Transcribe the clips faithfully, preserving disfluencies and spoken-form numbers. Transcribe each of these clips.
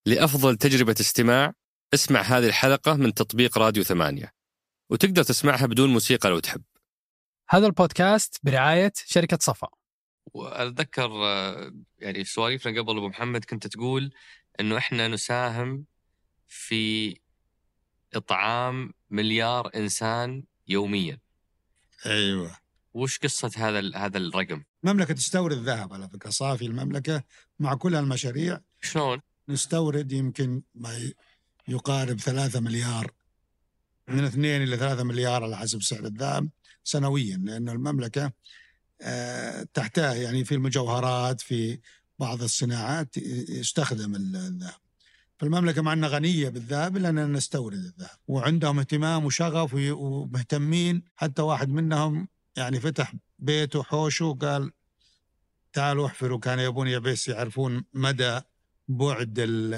لأفضل تجربة استماع اسمع هذه الحلقة من تطبيق راديو ثمانية، وتقدر تسمعها بدون موسيقى لو تحب. هذا البودكاست برعاية شركة صفا. وأتذكر يعني سواليفنا قبل أبو محمد كنت تقول إنه إحنا نساهم في إطعام مليار إنسان يوميا. أيوة. وش قصة هذا هذا الرقم؟ المملكة تستورد ذهب على فكرة صافي، المملكة مع كل المشاريع. شلون؟ نستورد يمكن ما يقارب ثلاثة مليار، من اثنين إلى ثلاثة مليار على حسب سعر الذهب سنويا، لأن المملكة تحتاج يعني في المجوهرات في بعض الصناعات يستخدم الذهب. فالمملكة معنا غنية بالذهب لأننا نستورد الذهب، وعندهم اهتمام وشغف ومهتمين. حتى واحد منهم يعني فتح بيته حوشه قال تعالوا احفروا، كان يبون يبس يعرفون مدى بعد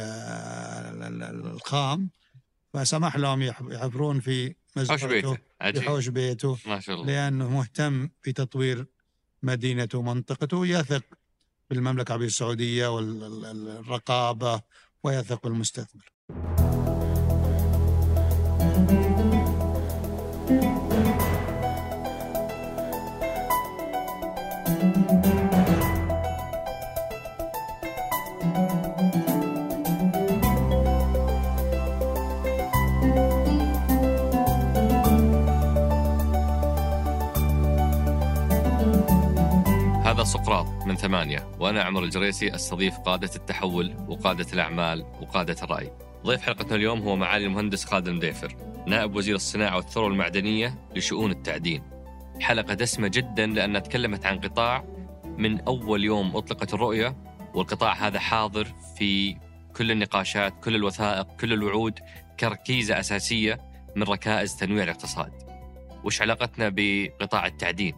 الخام، فسمح لهم يحفرون في مزرعته في حوش بيته ما شاء الله، لأنه مهتم في تطوير مدينته ومنطقته، يثق بالمملكة العربية السعودية والرقابة ويثق بالمستثمر. هذا سقراط من ثمانية، وأنا عمر الجريسي أستضيف قادة التحول وقادة الأعمال وقادة الرأي. ضيف حلقتنا اليوم هو معالي المهندس خالد المديفر، نائب وزير الصناعة والثروة المعدنية لشؤون التعدين. حلقة دسمة جدا لأنها تكلمت عن قطاع من أول يوم أطلقت الرؤية، والقطاع هذا حاضر في كل النقاشات، كل الوثائق، كل الوعود، كركيزة أساسية من ركائز تنويع الاقتصاد. وش علاقتنا بقطاع التعدين؟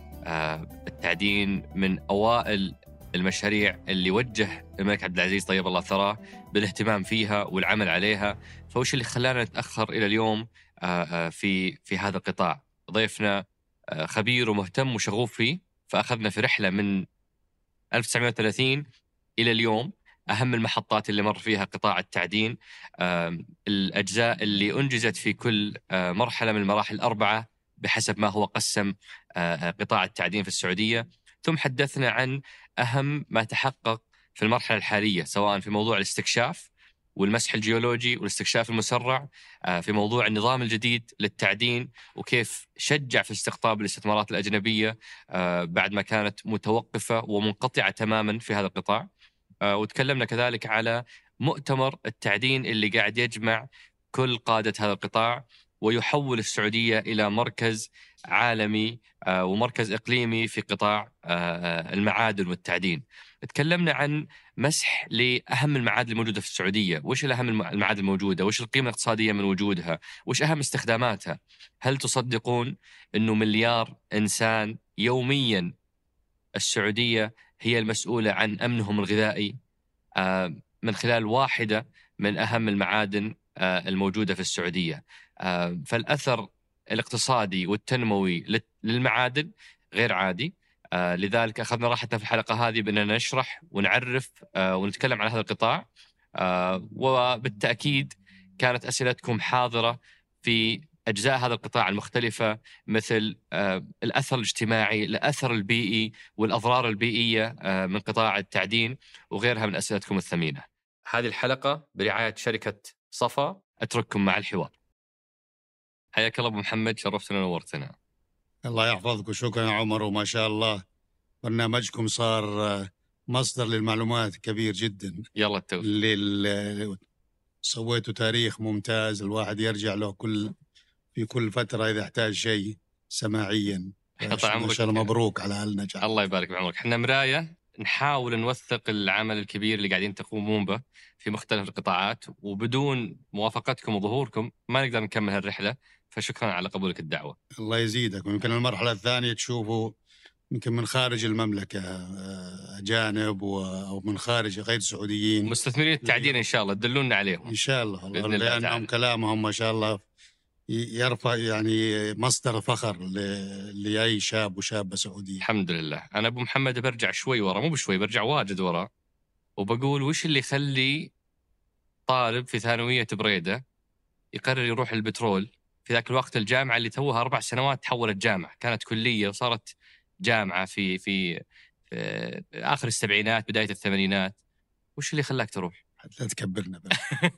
آه التعدين من أوائل المشاريع اللي وجه الملك عبد العزيز طيب الله ثراه بالاهتمام فيها والعمل عليها. فوش اللي خلانا نتأخر إلى اليوم آه آه في في هذا القطاع؟ ضيفنا آه خبير ومهتم وشغوف فيه، فأخذنا في رحلة من ألف وتسعمائة وثلاثين إلى اليوم، أهم المحطات اللي مر فيها قطاع التعدين، آه الأجزاء اللي أنجزت في كل آه مرحلة من المراحل الأربعة بحسب ما هو قسم قطاع التعدين في السعودية. ثم حدثنا عن أهم ما تحقق في المرحلة الحالية، سواء في موضوع الاستكشاف والمسح الجيولوجي والاستكشاف المسرع، في موضوع النظام الجديد للتعدين وكيف شجع في استقطاب الاستثمارات الأجنبية بعد ما كانت متوقفة ومنقطعة تماما في هذا القطاع. وتكلمنا كذلك على مؤتمر التعدين اللي قاعد يجمع كل قادة هذا القطاع ويحول السعودية إلى مركز عالمي ومركز إقليمي في قطاع المعادن والتعدين. تكلمنا عن مسح لأهم المعادن الموجودة في السعودية، وش الأهم المعادن الموجودة، وش القيمة الاقتصادية من وجودها، وش أهم استخداماتها. هل تصدقون أنه مليار إنسان يوميا السعودية هي المسؤولة عن أمنهم الغذائي من خلال واحدة من أهم المعادن الموجودة في السعودية؟ فالأثر الاقتصادي والتنموي للمعادن غير عادي. لذلك أخذنا راحتنا في الحلقة هذه بأننا نشرح ونعرف ونتكلم عن هذا القطاع، وبالتأكيد كانت أسئلتكم حاضرة في أجزاء هذا القطاع المختلفة، مثل الأثر الاجتماعي، الأثر البيئي والأضرار البيئية من قطاع التعدين وغيرها من أسئلتكم الثمينة. هذه الحلقة برعاية شركة صفا. أترككم مع الحوار. حياك الله أبو محمد، شرفتنا ونورتنا. الله يحفظك وشكرا يا عمر، وما شاء الله برنامجكم صار مصدر للمعلومات كبير جدا. يلا التوفيق. اللي سويته تاريخ ممتاز، الواحد يرجع له كل في كل فترة إذا احتاج شيء سماعيا. ما شاء الله، مبروك على هالنجاح. الله يبارك بعمرك. احنا مراية نحاول نوثق العمل الكبير اللي قاعدين تقومون به في مختلف القطاعات، وبدون موافقتكم وظهوركم ما نقدر نكمل هالرحلة، فشكرا على قبولك الدعوة. الله يزيدك. ويمكن المرحلة الثانية تشوفوا يمكن من خارج المملكة أجانب أو من خارج غير سعوديين مستثمرين التعدين إن شاء الله تدلونا عليهم إن شاء الله، لأنهم كلامهم ما شاء الله يرفع يعني مصدر فخر لأي شاب وشابة سعودية. الحمد لله. أنا أبو محمد برجع شوي ورا، مو بشوي، برجع واجد ورا، وبقول وش اللي يخلي طالب في ثانوية بريدة يقرر يروح البترول. في ذاك الوقت الجامعة اللي توها أربع سنوات تحولت جامعة، كانت كلية وصارت جامعة في في, في آخر السبعينات بداية الثمانينات. وش اللي خلاك تروح؟ لا تكبرنا بقى.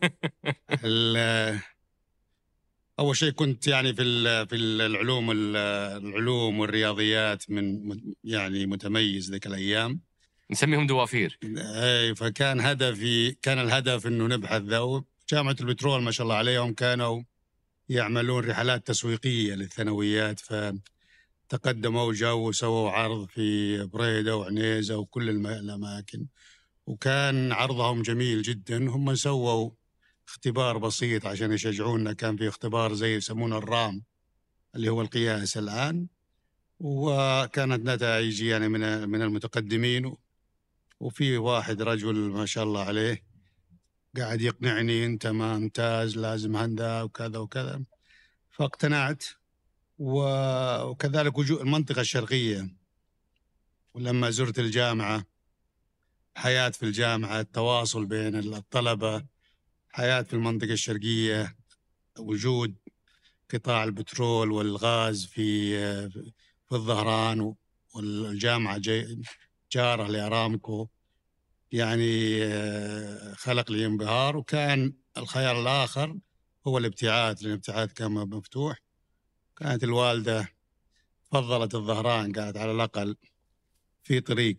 أول شيء كنت يعني في في العلوم العلوم والرياضيات من يعني متميز ذيك الأيام، نسميهم دوافير. أي، فكان هدفي كان الهدف إنه نبحث ذا. جامعة البترول ما شاء الله عليهم كانوا يعملون رحلات تسويقية للثانويات، فتقدموا وجاوا وسووا عرض في بريدة وعنيزة وكل الأماكن، وكان عرضهم جميل جدا. هم سووا اختبار بسيط عشان يشجعونا، كان في اختبار زي يسمونه الرام اللي هو القياس الآن، وكانت نتائج يعني من من المتقدمين. وفي واحد رجل ما شاء الله عليه قاعد يقنعني أنت ما ممتاز، لازم هندا وكذا وكذا، فاقتنعت. وكذلك وجود المنطقة الشرقية، ولما زرت الجامعة، حياة في الجامعة، التواصل بين الطلبة، حياة في المنطقة الشرقية، وجود قطاع البترول والغاز في في الظهران، والجامعة جارة لأرامكو، يعني خلق لي انبهار. وكان الخيار الآخر هو الابتعاث، لأن الابتعاث كان مفتوح. كانت الوالدة فضلت الظهران، قالت على الأقل في طريق،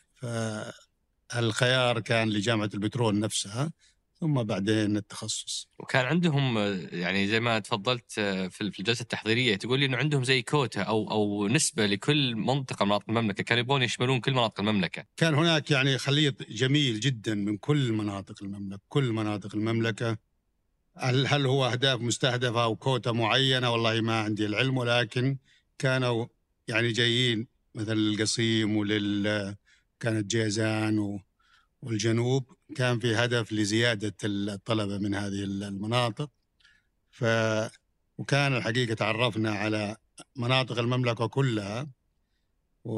فالخيار كان لجامعة البترول نفسها، ثم بعدين التخصص. وكان عندهم يعني زي ما تفضلت في الجلسة التحضيرية تقول لي إنه عندهم زي كوتا أو أو نسبة لكل منطقة من مناطق المملكة، كانوا يبون يشملون كل مناطق المملكة. كان هناك يعني خليط جميل جدا من كل مناطق المملكة، كل مناطق المملكة. هل هل هو أهداف مستهدفة أو كوتا معينة؟ والله ما عندي العلم، ولكن كانوا يعني جايين مثل القصيم ولل كانت جيزان والجنوب، كان في هدف لزيادة الطلبة من هذه المناطق. ف وكان الحقيقة تعرفنا على مناطق المملكة كلها، و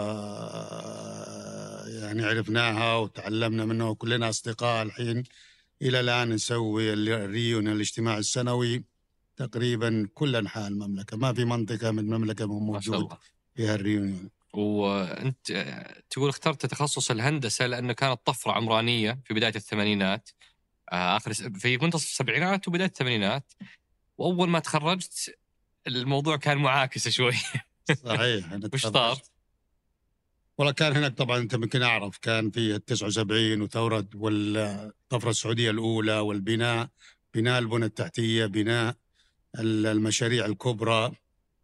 يعني عرفناها وتعلمنا منه، وكلنا أصدقاء الحين إلى الآن. نسوي الريون الاجتماع السنوي تقريبا كل أنحاء المملكة، ما في منطقة من المملكة موجود فيها الريون. وأنت تقول اخترت تخصص الهندسة لأنه كانت طفرة عمرانية في بداية الثمانينات، آخر في منتصف السبعينات وبداية الثمانينات، وأول ما تخرجت الموضوع كان معاكس شوي. صحيح. وش صار؟ والله كان هناك طبعا أنت ممكن أعرف، كان في التسعة وسبعين وثورة والطفرة السعودية الأولى، والبناء، بناء البنى التحتية، بناء المشاريع الكبرى،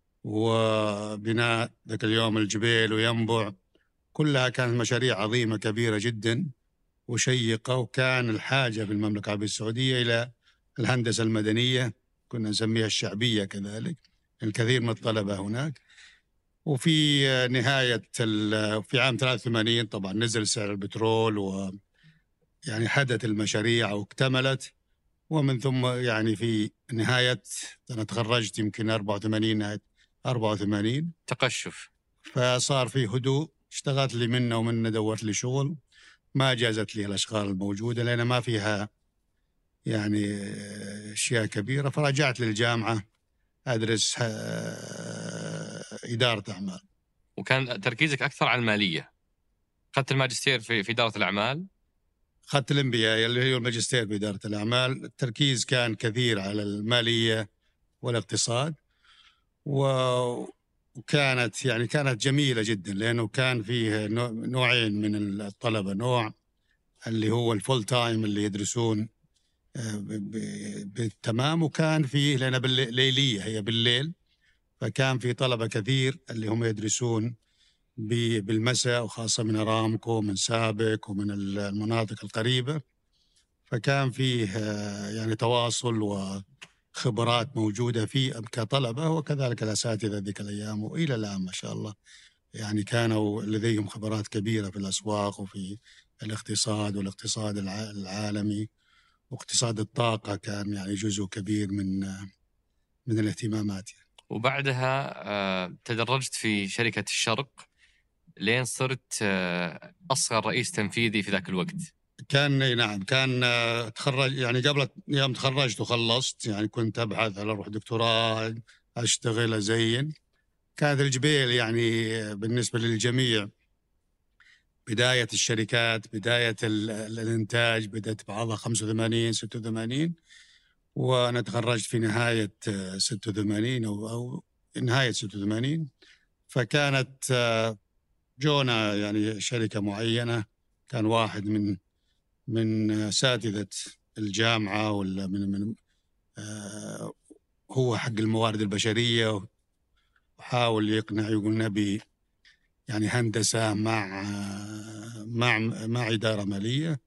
وبناء ذاك اليوم الجبيل وينبع، كلها كانت مشاريع عظيمة كبيرة جدا وشيقة. وكان الحاجة في المملكة العربية السعودية إلى الهندسة المدنية، كنا نسميها الشعبية كذلك، الكثير من الطلبة هناك. وفي نهاية في عام ثلاثة وثمانين طبعا نزل سعر البترول، ويعني حدث المشاريع واكتملت. ومن ثم يعني في نهاية أنا تخرجت يمكن أربعة وثمانين، نهاية أربعة وثمانين تقشف، فصار في هدوء. اشتغلت لي منه ومنه، دورت لي شغل، ما جازت لي الأشغال الموجودة لأن ما فيها يعني أشياء كبيرة. فرجعت للجامعة أدرس إدارة أعمال. وكان تركيزك أكثر على المالية. أخذت الماجستير في في إدارة الأعمال. أخذت الام بي اي اللي هو الماجستير في إدارة الأعمال. التركيز كان كثير على المالية والاقتصاد، وكانت يعني كانت جميلة جدا، لأنه كان فيه نوعين من الطلبة، نوع اللي هو الفول تايم اللي يدرسون بالتمام، وكان فيه لأنها ليلية، هي بالليل، فكان في طلبة كثير اللي هم يدرسون بالمساء، وخاصة من أرامكو من سابق ومن المناطق القريبة. فكان فيه يعني تواصل وخبرات موجودة فيه كطلبة، وكذلك الأساتذة ذيك الأيام وإلى الآن ما شاء الله يعني كانوا لديهم خبرات كبيرة في الأسواق وفي الاقتصاد والاقتصاد العالمي، واقتصاد الطاقة كان يعني جزء كبير من من الاهتمامات. وبعدها تدرجت في شركة الشرق لين صرت أصغر رئيس تنفيذي في ذاك الوقت. كان نعم كان تخرج يعني قبل يوم تخرجت وخلصت يعني كنت أبحث على أروح دكتوراه أشتغل أزين. كانت الجبيل يعني بالنسبة للجميع بداية الشركات، بداية الإنتاج، بدأت بعضها خمسة وثمانين ستة وثمانين، وأنا تخرجت في نهاية ستة وثمانين أو, أو نهاية ستة وثمانين. فكانت جونا يعني شركة معينة، كان واحد من من أساتذة الجامعة ولا من من آه هو حق الموارد البشرية، وحاول يقنع يقول نبي يعني هندسة مع مع مع إدارة مالية،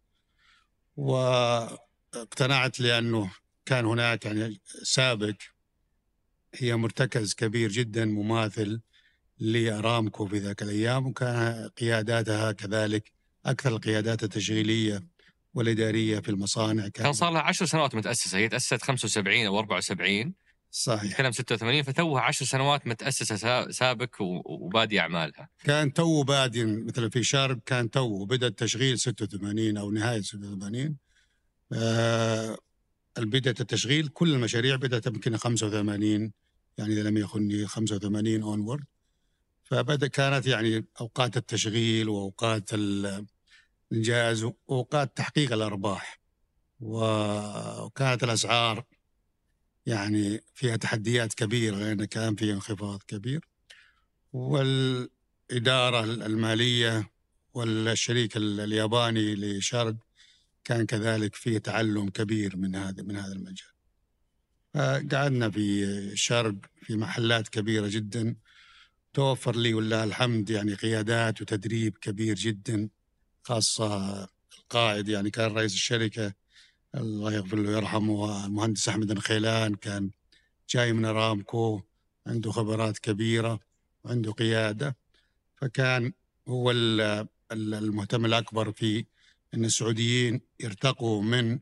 واقتنعت لأنه كان هناك يعني سابق هي مرتكز كبير جدا مماثل لأرامكو في ذاك الأيام، وكان قياداتها كذلك أكثر القيادات التشغيلية والإدارية في المصانع. كان, كان صار لها عشر سنوات متأسسة، هي تأسست خمسة وسبعين أو أربعة وسبعين صحيح، نتكلم ستة وثمانين، فتوها عشر سنوات متأسسة سابق وبادي أعمالها. كان تو بادي مثل في شارب، كان تو بدأ التشغيل ستة وثمانين أو نهاية ستة وثمانين. آه البداية التشغيل كل المشاريع بدأت يمكن خمسة وثمانين، يعني إذا لم يخني خمسة وثمانين أونورد. فبدأ كانت يعني أوقات التشغيل وأوقات الإنجاز وأوقات تحقيق الأرباح، وكانت الأسعار يعني فيها تحديات كبيرة لأن كان فيها انخفاض كبير، والإدارة المالية والشريك الياباني لشارب كان كذلك فيه تعلم كبير من هذا من هذا المجال. قعدنا في شارب في محلات كبيرة جدا، توفر لي والله الحمد يعني قيادات وتدريب كبير جدا، خاصة القائد يعني كان رئيس الشركة الله يغفر له ويرحمه المهندس أحمد الخيلان، كان جاي من أرامكو، عنده خبرات كبيرة وعنده قيادة، فكان هو المهتم الأكبر في أن السعوديين يرتقوا من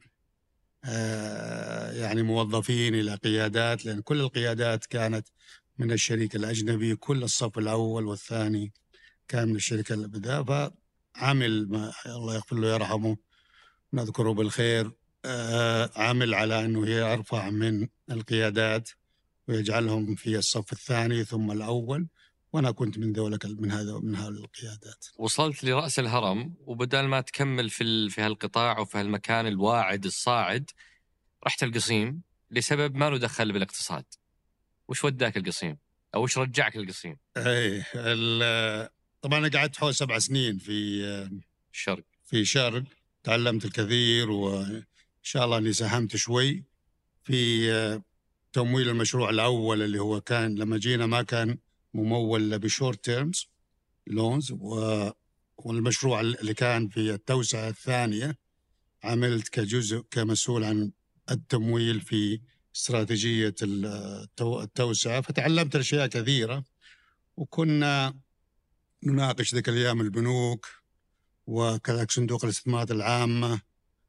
يعني موظفين إلى قيادات، لأن كل القيادات كانت من الشريك الأجنبي، كل الصف الأول والثاني كان من الشركة البداية. فعمل ما الله يغفر له ويرحمه نذكره بالخير، عمل على أنه يرفع من القيادات ويجعلهم في الصف الثاني ثم الأول، وأنا كنت من ذلك من هذا من هذه القيادات. وصلت لرأس الهرم، وبدل ما تكمل في في هالقطاع وفي هالمكان الواعد الصاعد رحت القصيم لسبب ما له دخل بالاقتصاد. وش وداك القصيم أو وش رجعك القصيم؟ ايه طبعا أنا قعدت حوالي سبع سنين في الشرق في شرق، تعلمت الكثير، وإن شاء الله أني ساهمت شوي في تمويل المشروع الأول اللي هو كان لما جينا ما كان ممول بشورت تيرمز لونز، والمشروع اللي كان في التوسعة الثانية عملت كجزء كمسؤول عن التمويل في استراتيجية التوسعة، فتعلمت أشياء كثيرة. وكنا نناقش ذيك الأيام البنوك وكذلك صندوق الاستثمارات العامة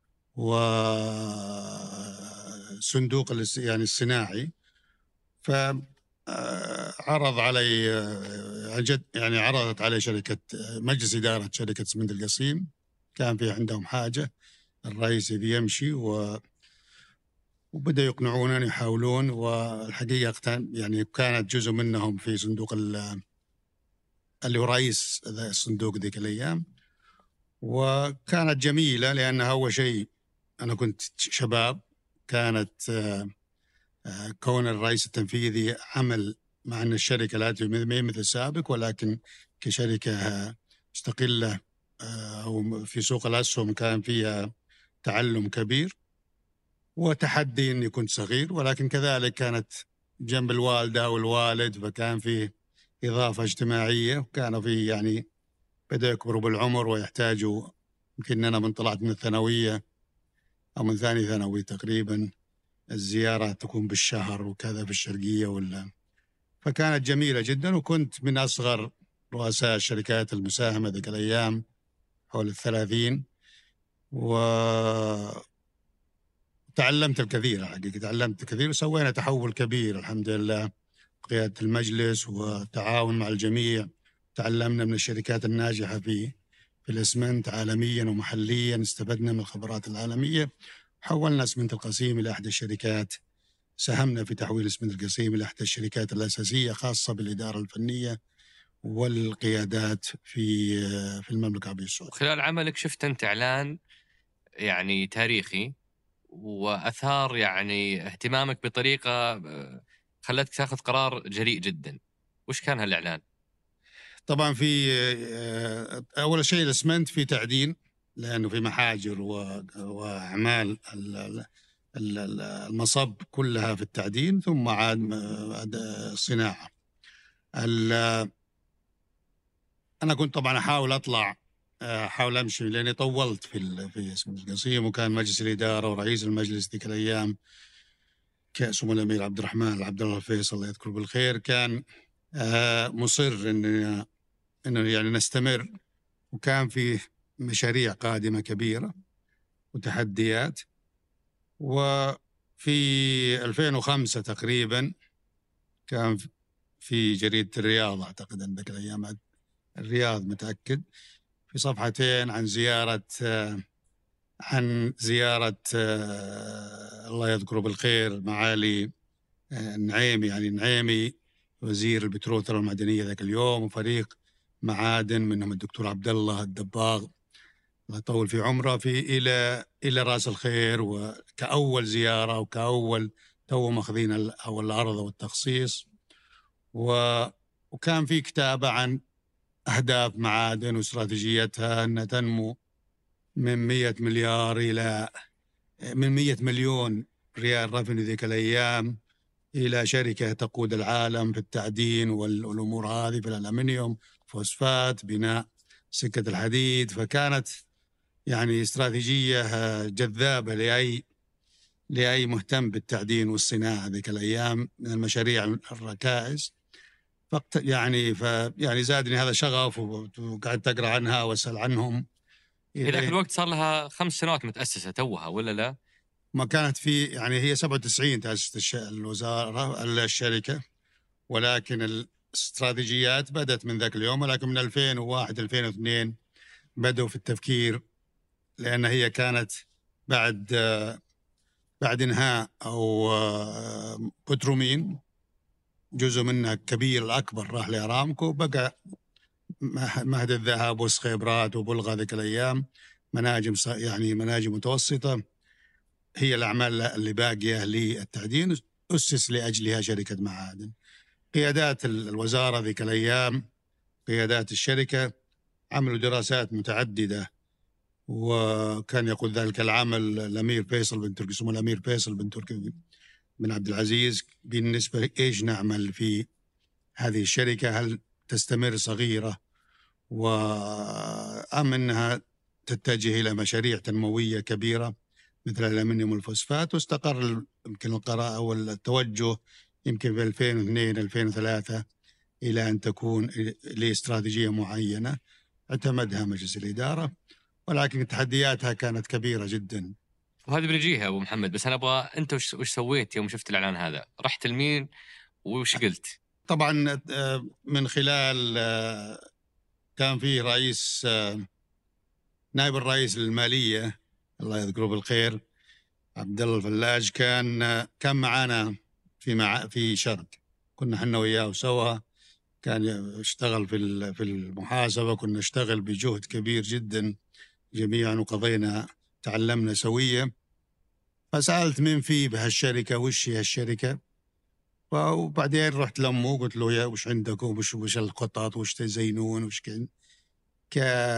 وصندوق يعني الصناعي. فعرض علي يعني عرضت علي شركة مجلس إدارة شركة سمنت القصيم، كان في عندهم حاجة الرئيس بيمشي و وبدأ يقنعونني يحاولون، والحقيقة يعني كانت جزء منهم في صندوق اللي هو رئيس الصندوق ذيك الأيام، وكانت جميلة لأنها أول شيء أنا كنت شباب، كانت كون الرئيس التنفيذي عمل مع أن الشركة لا تمثل مثل السابق ولكن كشركة مستقلة أو في سوق الأسهم، كان فيها تعلم كبير وتحدي أني كنت صغير، ولكن كذلك كانت جنب الوالدة والوالد، فكان فيه إضافة اجتماعية، وكانوا فيه يعني بدأ يكبروا بالعمر ويحتاجوا، يمكن أنا من طلعت من الثانوية أو من ثاني ثانوي تقريبا الزيارة تكون بالشهر وكذا في الشرقية ولا، فكانت جميلة جدا. وكنت من أصغر رؤساء الشركات المساهمة ذيك الأيام حول الثلاثين، وتعلمت الكثير حقيقة، تعلمت الكثير وسوينا تحول كبير الحمد لله، قيادة المجلس وتعاون مع الجميع. تعلمنا من الشركات الناجحة في في في الإسمنت عالميا ومحليا، استفدنا من الخبرات العالمية، حولنا إسمنت القصيم إلى إحدى الشركات، ساهمنا في تحويل إسمنت القصيم إلى إحدى الشركات الأساسية خاصة بالإدارة الفنية والقيادات في في المملكة العربية السعودية. خلال عملك شفت أنت إعلان يعني تاريخي وأثار يعني اهتمامك بطريقة خلتك تأخذ قرار جريء جدا، وش كان هالإعلان؟ طبعا في أول شيء الإسمنت في تعدين، لأنه في محاجر وأعمال المصب كلها في التعدين، ثم عاد الصناعة. أنا كنت طبعا أحاول أطلع أحاول أمشي لأني طولت في في إسمنت القصيم، وكان مجلس الإدارة ورئيس المجلس ذيك الأيام سمو الأمير عبد الرحمن عبد الله الفيصل الله يذكره بالخير، كان مصر إن إنه يعني نستمر، وكان في مشاريع قادمة كبيرة وتحديات. وفي ألفين وخمسة تقريبا كان في جريدة الرياض، أعتقد أن ذاك الأيام الرياض متأكد، في صفحتين عن زيارة عن زيارة الله يذكره بالخير معالي النعيمي، يعني النعيمي وزير البترول والمعدنية ذاك اليوم، وفريق معادن منهم الدكتور عبد الله الدباغ الله يطول في عمره، في إلى إلى رأس الخير، وكأول زيارة وكأول تو ماخذين أول الأرض والتخصيص. وكان في كتابة عن أهداف معادن واستراتيجيتها أن تنمو من مئة مليار إلى من مئة مليون ريال رفن ذيك الأيام إلى شركة تقود العالم في التعدين والأمور هذه، في الألمنيوم، فوسفات، بناء سكة الحديد. فكانت يعني استراتيجية جذابة لأي لأي مهتم بالتعدين والصناعة ذيك الأيام، من المشاريع الركائز. فقط يعني ف يعني زادني هذا شغف، وقعدت أقرأ عنها وأسأل عنهم. في ذاك الوقت صار لها خمس سنوات متأسسة توها ولا لا؟ ما كانت في يعني هي سبعة وتسعين تأسست الوزارة الشركة، ولكن الاستراتيجيات بدأت من ذاك اليوم، ولكن من ألفين وواحد ألفين واثنين بدأوا في التفكير، لأن هي كانت بعد بعد انهاء أو بترومين جزء منها كبير الأكبر راح لأرامكو، بقى مهد الذهب وسخيبرات وبلغة ذيك الأيام، مناجم يعني مناجم متوسطة، هي الأعمال اللي باقية للتعدين أسس لأجلها شركة معادن. قيادات الوزارة ذيك الأيام، قيادات الشركة، عملوا دراسات متعددة، وكان يقول ذلك العمل الأمير فيصل بن تركي، اسمه الأمير فيصل بن تركي بن عبد العزيز، بالنسبة إيش نعمل في هذه الشركة، هل تستمر صغيرة وأم أنها تتجه إلى مشاريع تنموية كبيرة مثل الألمنيوم والفوسفات. واستقر يمكن القراءة أو التوجه يمكن في ألفين واثنين ألفين وثلاثة إلى أن تكون لاستراتيجية معينة اعتمدها مجلس الإدارة، ولكن تحدياتها كانت كبيرة جدا. وهذه بنجيها أبو محمد، بس أنا أبغى أنت وش, وش سويت يوم شفت الإعلان هذا؟ رحت لمين وش قلت؟ طبعا من خلال كان في رئيس نائب الرئيس للمالية الله يذكره بالخير عبد الله الفلاج، كان كان معانا في مع في شرق، كنا احنا وياه سوا، كان يشتغل في في المحاسبة، كنا نشتغل بجهد كبير جدا جميعا، وقضينا تعلمنا سويا. فسألت من في بهالشركة وش هي الشركة، وبعدين رحت لأمه وقلت له يا وش عندكم وش وش الخطط وش تزينون وش كن ك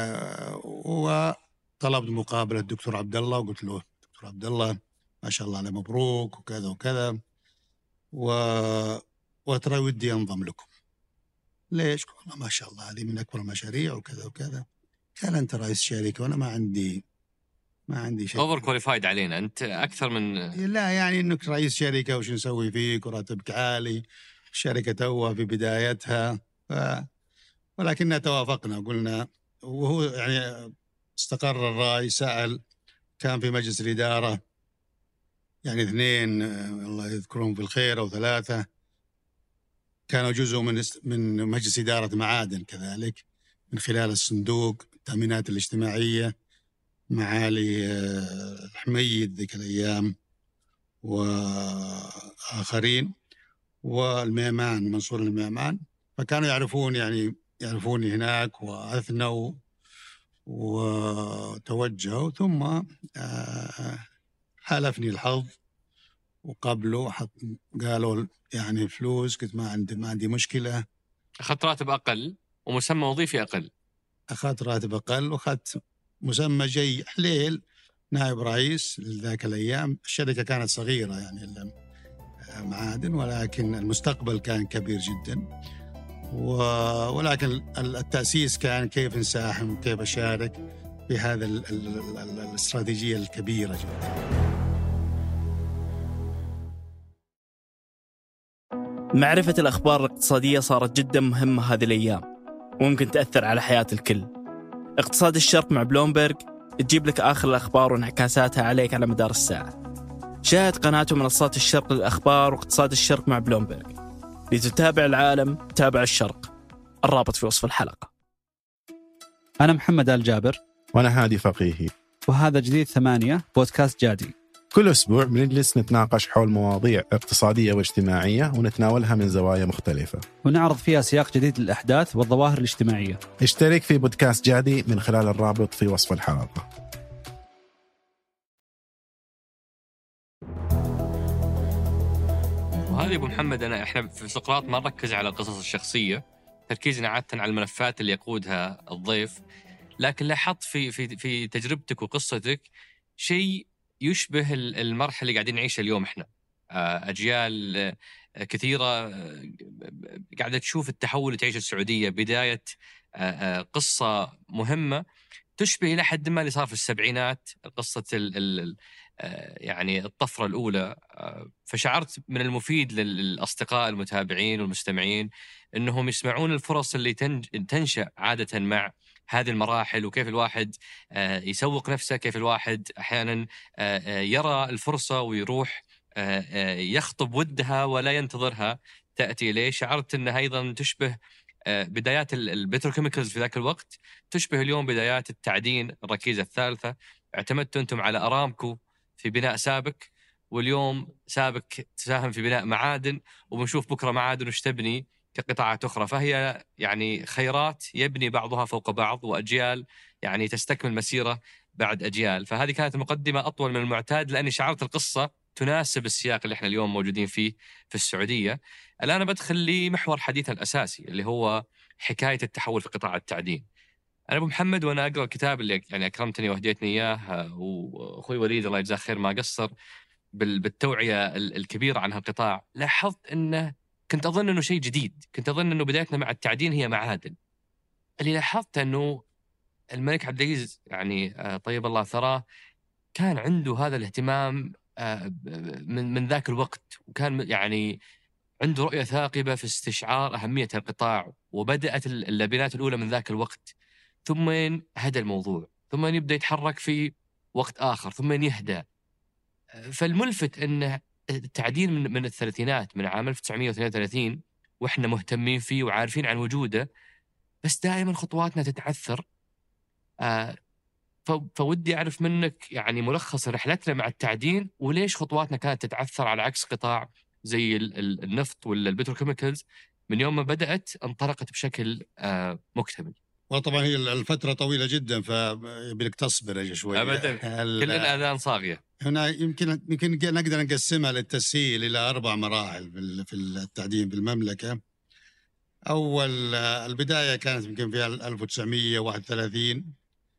وطلبت مقابلة الدكتور عبد الله، وقلت له دكتور عبد الله ما شاء الله عليه مبروك وكذا وكذا، و وترى ودي أنضم لكم. ليش؟ قلنا ما شاء الله هذه من أكبر المشاريع وكذا وكذا. قال أنت رئيس شركة وأنا ما عندي ما عندي شيء. اوفر كواليفايد علينا انت اكثر من. لا يعني انك رئيس شركه وش نسوي فيك وراتبك عالي، الشركه توها في بدايتها، ف... ولكننا توافقنا قلنا، وهو يعني استقر الرأي. سأل كان في مجلس الإدارة يعني اثنين الله يذكرهم في الخير أو ثلاثة كانوا جزء من من مجلس إدارة معادن كذلك من خلال الصندوق التأمينات الاجتماعية معالي الحميد ذيك الأيام وآخرين، والميمان منصور الميمان، فكانوا يعرفون يعني يعرفوني هناك وأثنوا وتوجهوا. ثم حالفني الحظ وقبلوا قالوا يعني فلوس، كنت ما عندي ما عندي مشكلة. أخذت راتب أقل ومسمى وظيفي أقل. أخذت راتب أقل وأخذت مسمى جي حليل نائب رئيس ذاك الأيام. الشركة كانت صغيرة يعني معادن، ولكن المستقبل كان كبير جدا. ولكن التأسيس كان كيف نساهم وكيف أشارك في هذا الاستراتيجية الكبيرة جدا. معرفة الأخبار الاقتصادية صارت جدا مهمة هذه الأيام، وممكن تأثر على حياة الكل. اقتصاد الشرق مع بلومبرج تجيب لك آخر الأخبار وانعكاساتها عليك على مدار الساعة. شاهد قناة منصات الشرق للأخبار واقتصاد الشرق مع بلومبرج لتتابع العالم، تابع الشرق. الرابط في وصف الحلقة. أنا محمد آل جابر. وأنا هادي فقيهي. وهذا جديد ثمانية بودكاست جادي. كل أسبوع بنجلس نتناقش حول مواضيع اقتصادية واجتماعية ونتناولها من زوايا مختلفة، ونعرض فيها سياق جديد للأحداث والظواهر الاجتماعية. اشترك في بودكاست جادي من خلال الرابط في وصف الحلقة. وهذه أبو محمد، أنا إحنا في سقراط ما نركز على القصص الشخصية، تركيزنا عادة على الملفات اللي يقودها الضيف. لكن لاحظت في في في تجربتك وقصتك شيء يشبه المرحلة اللي قاعدين نعيشها اليوم. إحنا أجيال كثيرة قاعدة تشوف التحول اللي تعيشه السعودية، بداية قصة مهمة تشبه إلى حد ما اللي صار في السبعينات، قصة ال ال يعني الطفرة الأولى. فشعرت من المفيد للأصدقاء المتابعين والمستمعين أنهم يسمعون الفرص اللي تنشأ عادة مع هذه المراحل، وكيف الواحد يسوق نفسه، كيف الواحد أحيانا يرى الفرصة ويروح يخطب ودها ولا ينتظرها تأتي إليه. شعرت أنها أيضا تشبه بدايات البتروكيميكالز في ذاك الوقت، تشبه اليوم بدايات التعدين الركيزة الثالثة. اعتمدتوا أنتم على أرامكو في بناء سابك، واليوم سابك تساهم في بناء معادن، وبنشوف بكرة معادن وش تبني كقطاعات أخرى. فهي يعني خيرات يبني بعضها فوق بعض، وأجيال يعني تستكمل مسيرة بعد أجيال. فهذه كانت مقدمة أطول من المعتاد، لأني شعرت القصة تناسب السياق اللي احنا اليوم موجودين فيه في السعودية. الآن بدخل لمحور حديثنا الأساسي اللي هو حكاية التحول في قطاع التعدين. أنا أبو محمد وأنا أقرأ الكتاب اللي يعني أكرمتني وهديتني إياه، وأخوي وليد الله يجزاه خير ما قصر بالتوعية الكبيرة عن هالقطاع، لاحظت أنه كنت أظن أنه شيء جديد، كنت أظن أنه بدايتنا مع التعدين هي معادن. اللي لاحظت أنه الملك عبد العزيز يعني طيب الله ثراه كان عنده هذا الاهتمام من من ذاك الوقت، وكان يعني عنده رؤية ثاقبة في استشعار أهمية القطاع، وبدأت اللبنات الأولى من ذاك الوقت. ثم هدى الموضوع، ثم يبدأ يتحرك في وقت آخر، ثم يهدى. فالملفت أن التعدين من, من الثلاثينات، من عام ألف وتسعمائة واثنين وثلاثين وإحنا مهتمين فيه وعارفين عن وجوده، بس دائما خطواتنا تتعثر. آه فودي أعرف منك يعني ملخص رحلتنا مع التعدين، وليش خطواتنا كانت تتعثر على عكس قطاع زي النفط ولا البتروكيميكالز من يوم ما بدأت انطلقت بشكل آه مكتمل. وطبعا هي الفترة طويلة جدا، فبدك تصبر شوي. أبدا، كل الآذان صاغية. هنا يمكن يمكن نقدر نقسمها للتسهيل إلى أربع مراحل في التعدين بالمملكة. أول البداية كانت يمكن في ألف وتسعمائة وواحد وثلاثين،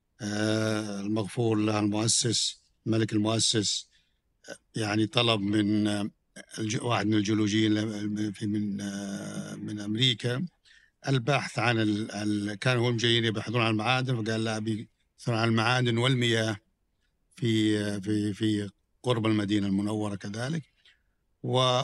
المغفور له المؤسس الملك المؤسس يعني طلب من واحد من الجيولوجيين في من من أمريكا البحث عن ال... كانوا هم جايين يبحثون عن المعادن، فقال لا أبي عن المعادن والمياه في في في قرب المدينة المنورة كذلك. و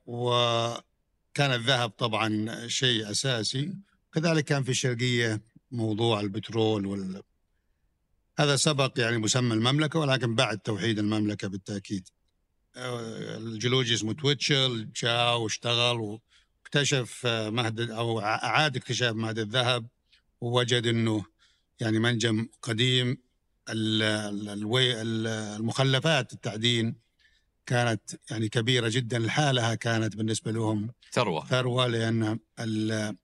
وكان الذهب طبعا شيء أساسي، كذلك كان في الشرقية موضوع البترول وال... هذا سبق يعني مسمى المملكة، ولكن بعد توحيد المملكة بالتأكيد. الجيولوجي اسمه تويتشل جاء واشتغل واكتشف مهد أو أعاد اكتشاف مهد الذهب، ووجد أنه يعني منجم قديم. المخلفات التعدين كانت يعني كبيرة جدا لحالها، كانت بالنسبة لهم ثروة ثروة لأن ال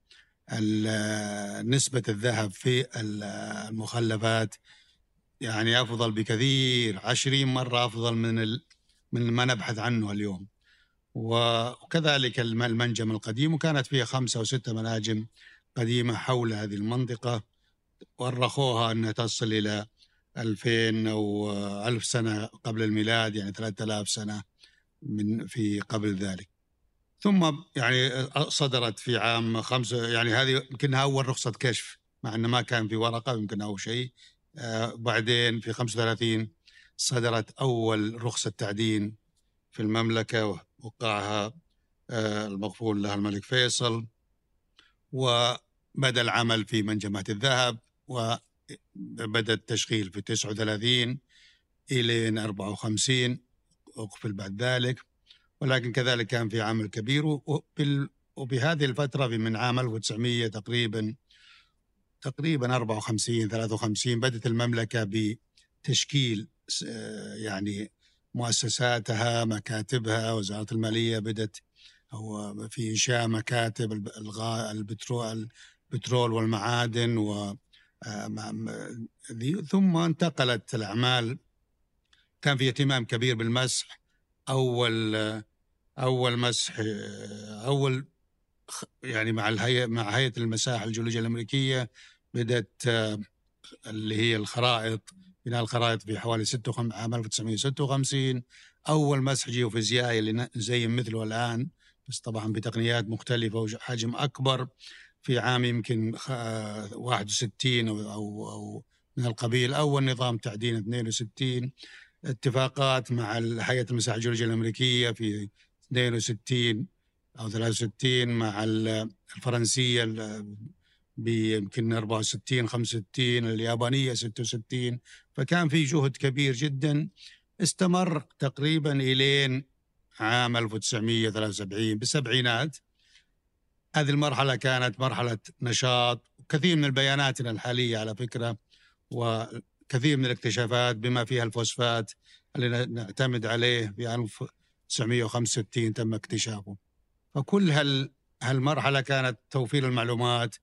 نسبة الذهب في المخلفات يعني أفضل بكثير، عشرين مرة أفضل من من ما نبحث عنه اليوم. وكذلك المنجم القديم، وكانت فيها خمسة أو ستة مناجم قديمة حول هذه المنطقة، ورخوها أنها تصل إلى ألفين أو ألف سنة قبل الميلاد، يعني ثلاثة آلاف سنة من في قبل ذلك. ثم يعني صدرت في عام خمسة، يعني هذه يمكنها أول رخصة كشف، مع أنه ما كان في ورقة يمكن أو شيء. آه بعدين في خمسة وثلاثين صدرت أول رخصة تعدين في المملكة، ووقعها آه المغفور له الملك فيصل، وبدأ العمل في منجمات الذهب، وبدأ التشغيل في تسعة وثلاثين إلى أربعة وخمسين، أقفل بعد ذلك. ولكن كذلك كان في عمل كبير. وبهذه الفترة من عام ألف وتسعمائة تقريبا تقريبا أربعة وخمسين ثلاثة وخمسين بدأت المملكة بتشكيل يعني مؤسساتها، مكاتبها. وزارة المالية بدأت أو في إنشاء مكاتب البترول البترول والمعادن، و ثم انتقلت الأعمال. كان في اهتمام كبير بالمسح. أول أول مسح أول يعني مع الهيئة مع هيئة المساحة الجيولوجية الأمريكية بدأت اللي هي الخرائط، بناء الخرائط في حوالي عام ألف وتسعمائة وستة وخمسين. أول مسح جيوفيزيائي اللي زي مثله الآن، بس طبعا بتقنيات مختلفة وحجم أكبر، في عام يمكن واحد وستين أو, أو, أو من القبيل. أول نظام تعدين اثنين وستين. اتفاقات مع هيئة المساحة الجيولوجية الأمريكية في اثنين وستين أو ثلاثة وستين، مع الفرنسية بيمكن أربعة وستين خمسة وستين، اليابانية ستة وستين. فكان في جهد كبير جدا استمر تقريبا إلى عام ألف وتسعمائة وثلاثة وسبعين بالسبعينات. هذه المرحلة كانت مرحلة نشاط، وكثير من البيانات الحالية على فكرة، وكثير من الاكتشافات بما فيها الفوسفات اللي نعتمد عليه في ألف وتسعمائة وخمسة وستين تم اكتشافه. فكل هال هالمرحلة كانت توفير المعلومات،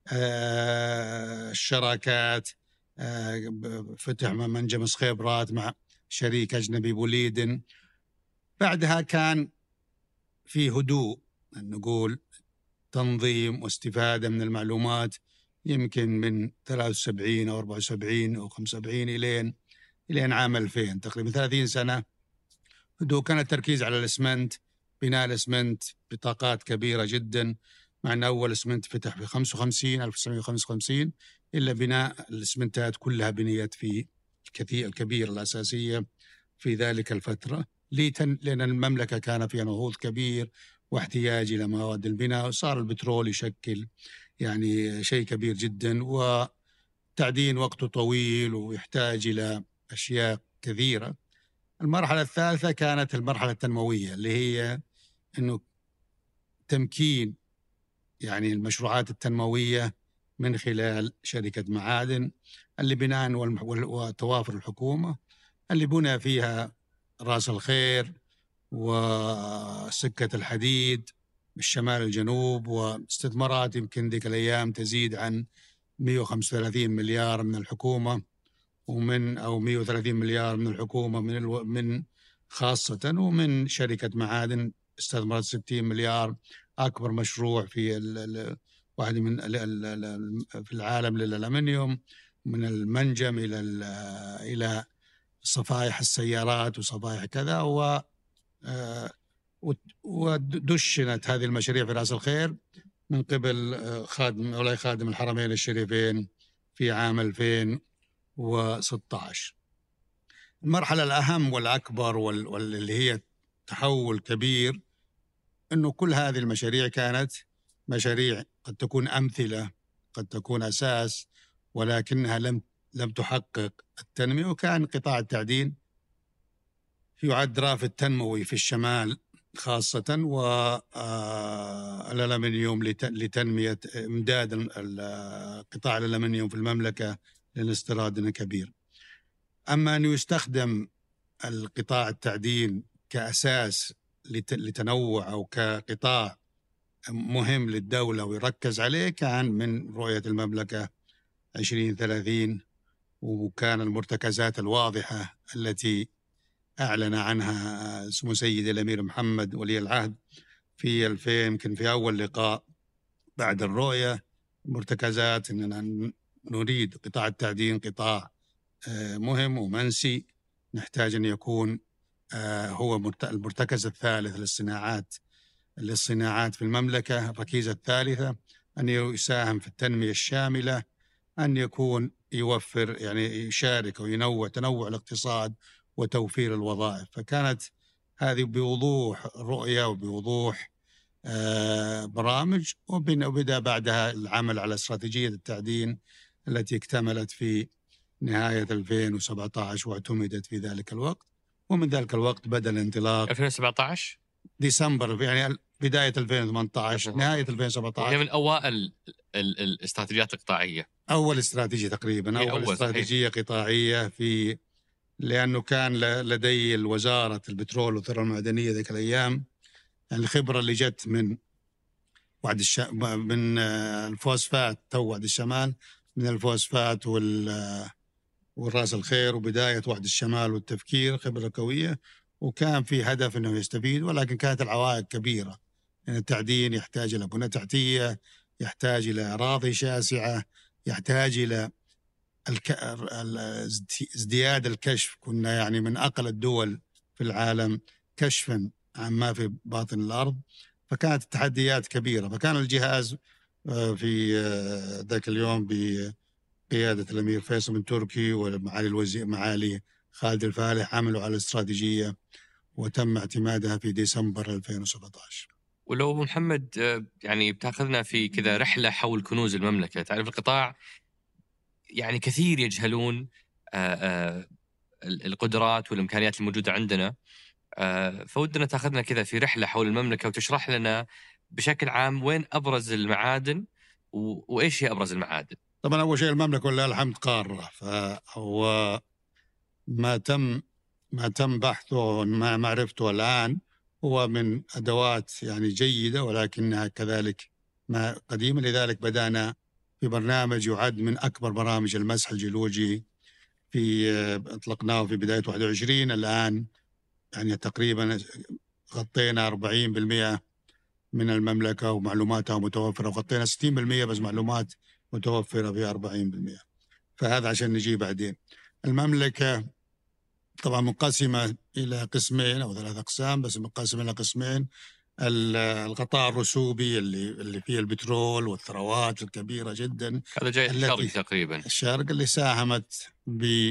آه الشراكات، آه فتح منجم خبرات مع شريك أجنبي بوليدن. بعدها كان في هدوء، نقول تنظيم واستفادة من المعلومات، يمكن من ثلاثة وسبعين أو أربعة وسبعين أو خمسة وسبعين إلين إلين عام ألفين، تقريبا ثلاثين سنة هدوء. كان التركيز على الإسمنت، بناء الإسمنت بطاقات كبيرة جدا، مع أن أول إسمنت فتح في خمسة وخمسين ألف وتسعمائة وخمسة وخمسين، إلا بناء الإسمنتات كلها بنيت في الكثير الكبير الأساسية في ذلك الفترة، لأن المملكة كان فيها نهوض كبير واحتياج إلى مواد البناء، وصار البترول يشكل يعني شيء كبير جدا، وتعدين وقته طويل ويحتاج إلى أشياء كثيرة. المرحلة الثالثة كانت المرحلة التنموية، اللي هي إنه تمكين يعني المشروعات التنموية من خلال شركة معادن، اللي بناء وتوافر الحكومة، اللي بنى فيها رأس الخير وسكة الحديد بالشمال الجنوب، واستثمارات يمكن ذيك الأيام تزيد عن مئة وخمسة وثلاثين مليار من الحكومة، ومن أو مئة وثلاثين مليار من الحكومة من الو... من خاصة، ومن شركة معادن استثمرت ستين مليار. أكبر مشروع في ال... ال... واحد من ال... ال... في العالم للألمنيوم، من المنجم إلى ال... إلى صفائح السيارات وصفائح كذا، و ودشنت هذه المشاريع في رأس الخير من قبل خادم مولاي خادم الحرمين الشريفين في عام ألفين وستة عشر. المرحلة الأهم والأكبر واللي هي تحول كبير، أنه كل هذه المشاريع كانت مشاريع قد تكون أمثلة، قد تكون أساس، ولكنها لم لم تحقق التنمية. وكان قطاع التعدين يعد رافد تنموي في الشمال خاصة، والألمنيوم لتنمية إمداد قطاع الألمنيوم في المملكة لأن استيرادنا كبير. أما أن يستخدم القطاع التعدين كأساس لتنوع أو كقطاع مهم للدولة ويركز عليه، كان من رؤية المملكة عشرين ثلاثين، وكان المرتكزات الواضحة التي أعلن عنها سمو سيد الأمير محمد ولي العهد في ألفين، يمكن في أول لقاء بعد الرؤية، مرتكزات أننا نريد قطاع التعدين قطاع مهم ومنسي، نحتاج أن يكون هو المرتكز الثالث للصناعات للصناعات في المملكة. الركيزة الثالثة أن يساهم في التنمية الشاملة، أن يكون يوفر يعني يشارك وينوع تنوع الاقتصاد وتوفير الوظائف. فكانت هذه بوضوح رؤية وبوضوح برامج، وبدأ بعدها العمل على استراتيجية التعدين التي اكتملت في نهاية ألفين وسبعة عشر واعتمدت في ذلك الوقت. ومن ذلك الوقت بدأ الانطلاق ألفين وسبعة عشر ديسمبر، يعني بداية ألفين وثمانية عشر نهاية ألفين وسبعة عشر، وهي من أوائل الاستراتيجيات القطاعية، أول استراتيجية تقريبا، أول, أول استراتيجية صحيح. قطاعية في لأنه كان لدي الوزارة البترول والثروة المعدنية ذيك الأيام يعني الخبرة اللي جت من وعد الش... من الفوسفات، تو وعد الشمال، من الفوسفات وال والراس الخير وبداية وعد الشمال والتفكير، خبرة قوية، وكان في هدف أنه يستفيد، ولكن كانت العوائق كبيرة. يعني التعدين يحتاج إلى بنى تحتية، يحتاج إلى أراضي شاسعة، يحتاج إلى الك... ازدياد الكشف. كنا يعني من أقل الدول في العالم كشفا عن ما في باطن الأرض، فكانت التحديات كبيرة. فكان الجهاز في ذاك اليوم بقيادة الأمير فيصل بن تركي ومعالي الوزير معالي خالد الفالح عملوا على الاستراتيجية وتم اعتمادها في ديسمبر ألفين وسبعة عشر. ولو محمد يعني بتاخذنا في كذا رحلة حول كنوز المملكة، تعرف القطاع يعني كثير يجهلون القدرات والإمكانيات الموجودة عندنا، فودنا تاخذنا كذا في رحلة حول المملكة وتشرح لنا بشكل عام وين أبرز المعادن وإيش هي أبرز المعادن. طبعا أول شيء المملكة ولله الحمد قارة، فهو ما تم ما تم بحثه وما معرفته الآن هو من أدوات يعني جيدة، ولكنها كذلك ما قديمة. لذلك بدأنا في برنامج يعد من أكبر برامج المسح الجيولوجي في أطلقناه في بداية واحد وعشرين. الآن يعني تقريبا غطينا أربعين بالمئة من المملكة ومعلوماتها متوفرة، وغطينا ستين بالمئة بس معلومات متوفرة في أربعين بالمئة. فهذا عشان نجي بعدين. المملكة طبعا منقسمة إلى قسمين أو ثلاث أقسام، بس منقسمة إلى قسمين. القطاع الرسوبي اللي اللي فيه البترول والثروات الكبيرة جدا، هذا جاي الشرق تقريبا، الشرق اللي ساهمت ب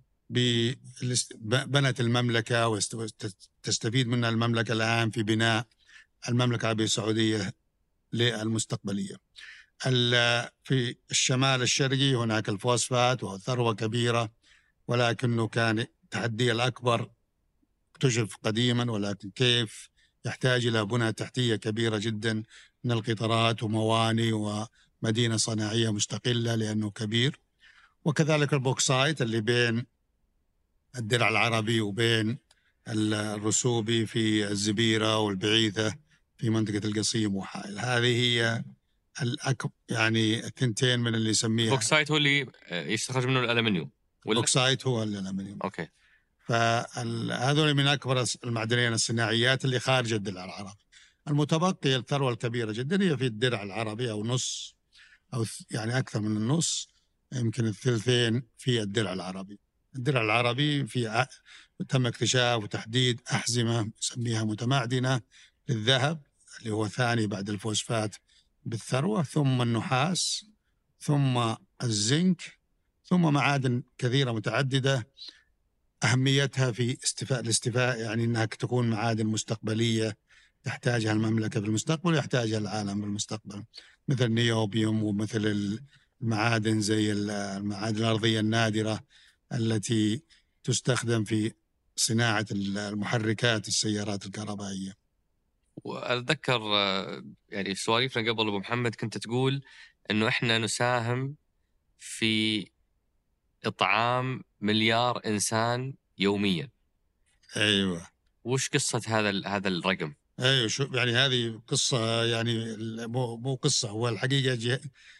بنت المملكة وتستفيد منها المملكة الآن في بناء المملكة العربية السعودية للمستقبلية. في الشمال الشرقي هناك الفوسفات وثروة كبيرة، ولكنه كان التحدي الأكبر اكتشف قديما، ولكن كيف يحتاج إلى بنى تحتية كبيرة جدا من القطارات ومواني ومدينة صناعية مستقلة لأنه كبير. وكذلك البوكسايت اللي بين الدرع العربي وبين الرسوبي في الزبيرة والبعيثة في منطقة القصيم وحائل. هذه هي الأكبر يعني الثنتين من اللي يسميها. البوكسايت هو اللي يستخرج منه الألمنيوم، البوكسايت هو الألمنيوم. أوكي. فهذول من أكبر المعدنيين الصناعيات اللي خارج الدرع العربي. المتبقي الثروة الكبيرة جدا هي في الدرع العربي، أو نص أو يعني أكثر من النص، يمكن الثلثين في الدرع العربي. الدرع العربي في تم اكتشاف وتحديد أحزمة نسميها متمعدنة للذهب اللي هو ثاني بعد الفوسفات بالثروة، ثم النحاس، ثم الزنك، ثم معادن كثيرة متعددة أهميتها في استفاء الاستفاء يعني أنها تكون معادن مستقبلية تحتاجها المملكة في المستقبل ويحتاجها العالم في المستقبل، مثل النيوبيوم ومثل المعادن زي المعادن الأرضية النادرة التي تستخدم في صناعة المحركات السيارات الكهربائية. وأتذكر يعني في سواليفنا قبل أبو محمد كنت تقول أنه إحنا نساهم في إطعام مليار إنسان يوميا. أيوة. وش قصة هذا هذا الرقم؟ أيوة، شو يعني هذه قصة، يعني مو مو قصة، هو الحقيقة جه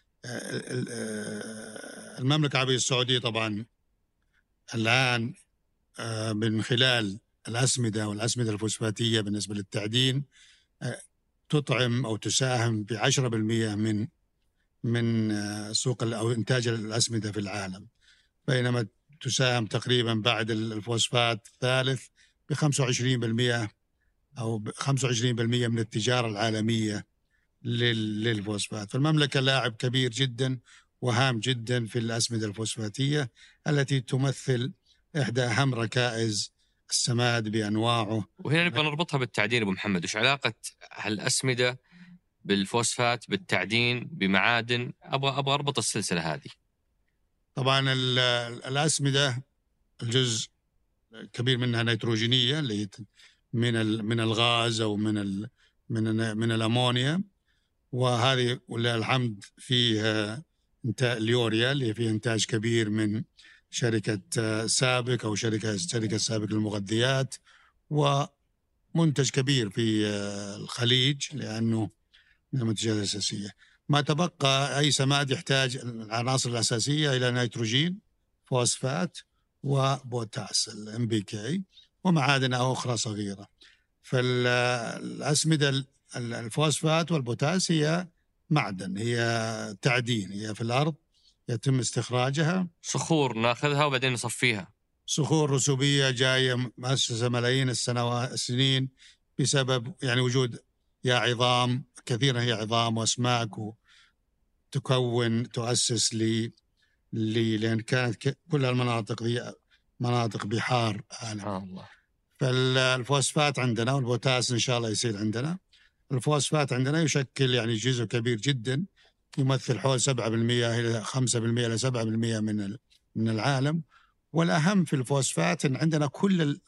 المملكة العربية السعودية طبعا الآن من خلال الأسمدة والأسمدة الفوسفاتية بالنسبة للتعدين تطعم أو تساهم بعشرة بالمئة من من سوق أو إنتاج الأسمدة في العالم، بينما تساهم تقريبا بعد الفوسفات الثالث بخمسة وعشرين بالمئة أو خمسة وعشرين بالمئة من التجارة العالمية للفوسفات. فالمملكة لاعب كبير جدا وهام جدا في الأسمدة الفوسفاتية التي تمثل إحدى أهم ركائز السماد بأنواعه. وهنا نبغى نربطها بالتعدين أبو محمد، وش علاقة هالأسمدة بالفوسفات بالتعدين بمعادن؟ أبغى أبغى أربط السلسلة هذه. طبعا الأسمدة الجزء كبير منها نيتروجينية اللي من من الغاز أو من ال من من الأمونيا، وهذه ولله الحمد فيها إنتاج اليوريا اللي فيه إنتاج كبير من شركة سابك أو شركة شركة سابك للمغذيات، ومنتج كبير في الخليج لأنه من المنتجات الأساسية. ما تبقى أي سماد يحتاج العناصر الأساسية إلى نيتروجين، فوسفات، وبوتاس الام بي كي، ومعادن أخرى صغيرة. فالأسمدة الفوسفات والبوتاس هي معدن، هي تعدين، هي في الأرض يتم استخراجها، صخور ناخذها وبعدين نصفيها، صخور رسوبية جاية مؤسسة ملايين السنوات السنين بسبب يعني وجود يا عظام كثيرا، هي عظام وأسماك وتكون تؤسس لي لي لأن كانت كل المناطق دي مناطق بحار عالم. الله. فالفوسفات عندنا والبوتاس إن شاء الله يصير عندنا. الفوسفات عندنا يشكل يعني جزء كبير جدا، يمثل حول سبعة بالمئة إلى خمسة بالمئة إلى سبعة بالمئة من من العالم. والأهم في الفوسفات أن عندنا كل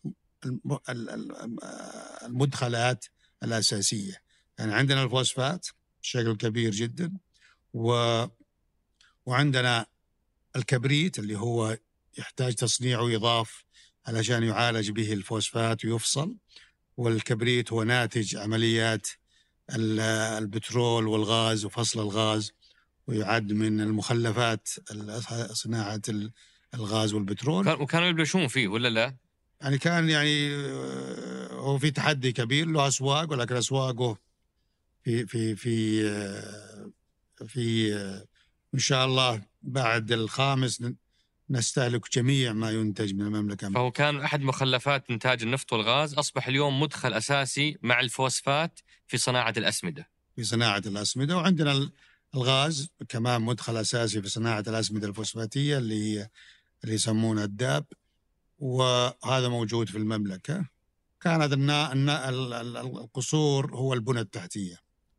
المدخلات الأساسية، يعني عندنا الفوسفات بشكل كبير جدا، و وعندنا الكبريت اللي هو يحتاج تصنيع ويضاف علشان يعالج به الفوسفات ويفصل، والكبريت هو ناتج عمليات البترول والغاز وفصل الغاز، ويعد من المخلفات صناعة الغاز والبترول. وكانوا يبلشون فيه ولا لا؟ يعني كان يعني هو في تحدي كبير، له أسواق، ولكن أسواقه في في في في إن شاء الله بعد الخامس نستهلك جميع ما ينتج من المملكة. فهو كان أحد مخلفات إنتاج النفط والغاز، أصبح اليوم مدخل أساسي مع الفوسفات في صناعة الأسمدة. في صناعة الأسمدة، وعندنا الغاز كمان مدخل أساسي في صناعة الأسمدة الفوسفاتية اللي هي اللي يسمونها الداب، وهذا موجود في المملكة. كانت القصور هو البنى التحتية،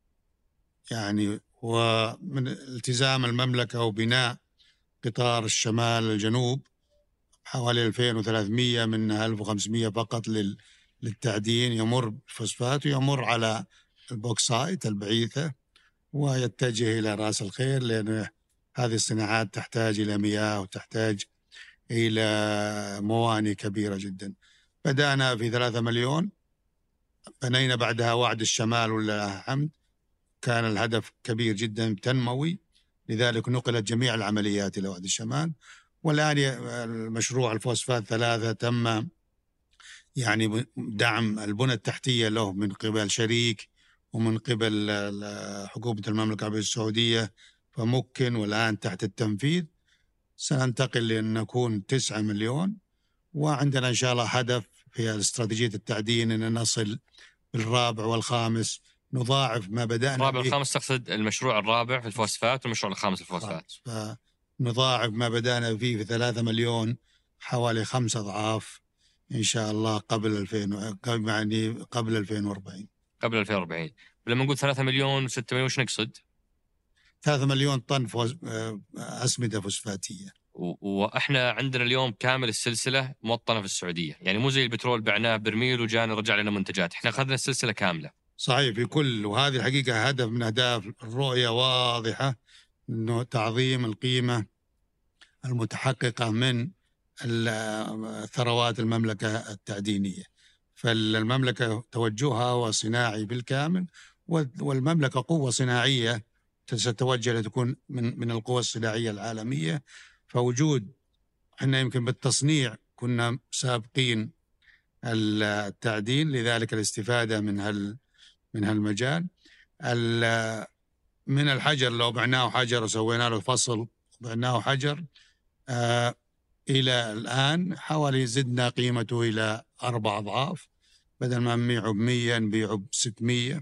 يعني ومن التزام المملكة وبناء قطار الشمال الجنوب حوالي ألفين وثلاثمئة من ألف وخمسمئة فقط للتعدين، يمر بالفوسفات ويمر على البوكسايت البعيثة ويتجه إلى رأس الخير، لأن هذه الصناعات تحتاج إلى مياه وتحتاج إلى موانئ كبيرة جدا. بدأنا في ثلاثة مليون، بنينا بعدها وعد الشمال ولله الحمد، كان الهدف كبير جدا تنموي، لذلك نقلت جميع العمليات إلى وعد الشمال. والآن المشروع الفوسفات ثلاثة تم يعني دعم البنى التحتية له من قبل شريك ومن قبل حكومة المملكة العربية السعودية، فممكن والآن تحت التنفيذ. سننتقل لأن نكون تسعة مليون، وعندنا إن شاء الله هدف في استراتيجية التعدين أن نصل بالرابع والخامس نضاعف ما بدأنا. الرابع والخامس تقصد المشروع الرابع في الفوسفات والمشروع الخامس في الفوسفات. فنضاعف ما بدأنا فيه في ثلاثة مليون حوالي خمسة أضعاف إن شاء الله قبل ألفين يعني قبل ألفين وأربعين. قبل ألفين وأربعين. لما نقول ثلاثة مليون وستة مليون وش نقصد؟ ثلاثة مليون طن فوز... أسمدة فوسفاتية. وإحنا عندنا اليوم كامل السلسلة موطنة في السعودية، يعني مو زي البترول بعناه برميل وجانا رجع لنا منتجات، إحنا أخذنا السلسلة كاملة. صحيح في كل، وهذه الحقيقة هدف من أهداف الرؤية واضحة، إنه تعظيم القيمة المتحققة من ثروات المملكة التعدينية. فالمملكة توجهها هو صناعي بالكامل، والمملكة قوة صناعية ستتوجه لتكون من من القوى الصناعية العالمية. فوجود احنا يمكن بالتصنيع كنا سابقين التعدين، لذلك الاستفادة من هال من هالمجال. من الحجر لو بعناه حجر وسوينا له فصل بعناه حجر آه إلى الآن حوالي زدنا قيمته إلى أربع أضعاف، بدل ما نبيعه بمية نبيعه بستمية.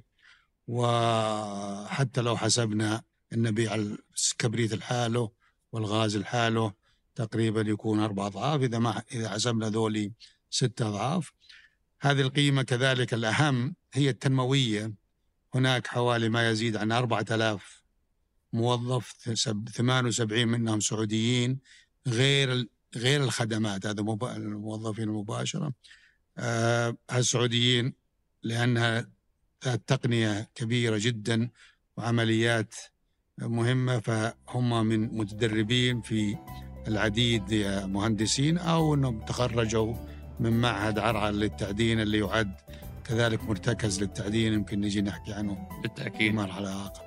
وحتى لو حسبنا أن نبيع الكبريت الحاله والغاز الحاله تقريبا يكون أربع أضعاف، إذا ما إذا حسبنا ذولي ستة أضعاف. هذه القيمة كذلك الأهم هي التنموية. هناك حوالي ما يزيد عن أربعة آلاف موظف، ثمانية وسبعين منهم سعوديين، غير غير الخدمات، هذا الموظفين المباشرة. آه السعوديين لأنها تقنية كبيرة جدا وعمليات مهمة، فهم من متدربين في العديد مهندسين أو أنهم تخرجوا من معهد عرعر للتعدين اللي يعد كذلك مرتكز للتعدين، يمكن نجي نحكي عنه بالتأكيد مرحلة آخر.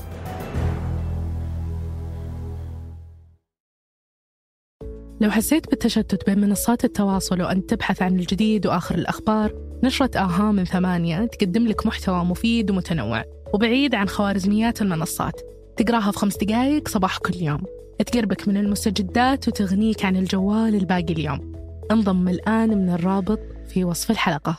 لو حسيت بالتشتت بين منصات التواصل وأنت تبحث عن الجديد وآخر الأخبار، نشرة آها من ثمانية تقدم لك محتوى مفيد ومتنوع وبعيد عن خوارزميات المنصات، تقراها في خمس دقايق صباح كل يوم، تقربك من المستجدات وتغنيك عن الجوال الباقي اليوم. انضم الآن من الرابط في وصف الحلقة.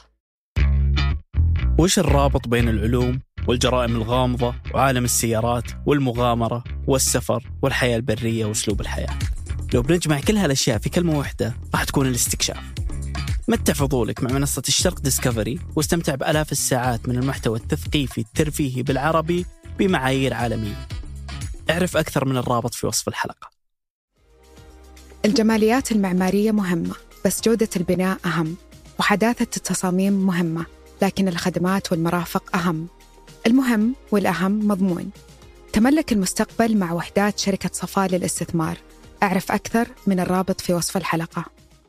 وش الرابط بين العلوم والجرائم الغامضة وعالم السيارات والمغامرة والسفر والحياة البرية وأسلوب الحياة؟ لو بنجمع كل هالأشياء في كلمة واحدة راح تكون الاستكشاف. متع فضولك مع منصة الشرق ديسكفري واستمتع بآلاف الساعات من المحتوى التثقيفي الترفيهي بالعربي بمعايير عالمية. اعرف أكثر من الرابط في وصف الحلقة. الجماليات المعمارية مهمة، بس جودة البناء أهم، وحداثة التصاميم مهمة، لكن الخدمات والمرافق أهم. المهم والأهم مضمون. تملك المستقبل مع وحدات شركة صفاء للاستثمار. أعرف أكثر من الرابط في وصف الحلقة.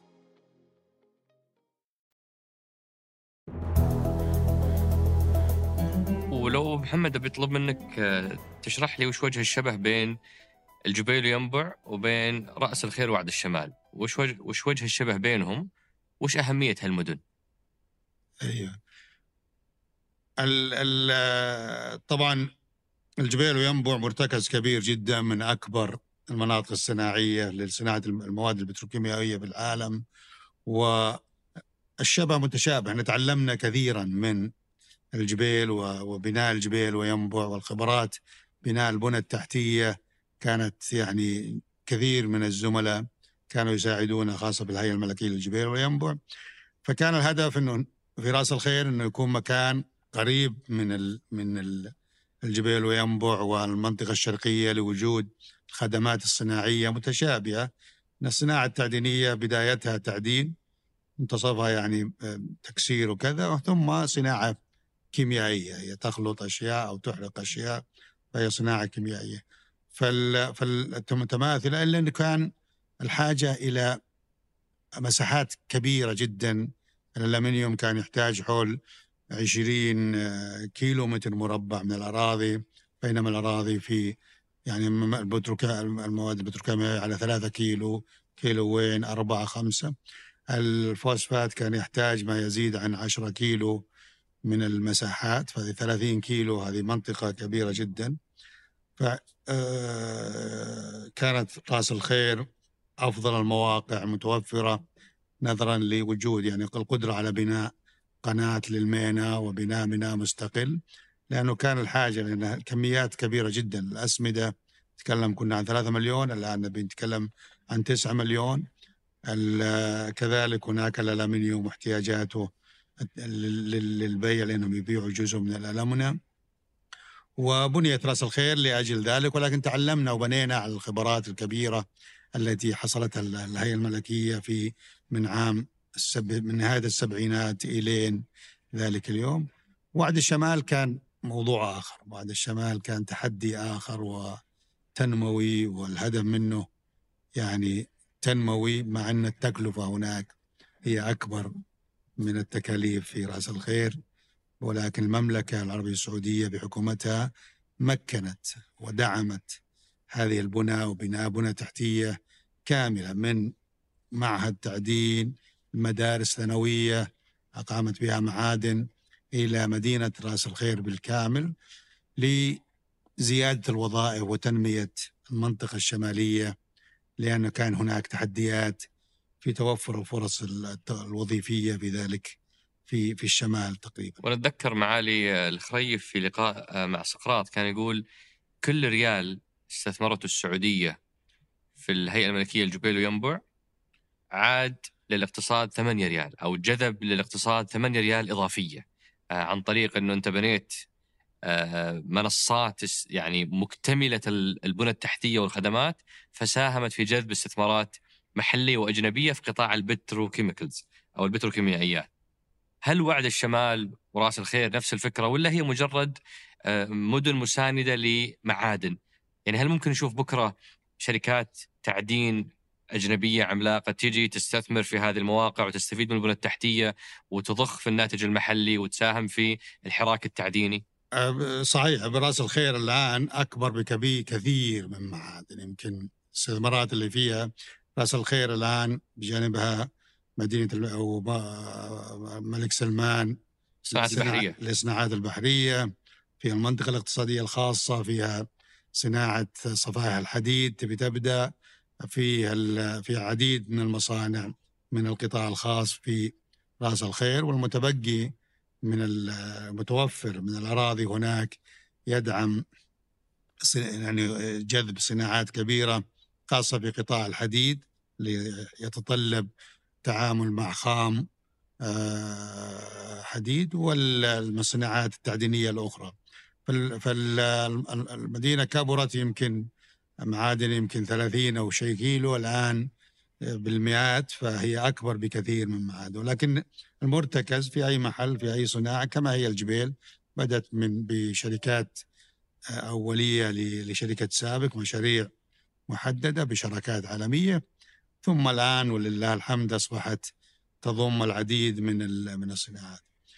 ولو محمد بيطلب منك تشرح لي وش وجه الشبه بين الجبيل وينبع وبين رأس الخير وعد الشمال، وش وجه وش وجه الشبه بينهم، وش أهمية هالمدن؟ أيوة. ال ال طبعا الجبيل وينبع مرتكز كبير جدا من أكبر المناطق الصناعية لصناعة المواد البتروكيميائية بالعالم، والشبه متشابه. احنا تعلمنا كثيرا من الجبيل وبناء الجبيل وينبع، والخبرات بناء البنى التحتية كانت يعني كثير من الزملاء كانوا يساعدونا، خاصة بالهيئة الملكية للجبيل وينبع. فكان الهدف انه في رأس الخير انه يكون مكان قريب من ال من ال الجبيل وينبع والمنطقة الشرقية لوجود الخدمات الصناعية متشابهة. الصناعة التعدينية بدايتها تعدين، منتصفها يعني تكسير وكذا، ثم صناعة كيميائية، هي تخلط أشياء أو تحرق أشياء، فهي صناعة كيميائية. فالمتماثلة، إلا أن كان الحاجة إلى مساحات كبيرة جدا. الألمنيوم كان يحتاج حول عشرين كيلو متر مربع من الأراضي، بينما الأراضي في يعني المواد البتروكيميائية على ثلاثة كيلو، كيلوين، أربعة، خمسة. الفوسفات كان يحتاج ما يزيد عن عشرة كيلو من المساحات، فهذه ثلاثين كيلو، هذه منطقة كبيرة جدا. فكانت رأس الخير أفضل المواقع متوفرة نظرا لوجود يعني القدرة على بناء قناة للميناء وبناء ميناء مستقل، لأنه كان الحاجة لأن كميات كبيرة جدا. الأسمدة نتكلم كنا عن ثلاثة مليون، الآن نبي نتكلم عن تسعة مليون. كذلك هناك الألمنيوم واحتياجاته للبيع لأنهم يبيعوا جزء من الألمنيوم، وبنيت رأس الخير لأجل ذلك. ولكن تعلمنا وبنينا على الخبرات الكبيرة التي حصلتها الهيئة الملكية في من عام السب... من نهاية السبعينات إلى ذلك اليوم. وعد الشمال كان موضوع آخر، وعد الشمال كان تحدي آخر وتنموي، والهدف منه يعني تنموي، مع أن التكلفة هناك هي أكبر من التكاليف في رأس الخير، ولكن المملكة العربية السعودية بحكومتها مكنت ودعمت هذه البنى وبناء بنى تحتية كاملة، من معهد تعدين، مدارس ثانوية أقامت بها معادن، إلى مدينة رأس الخير بالكامل، لزيادة الوظائف وتنمية المنطقة الشمالية، لأن كان هناك تحديات في توفر الفرص الوظيفية في ذلك في في الشمال تقريبا. ونتذكر معالي الخريف في لقاء مع سقراط كان يقول كل ريال استثمرته السعودية في الهيئة الملكية الجبيل وينبع عاد للاقتصاد ثمانية ريال، أو جذب للاقتصاد ثمانية ريال إضافية، عن طريق أنه أنت بنيت منصات يعني مكتملة البنى التحتية والخدمات، فساهمت في جذب استثمارات محلية وأجنبية في قطاع البتروكيميكلز أو البتروكيميائيات. هل وعد الشمال وراس الخير نفس الفكرة، ولا هي مجرد مدن مساندة لمعادن؟ يعني هل ممكن نشوف بكرة شركات تعدين أجنبية عملاقة تيجي تستثمر في هذه المواقع وتستفيد من البنى التحتية وتضخ في الناتج المحلي وتساهم في الحراك التعديني؟ صحيح، براس الخير الآن أكبر بكبير كثير من معادن. يمكن الاستثمارات اللي فيها راس الخير الآن بجانبها مدينة أو ملك سلمان للصناعات البحرية، في المنطقة الاقتصادية الخاصة فيها صناعة صفائح الحديد تبي تبدأ، في في عديد من المصانع من القطاع الخاص في راس الخير، والمتبقي من المتوفر من الأراضي هناك يدعم يعني جذب صناعات كبيرة خاصة في قطاع الحديد اللي يتطلب تعامل مع خام حديد والصناعات التعدينية الأخرى. فالمدينة كبرت، يمكن معادن يمكن ثلاثين أو شيء كيلو الآن بالمئات، فهي أكبر بكثير من معادن. ولكن المرتكز في أي محل في أي صناعة كما هي الجبيل، بدأت من بشركات أولية لشركة سابق، مشاريع محددة بشراكات عالمية، ثم الآن ولله الحمد أصبحت تضم العديد من من الصناعات.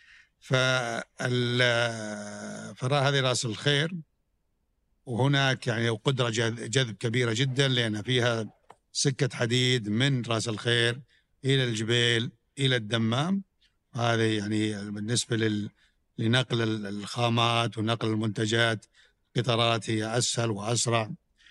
فهذه رأس الخير، وهناك يعني قدرة جذب كبيرة جدا، لأن فيها سكة حديد من رأس الخير إلى الجبيل إلى الدمام. هذا يعني بالنسبة لل... لنقل الخامات ونقل المنتجات، قطارات هي أسهل وأسرع.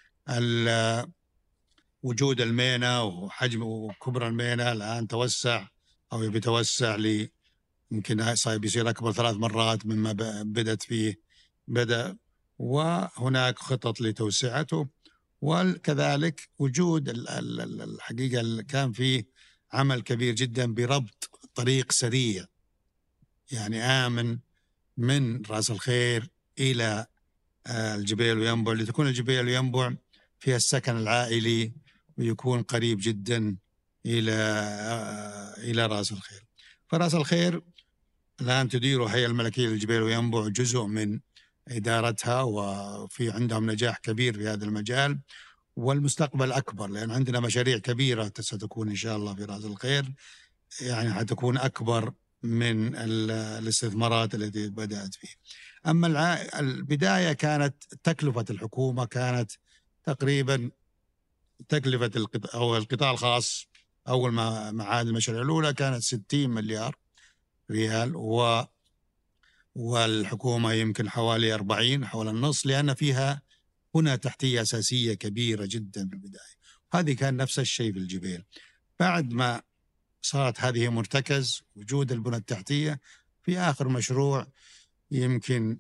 وجود المينا وحجم وكبر المينا الآن توسع أو بيتوسع لي يمكن صاير يصير أكبر ثلاث مرات مما بدأت فيه بدأ، وهناك خطط لتوسعته. وكذلك وجود الحقيقة كان فيه عمل كبير جدا بربط طريق سريع يعني آمن من رأس الخير إلى الجبيل وينبع، لتكون الجبيل وينبع فيها السكن العائلي ويكون قريب جدا إلى إلى رأس الخير. فرأس الخير الآن تدير هيئة الملكية للجبيل وينبع، جزء من إدارتها، وفي عندهم نجاح كبير في هذا المجال، والمستقبل أكبر لأن عندنا مشاريع كبيرة ستكون إن شاء الله في رأس الخير، يعني حتكون أكبر من الاستثمارات التي بدأت فيه. أما البداية كانت تكلفة الحكومة كانت تقريبا تكلفة القطاع أو القطاع الخاص أول ما معاد المشاريع الأولى كانت ستين مليار ريال، و والحكومة يمكن حوالي أربعين، حول النص، لأن فيها بنى تحتية أساسية كبيرة جدا في البداية. هذه كان نفس الشيء في الجبيل. بعد ما صارت هذه مرتكز وجود البنى التحتية، في آخر مشروع يمكن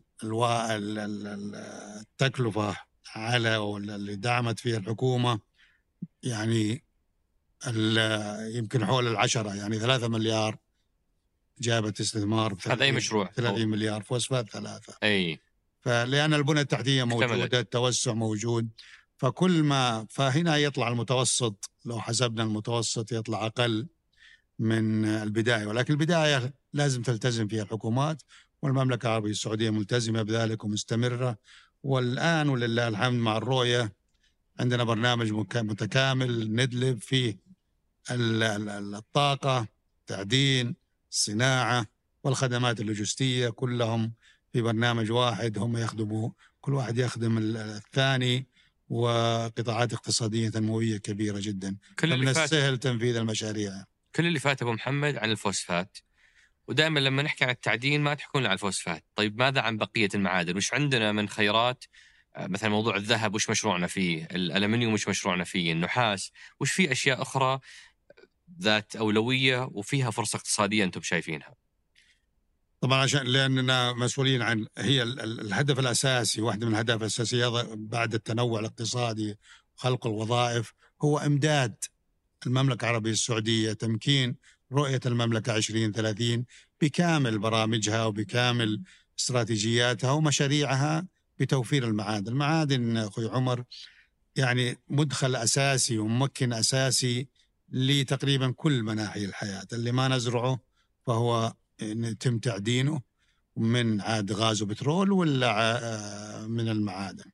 التكلفة على اللي دعمت فيها الحكومة يعني يمكن حول العشرة، يعني ثلاثة مليار جابت استثمار. هذا أي مشروع؟ ثلاثين مليار فوسفات ثلاثة. أي. فلأن البنى التحتية موجودة، التوسع موجود، فكل ما فهنا يطلع المتوسط، لو حسبنا المتوسط يطلع أقل من البداية، ولكن البداية لازم تلتزم فيها الحكومات، والمملكة العربية السعودية ملتزمة بذلك ومستمرة. والآن ولله الحمد مع الرؤية عندنا برنامج متكامل ندلب فيه الطاقة، تعدين، الصناعة والخدمات اللوجستية كلهم في برنامج واحد، هم يخدموا كل واحد يخدم الثاني، وقطاعات اقتصادية تنموية كبيرة جدا. من السهل تنفيذ المشاريع. كل اللي فات أبو محمد عن الفوسفات، ودائما لما نحكي عن التعدين ما تحكون عن الفوسفات. طيب ماذا عن بقية المعادن؟ وش عندنا من خيرات؟ مثلا موضوع الذهب وش مشروعنا فيه، الألمنيوم وش مشروعنا فيه، النحاس، وش في أشياء أخرى ذات أولوية وفيها فرصة اقتصادية أنتم شايفينها؟ طبعا عشان لأننا مسؤولين عن هي الهدف الأساسي، واحدة من الأهداف الأساسية بعد التنوع الاقتصادي وخلق الوظائف هو إمداد المملكة العربية السعودية، تمكين رؤية المملكة عشرين ثلاثين بكامل برامجها وبكامل استراتيجياتها ومشاريعها بتوفير المعادن. المعادن أخوي عمر يعني مدخل أساسي وممكن أساسي لتقريبا كل مناحي الحياة. اللي ما نزرعه فهو يتم تعدينه من عاد غاز وبترول ولا من المعادن.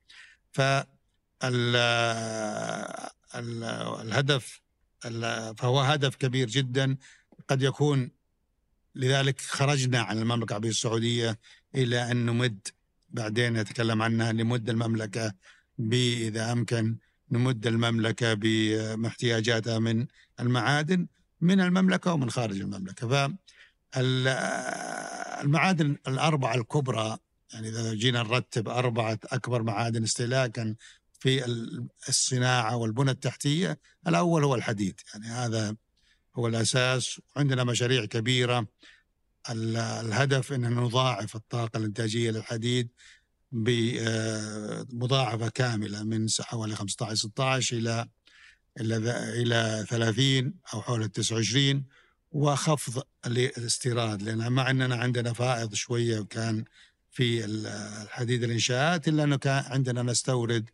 فالهدف فهو هدف كبير جدا قد يكون. لذلك خرجنا عن المملكة العربية السعودية إلى أن نمد، بعدين نتكلم عنها، نمد المملكة بإذا أمكن نمد المملكة باحتياجاتها من المعادن من المملكة ومن خارج المملكة. فالمعادن الأربعة الكبرى، يعني إذا جينا نرتب أربعة أكبر معادن استهلاكا في الصناعة والبنى التحتية، الأول هو الحديد، يعني هذا هو الأساس. عندنا مشاريع كبيرة، الهدف أن نضاعف الطاقة الإنتاجية للحديد بمضاعفة كاملة من حوالي خمسة عشر ستة عشر إلى إلى ثلاثين أو حول تسعة وعشرين، وخفض الاستيراد، لأن مع أننا عندنا فائض شوية وكان في الحديد الإنشاءات، إلا أنه كان عندنا نستورد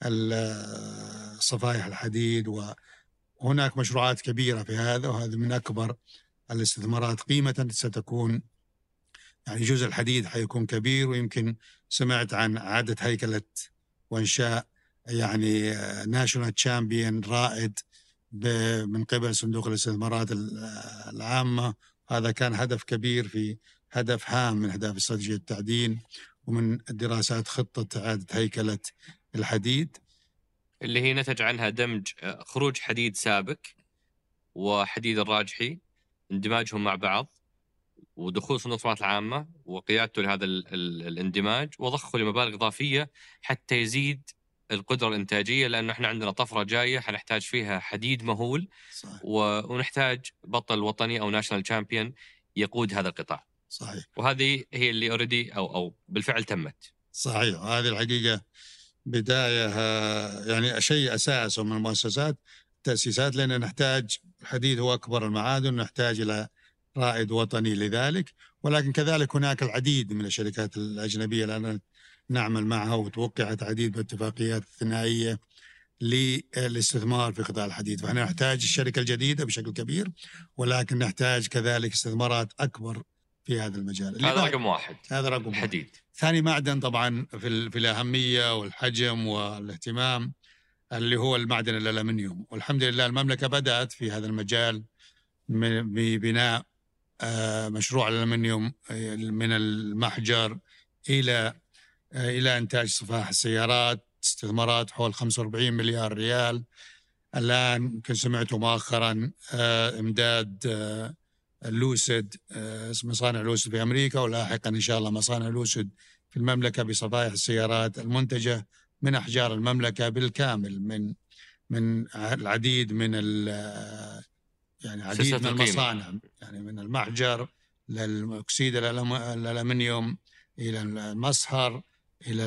صفائح الحديد، وهناك مشروعات كبيرة في هذا، وهذا من أكبر الاستثمارات قيمة ستكون. يعني جزء الحديد حيكون كبير، ويمكن سمعت عن إعادة هيكلة وإنشاء يعني ناشونال تشامبيون رائد من قبل صندوق الاستثمارات العامة. هذا كان هدف كبير، في هدف هام من أهداف استراتيجية التعدين ومن الدراسات خطة إعادة هيكلة الحديد، اللي هي نتج عنها دمج خروج حديد سابك وحديد الراجحي، اندماجهم مع بعض، ودخول صندوق الاستثمارات العامة وقيادته لهذا الاندماج، وضخه لمبالغ إضافية حتى يزيد القدرة الإنتاجية، لأنه إحنا عندنا طفرة جاية حنحتاج فيها حديد مهول. صحيح. ونحتاج بطل وطني أو ناشونال تشامبيون يقود هذا القطاع. صحيح. وهذه هي اللي أوريدي أو أو بالفعل تمت. صحيح. هذه الحقيقة بداية يعني شيء أساس من المؤسسات التأسيسات، لأن نحتاج الحديد هو أكبر المعادن، نحتاج إلى رائد وطني لذلك. ولكن كذلك هناك العديد من الشركات الأجنبية الآن نعمل معها، وتوقعت عديد من الاتفاقيات الثنائية للاستثمار في قطاع الحديد. فإحنا نحتاج الشركة الجديدة بشكل كبير، ولكن نحتاج كذلك استثمارات أكبر في هذا المجال. هذا رقم واحد، هذا رقم الحديد. واحد. ثاني معدن طبعا في, في الأهمية والحجم والاهتمام اللي هو المعدن الألمنيوم. والحمد لله المملكة بدأت في هذا المجال ببناء مشروع الألمنيوم من المحجر إلى إلى إنتاج صفائح السيارات، استثمارات حول خمسة وأربعين مليار ريال. الآن يمكن سمعتوا مؤخرا إمداد لوسيد، مصانع لوسيد في أمريكا، ولاحقا إن شاء الله مصانع لوسيد في المملكة بصفائح السيارات المنتجة من أحجار المملكة بالكامل، من من العديد من يعني عديد من المصانع، يعني من المحجر للأكسيد الألمنيوم إلى المصهر إلى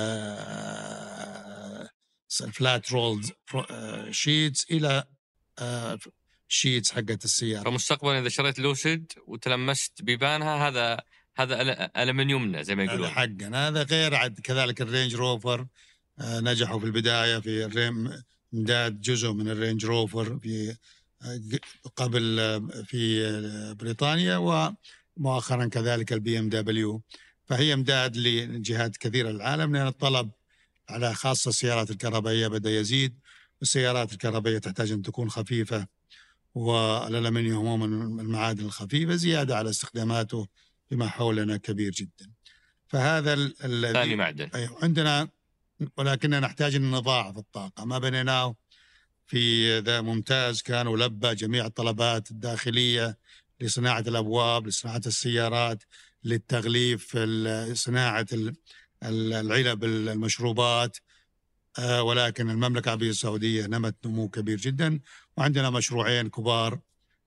الفلات رولد شيتس إلى شيتس حقت السيارة. فمستقبلا إذا شريت لوسيد وتلمست بيبانها، هذا هذا ألمنيومنا زي ما يقولون. حقا هذا غير عد كذلك الرينج روفر نجحوا في البداية في الريم إمداد جزء من الرينج روفر في قبل في بريطانيا، ومؤخرا كذلك البي ام دبليو. فهي امداد لجهات كثيرة للعالم، لأن الطلب على خاصة السيارات الكهربائية بدأ يزيد، والسيارات الكهربائية تحتاج أن تكون خفيفة، والألمنيوم هو من المعادن الخفيفة، زيادة على استخداماته فيما حولنا كبير جدا. فهذا الذي ثاني معدن أيوه عندنا، ولكننا نحتاج أن نضاعف الطاقة. ما بنيناه في ذا ممتاز، كان ولبى جميع الطلبات الداخلية لصناعة الأبواب، لصناعة السيارات، للتغليف، صناعة العلب المشروبات، ولكن المملكة العربية السعودية نمت نمو كبير جدا، وعندنا مشروعين كبار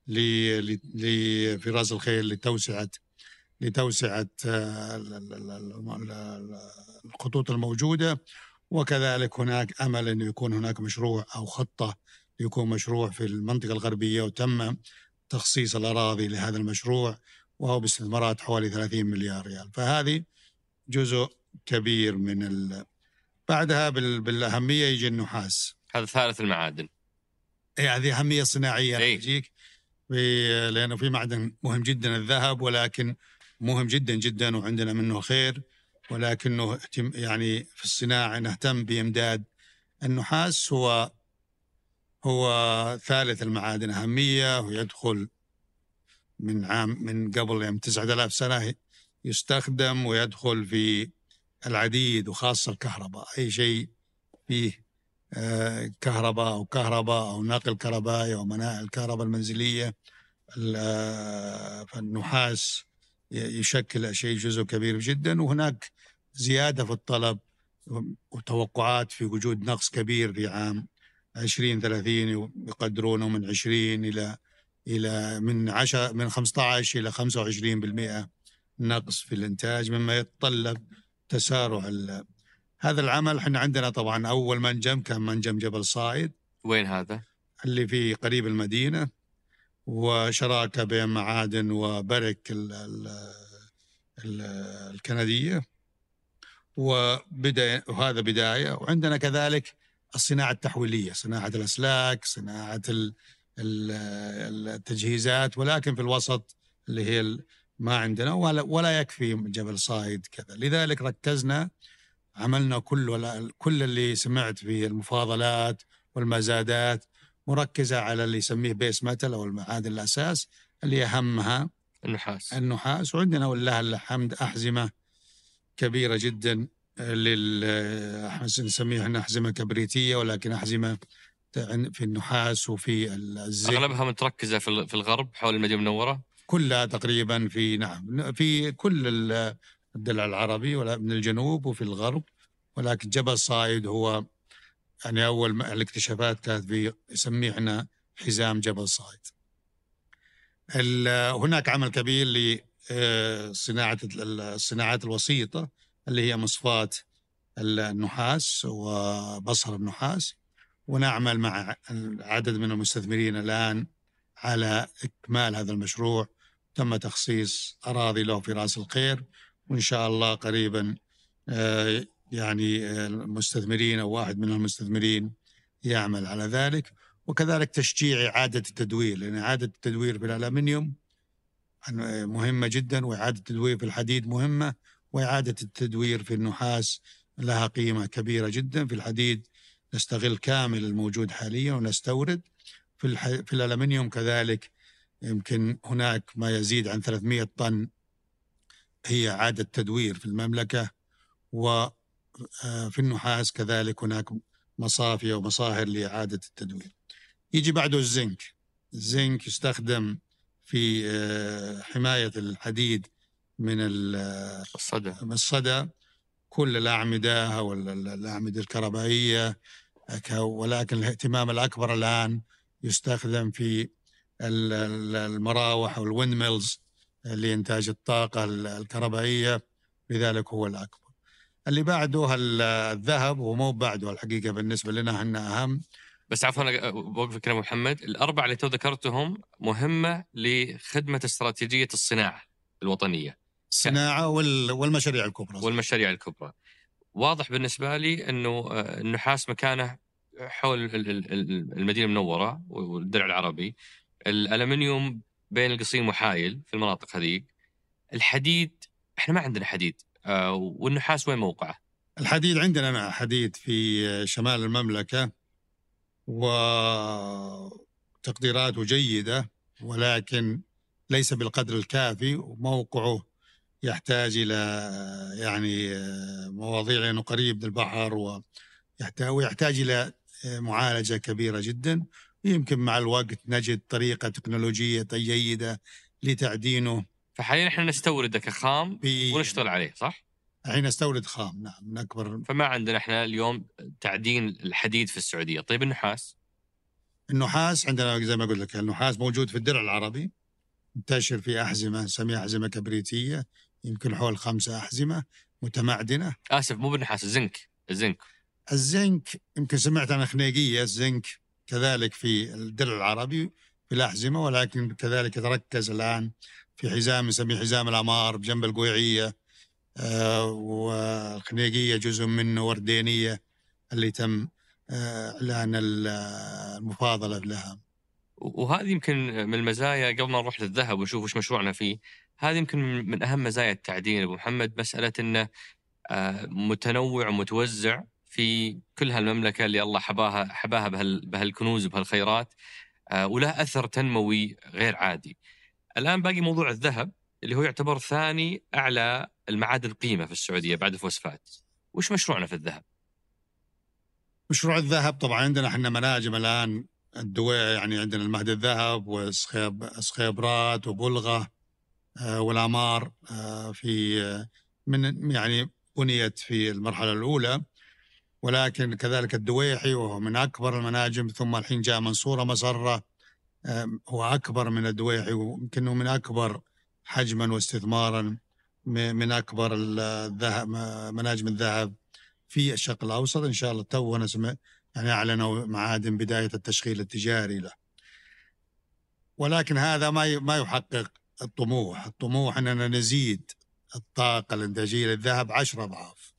في راس الخيل لتوسعة لتوسعة الخطوط الموجودة، وكذلك هناك أمل أن يكون هناك مشروع أو خطة يكون مشروع في المنطقة الغربية، وتم تخصيص الأراضي لهذا المشروع، وهو باستثمارات حوالي ثلاثين مليار ريال. فهذه جزء كبير من ال... بعدها بال... بالأهمية يجي النحاس، هذا ثالث المعادن. إيه هذه أهمية صناعية يجيك في... لأنه في معدن مهم جدا الذهب، ولكن مهم جدا جدا وعندنا منه خير، ولكنه يعني في الصناعة نهتم بإمداد النحاس. هو هو ثالث المعادن أهمية، ويدخل من عام من قبل يعني تسعة آلاف سنة يستخدم، ويدخل في العديد وخاصة الكهرباء. أي شيء فيه آه كهرباء أو كهرباء أو نقل كهربائي أو مناعة الكهرباء المنزلية، فالنحاس يشكل شيء جزء كبير جدا. وهناك زيادة في الطلب وتوقعات في وجود نقص كبير في عام عشرين ثلاثين، يقدرونه من عشرين إلى إلى من عشرة من خمسة عشر إلى خمسة وعشرين بالمئة نقص في الإنتاج، مما يتطلب تسارع هذا العمل. احنا عندنا طبعا أول منجم كان منجم جبل صايد. وين هذا؟ اللي في قريب المدينة، وشراكة بين معادن وبرك ال ال ال الكندية، وبدأ وهذا بداية. وعندنا كذلك الصناعة التحويلية، صناعة الأسلاك، صناعة التجهيزات، ولكن في الوسط اللي هي ما عندنا ولا, ولا يكفي جبل صايد كذا. لذلك ركزنا، عملنا كل كل اللي سمعت في المفاضلات والمزادات مركزة على اللي يسميه بيس ميتال أو المعادن الأساس اللي أهمها النحاس. النحاس وعندنا والله الحمد أحزمة كبيرة جدا لل نسميها أحزمة كبريتية، ولكن أحزمة في النحاس وفي الزيت. أغلبها متركزة في الغرب حول المدينة المنورة كلها تقريبا، في نعم في كل الدلع العربي ولا من الجنوب وفي الغرب، ولكن جبل صايد هو يعني أول الاكتشافات كانت في يسميه احنا حزام جبل صايد. هناك عمل كبير لصناعة الصناعات الوسيطة اللي هي مصفاة النحاس وبصر النحاس، ونعمل مع عدد من المستثمرين الآن على إكمال هذا المشروع. تم تخصيص أراضي له في رأس الخير، وإن شاء الله قريبا يعني المستثمرين أو واحد من المستثمرين يعمل على ذلك. وكذلك تشجيع إعادة التدوير، لأن إعادة التدوير في الألمنيوم مهمة جدا، وإعادة التدوير في الحديد مهمة، وإعادة التدوير في النحاس لها قيمة كبيرة جدا. في الحديد نستغل كامل الموجود حاليا ونستورد. في, الح... في الألمنيوم كذلك يمكن هناك ما يزيد عن ثلاثمئة طن هي إعادة تدوير في المملكة. وفي النحاس كذلك هناك مصافي ومصاهر لإعادة التدوير. يجي بعده الزنك. الزنك يستخدم في حماية الحديد من الصدى الصدى كل الأعمدة والأعمدة الكهربائية، ولكن الاهتمام الأكبر الآن يستخدم في المراوح والويند ميلز لإنتاج الطاقة الكهربائية، لذلك هو الأكبر. اللي بعده الذهب، ومو بعده الحقيقة بالنسبة لنا احنا أهم. بس عفوا أنا بوقف كلام محمد، الأربعة اللي تو ذكرتهم مهمة لخدمة استراتيجية الصناعة الوطنية، الصناعة والمشاريع الكبرى والمشاريع الكبرى. واضح بالنسبة لي أنه النحاس مكانه حول المدينة المنورة والدرع العربي، الألمنيوم بين القصيم وحايل في المناطق هذه، الحديد احنا ما عندنا حديد، والنحاس وين موقعه؟ الحديد عندنا حديد في شمال المملكة وتقديراته جيدة، ولكن ليس بالقدر الكافي، وموقعه يحتاج إلى يعني مواضيع لأنه قريب من البحر، ويحتاج, ويحتاج إلى معالجة كبيرة جدا. يمكن مع الوقت نجد طريقة تكنولوجية جيدة لتعدينه. فحاليا احنا نستورده كخام ونشتغل عليه، صح؟ الحين نستورد خام، نعم، من أكبر. فما عندنا احنا اليوم تعدين الحديد في السعودية. طيب النحاس؟ النحاس عندنا زي ما قلت لك، النحاس موجود في الدرع العربي، منتشر في أحزمة نسميها أحزمة كبريتية، يمكن حول خمسة أحزمة متمعدنة. آسف، مو بالنحاس، الزنك. الزنك الزنك يمكن سمعت عن خنيقية. الزنك كذلك في الدرع العربي في الأحزمة، ولكن كذلك يتركز الآن في حزام نسميه حزام الأمار بجنب القويعية، آه والخنيقية جزء منه، وردينية اللي تم آه إعلان المفاضلة لها. وهذه يمكن من المزايا. قبل ما نروح للذهب ونشوف وش مشروعنا فيه، هذه يمكن من أهم مزايا التعدين أبو محمد، مسألة أنه متنوع ومتوزع في كل هالمملكة اللي الله حباها حباها بهال بهالكنوز وبهالخيرات، وله أثر تنموي غير عادي. الآن باقي موضوع الذهب اللي هو يعتبر ثاني أعلى المعادن قيمة في السعودية بعد الفوسفات. وش مشروعنا في الذهب؟ مشروع الذهب طبعا عندنا احنا مناجم الآن الدوية، يعني عندنا المهد الذهب وسخيبرات وبلغة آه والأمار آه في آه من يعني بنيت في المرحلة الأولى، ولكن كذلك الدويحي وهو من أكبر المناجم، ثم الحين جاء منصورة مسرة آه هو أكبر من الدويحي، ويمكنه من أكبر حجما واستثمارا، من أكبر الذهب مناجم الذهب في الشرق الأوسط. إن شاء الله تو نسمع يعني أعلنوا معادن بداية التشغيل التجاري له، ولكن هذا ما ما يحقق الطموح. الطموح أننا نزيد الطاقة الإنتاجية للذهب عشرة أضعاف.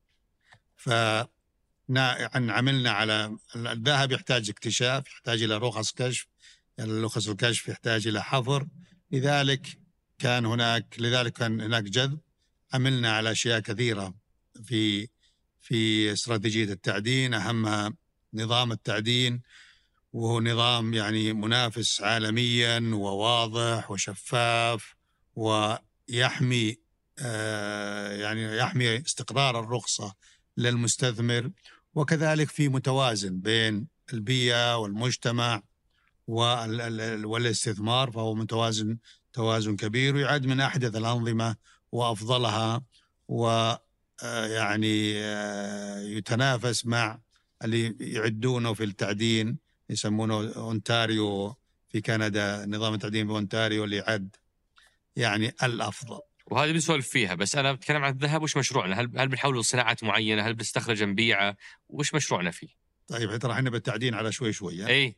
فعملنا على الذهب، يحتاج اكتشاف، يحتاج إلى رخص كشف، رخص الكشف يحتاج إلى حفر، لذلك كان هناك لذلك كان هناك جذب. عملنا على أشياء كثيرة في في استراتيجية التعدين، أهمها نظام التعدين، وهو نظام يعني منافس عالميا وواضح وشفاف، ويحمي آه يعني يحمي استقرار الرخصة للمستثمر، وكذلك في متوازن بين البيئة والمجتمع والاستثمار، فهو متوازن توازن كبير، ويعد من أحدث الأنظمة وأفضلها، و يعني يتنافس مع اللي يعدونه في التعدين، يسمونه أونتاريو في كندا، نظام التعدين في أونتاريو اللي يعد يعني الأفضل. وهذه بنسولف فيها، بس أنا بتكلم عن الذهب. وش مشروعنا؟ هل هل بنحول صناعات معينة؟ هل بنستخرج نبيعه؟ وش مشروعنا فيه؟ طيب ترى احنا بالتعدين على شوي شوي. اي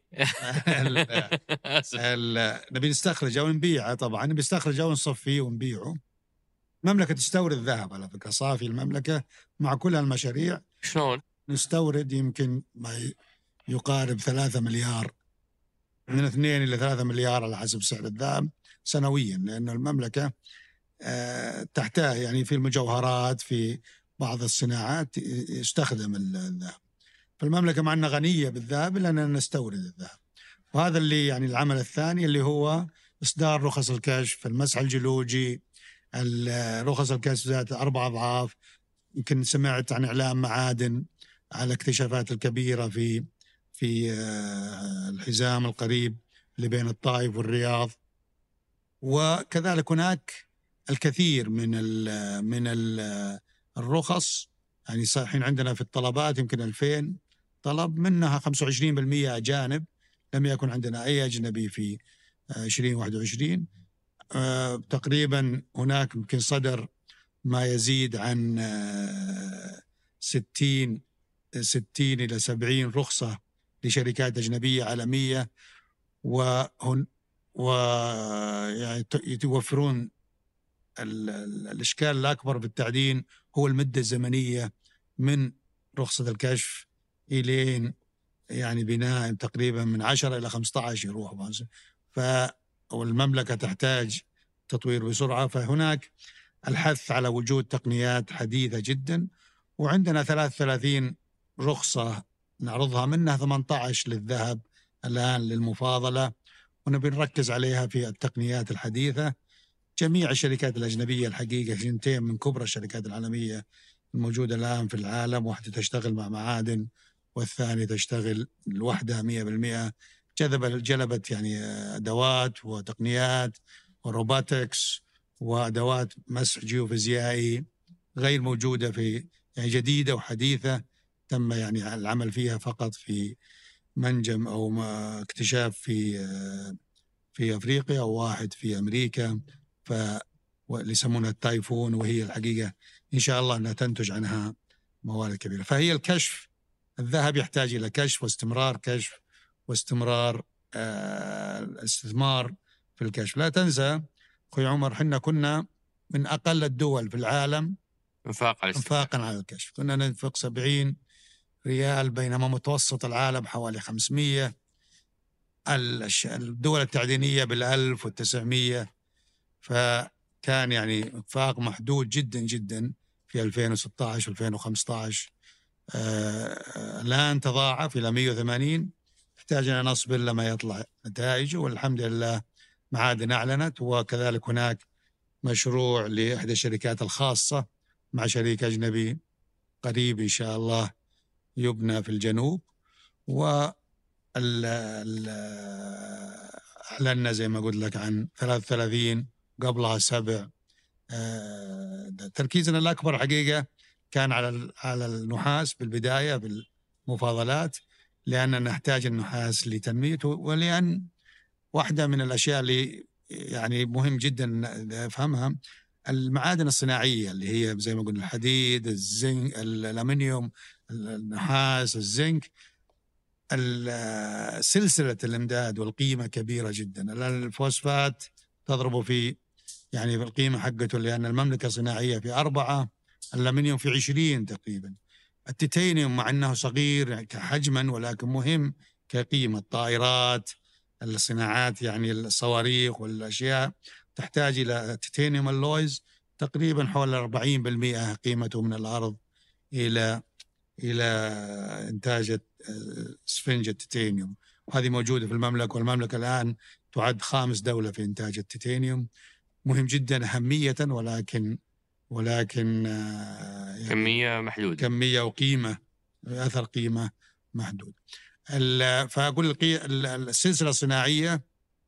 نبي نستخرج او نبيعه. طبعا نبي نستخرج او نصفيه ونبيعه. المملكة تستورد ذهب على فكرة صافي، المملكة مع كل المشاريع. شلون؟ نستورد يمكن ما يقارب ثلاثة مليار، من اثنين إلى ثلاثة مليار على حسب سعر الذهب سنويا، لأن المملكة تحتاج يعني في المجوهرات، في بعض الصناعات يستخدم الذهب. فالمملكة معنا غنية بالذهب لأننا نستورد الذهب. وهذا اللي يعني العمل الثاني اللي هو إصدار رخص الكشف، المسح الجيولوجي، الرخص الكشف ذات أربع أضعاف. يمكن سمعت عن إعلام معادن على اكتشافات الكبيرة في في الحزام القريب اللي بين الطائف والرياض. وكذلك هناك الكثير من ال من ال الرخص، يعني الحين عندنا في الطلبات يمكن ألفين طلب، منها خمسة وعشرين بالمئة أجانب، لم يكن عندنا أي أجنبي في عشرين واحد وعشرين. آه تقريبا هناك يمكن صدر ما يزيد عن آه ستين ستين إلى سبعين رخصة لشركات أجنبية عالمية، وهن ويعني يتوفرون الإشكال الأكبر في التعدين هو المدة الزمنية من رخصة الكشف إلين يعني بناء تقريبا من عشرة إلى خمسة عشر يروح. فالمملكة تحتاج تطوير بسرعة، فهناك الحث على وجود تقنيات حديثة جدا، وعندنا ثلاثة وثلاثين رخصة نعرضها، منها ثمانية عشر للذهب الآن للمفاضلة، ونبي نركز عليها في التقنيات الحديثة. جميع الشركات الأجنبية الحقيقة، شنتين من كبرى الشركات العالمية الموجودة الآن في العالم، واحدة تشتغل مع معادن والثانية تشتغل لوحدها مئة بالمئة، جذب جلبت يعني أدوات وتقنيات وروبوتكس وأدوات مسح جيوفيزيائي غير موجودة في يعني جديدة وحديثة، تم يعني العمل فيها فقط في منجم أو اكتشاف في في أفريقيا وواحد في أمريكا، ف اللي يسمونها التايفون، وهي الحقيقة إن شاء الله أنها تنتج عنها موارد كبيرة. فهي الكشف، الذهب يحتاج إلى كشف واستمرار كشف واستمرار آه الاستثمار في الكشف. لا تنسى أخوي عمر، حنا كنا من أقل الدول في العالم انفاقا انفاقا على الكشف، كنا ننفق سبعين ريال بينما متوسط العالم حوالي خمسمية، الدول التعدينية بالألف والتسعمية، فكان يعني انفاق محدود جدا جدا في ألفين وستة عشر ألفين وخمسة عشر. آه الآن تضاعف إلى مئة وثمانين، احتاجنا نصبر لما يطلع نتائجه، والحمد لله معادن أعلنت، وكذلك هناك مشروع لإحدى الشركات الخاصة مع شريك أجنبي قريب إن شاء الله يبنى في الجنوب، و أعلنا زي ما قلت لك عن ثلاثة وثلاثين قبلها سبع. تركيزنا الأكبر حقيقة كان على على النحاس بالبداية بالمفاضلات، لأننا نحتاج النحاس لتنميته، ولأن واحدة من الأشياء اللي يعني مهم جدا نفهمها المعادن الصناعية اللي هي زي ما قلنا الحديد، الزنك، الألمنيوم، النحاس، الزنك، سلسلة الإمداد والقيمة كبيرة جدا. الفوسفات تضرب في يعني في القيمة حقته، لأن المملكة صناعية في أربعة، الألمنيوم في عشرين تقريبا. التيتانيوم مع أنه صغير كحجما ولكن مهم كقيمة، الطائرات، الصناعات يعني الصواريخ والأشياء تحتاج إلى تيتانيوم اللويز تقريبا حول أربعين بالمئة قيمته من الأرض إلى إلى إنتاج سفنج التيتانيوم، وهذه موجودة في المملكة، والمملكة الآن تعد خامس دولة في إنتاج التيتانيوم. مهم جدا أهمية، ولكن ولكن يعني كمية محدودة، كمية وقيمة، أثر قيمة محدود. فأقول السلسلة الصناعية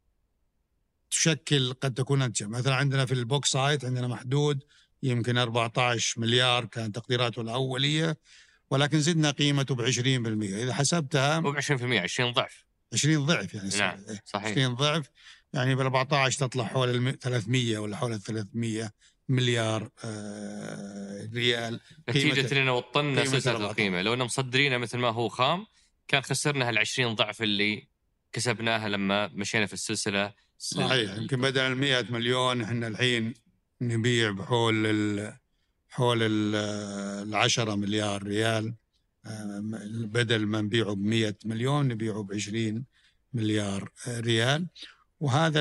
تشكل قد تكون أنتج. مثلا عندنا في البوكسايت عندنا محدود يمكن أربعة عشر مليار كانت تقديراته الأولية، ولكن زدنا قيمته بعشرين بالمئة. إذا حسبتها مو بعشرين بالمئة، عشرين ضعف، عشرين ضعف يعني. نعم صحيح، عشرين ضعف يعني بالأربعة عشر تطلع حول ثلاثمية ولا حول ثلاثمية مليار آه ريال. نتيجة لنا وطلنا سلسلة القيمة. لو أننا مصدرينها مثل ما هو خام كان خسرنا هالعشرين ضعف اللي كسبناها لما مشينا في السلسلة. صحيح، يمكن بدل المئة مليون احنا الحين نبيع بحول ال حول العشرة مليار ريال، بدل ما نبيعه بمئة مليون نبيعه بعشرين مليار ريال. وهذا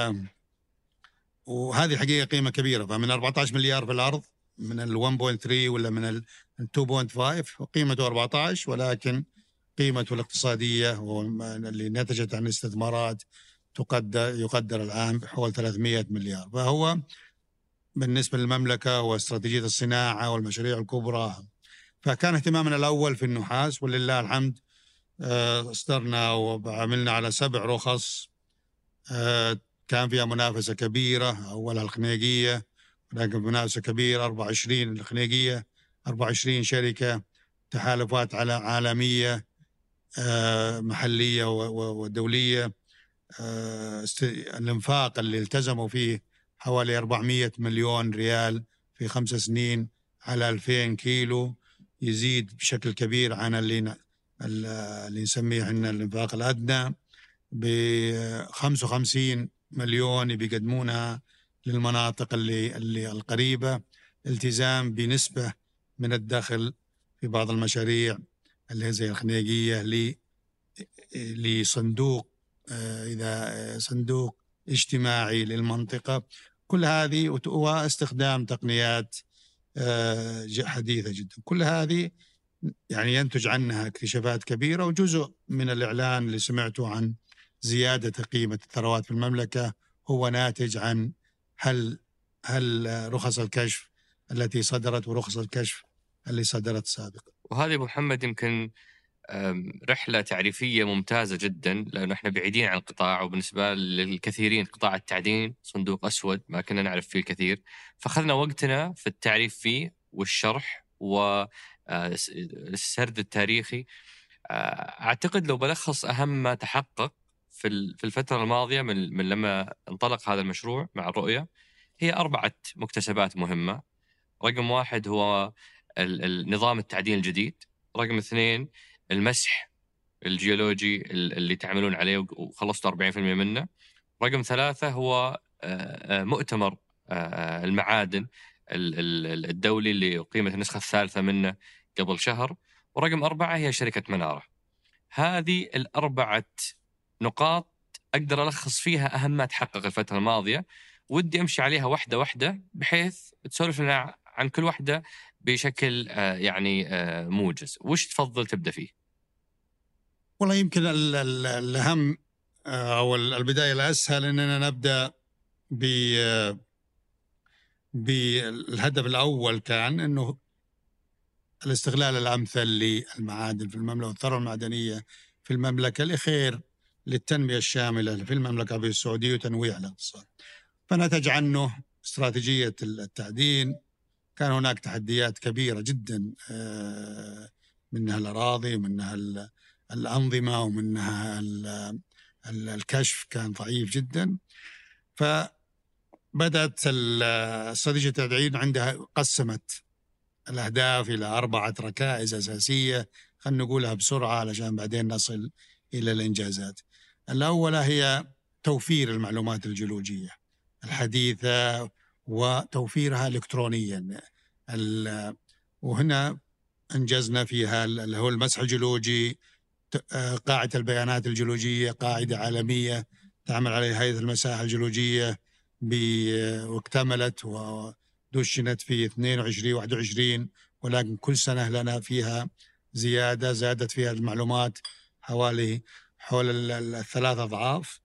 وهذه حقيقة قيمة كبيرة. فمن أربعة عشر مليار في الأرض، من ال واحد فاصلة ثلاثة ولا من ال اثنين فاصلة خمسة قيمته أربعة عشر، ولكن قيمته الاقتصادية اللي نتجت عن الاستثمارات تقدر يقدر الآن بحول ثلاثمئة مليار. فهو بالنسبة للمملكة واستراتيجية الصناعة والمشاريع الكبرى، فكان اهتمامنا الأول في النحاس، ولله الحمد اصدرنا وعملنا على سبع رخص كان فيها منافسة كبيرة. أولها الخنيقية، لكن منافسة كبيرة أربعة وعشرين الخنيقية، أربعة وعشرين شركة، تحالفات على عالمية محلية ودولية. الانفاق اللي التزموا فيه حوالي أربعمئة مليون ريال في خمس سنين على ألفين كيلو، يزيد بشكل كبير عن اللي اللي نسميه احنا الانفاق الأدنى. ب خمسة وخمسين مليون بيقدمونها للمناطق اللي اللي القريبة، التزام بنسبة من الدخل في بعض المشاريع اللي زي الخنيقية لصندوق إذا صندوق اجتماعي للمنطقة. كل هذه واستخدام تقنيات حديثة جدا. كل هذه يعني ينتج عنها اكتشافات كبيرة، وجزء من الإعلان اللي سمعته عن زيادة قيمة الثروات في المملكة هو ناتج عن هل هل رخص الكشف التي صدرت ورخص الكشف اللي صدرت سابقا. وهذه أبو محمد يمكن رحلة تعريفية ممتازة جدا، لأنه إحنا بعيدين عن القطاع، وبالنسبة للكثيرين قطاع التعدين صندوق أسود ما كنا نعرف فيه الكثير، فأخذنا وقتنا في التعريف فيه والشرح والسرد التاريخي. أعتقد لو بلخص أهم ما تحقق في في الفترة الماضية من من لما انطلق هذا المشروع مع الرؤية، هي أربعة مكتسبات مهمة. رقم واحد هو النظام التعدين الجديد. رقم اثنين المسح الجيولوجي اللي تعملون عليه وخلصتوا أربعين بالمئة منه. رقم ثلاثة هو مؤتمر المعادن الدولي اللي قيمة النسخة الثالثة منه قبل شهر. ورقم أربعة هي شركة منارة. هذه الأربعة نقاط أقدر ألخص فيها أهم ما تحقق الفترة الماضية، ودي أمشي عليها واحدة واحدة بحيث تسولف لنا عن كل واحدة بشكل يعني موجز. وش تفضل تبدأ فيه؟ والله يمكن الأهم أو البداية الأسهل أننا نبدأ بالهدف الأول، كان أنه الاستغلال الأمثل للمعادن في المملكة والثروة المعدنية في المملكة لخير للتنمية الشاملة في المملكة العربية السعودية وتنويع الاقتصاد. فنتج عنه استراتيجية التعدين. كان هناك تحديات كبيرة جدا، منها الأراضي ومنها الأنظمة ومنها الكشف كان ضعيف جدا. فبدأت استراتيجية التعدين عندها قسمت الأهداف إلى أربعة ركائز أساسية، خلينا نقولها بسرعة علشان بعدين نصل إلى الإنجازات. الأولى هي توفير المعلومات الجيولوجية الحديثة وتوفيرها إلكترونيا. وهنا أنجزنا فيها اللي هو المسح الجيولوجي، قاعدة البيانات الجيولوجية قاعدة عالمية تعمل عليها هيئة المساحة الجيولوجية واكتملت ودشنت في اثنين وعشرين واحد وعشرين، ولكن كل سنة لنا فيها زيادة، زادت فيها المعلومات حوالي حول الثلاث أضعاف.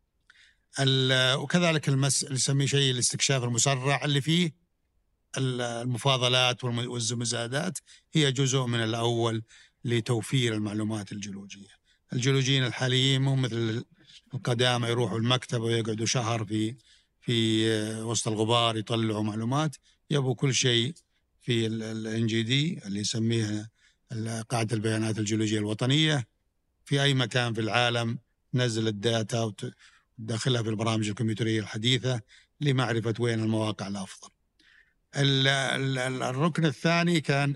وكذلك المس اللي يسميه شيء الاستكشاف المسرع اللي فيه المفاضلات والمزادات هي جزء من الأول لتوفير المعلومات الجيولوجية. الجيولوجيين الحاليين مو مثل القدامى يروحوا المكتب ويقعدوا شهر في في وسط الغبار يطلعوا معلومات. يبوا كل شيء في الان جي دي اللي يسميها قاعدة البيانات الجيولوجية الوطنية في أي مكان في العالم، نزل الداتا ودخلها في البرامج الكمبيوترية الحديثة لمعرفة وين المواقع الأفضل. الركن الثاني كان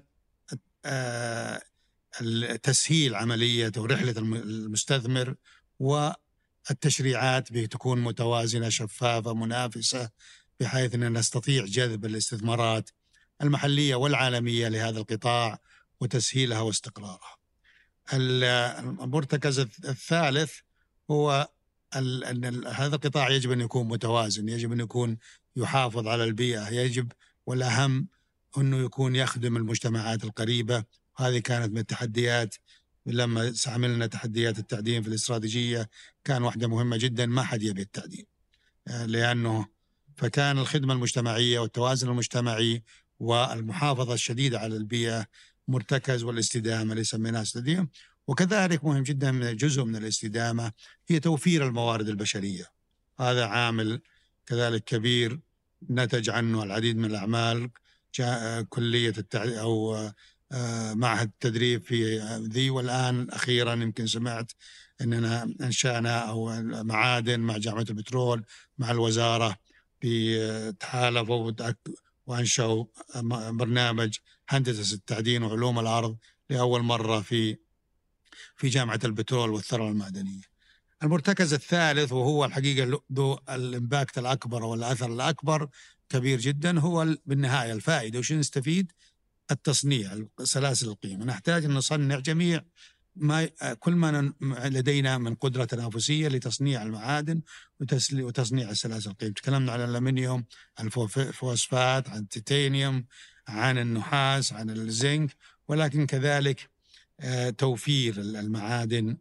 تسهيل عملية ورحلة المستثمر، والتشريعات بتكون متوازنة شفافة منافسة بحيث أن نستطيع جذب الاستثمارات المحلية والعالمية لهذا القطاع وتسهيلها واستقرارها. المرتكز الثالث هو أن هذا القطاع يجب أن يكون متوازن، يجب أن يكون يحافظ على البيئة، يجب والأهم أنه يكون يخدم المجتمعات القريبة. هذه كانت من التحديات لما عملنا تحديات التعدين في الاستراتيجية، كان واحدة مهمة جدا، ما حد يبي التعدين لأنه فكان الخدمة المجتمعية والتوازن المجتمعي والمحافظة الشديدة على البيئة مرتكز، والاستدامة اللي سميناها استدامة. وكذلك مهم جدا من جزء من الاستدامة هي توفير الموارد البشرية. هذا عامل كذلك كبير نتج عنه العديد من الأعمال. كلية التع... أو معهد التدريب في ذي، والآن أخيرا يمكن سمعت أننا أنشأنا أو معادن مع جامعة البترول مع الوزارة بتحالفوا وأنشأوا برنامج هندسة التعدين وعلوم الأرض لأول مرة في في جامعة البترول والثروة المعدنية. المرتكز الثالث وهو الحقيقة ذو الإمباكت الأكبر والأثر الأكبر كبير جدا هو بالنهاية الفائدة، وش نستفيد؟ التصنيع، سلاسل القيمة. نحتاج أن نصنع جميع ما كل ما لدينا من قدرة تنافسية لتصنيع المعادن وتصنيع السلاسل القيمة. تكلمنا عن الألمنيوم، الفوسفات، عن التيتانيوم، عن النحاس، عن الزنك، ولكن كذلك توفير المعادن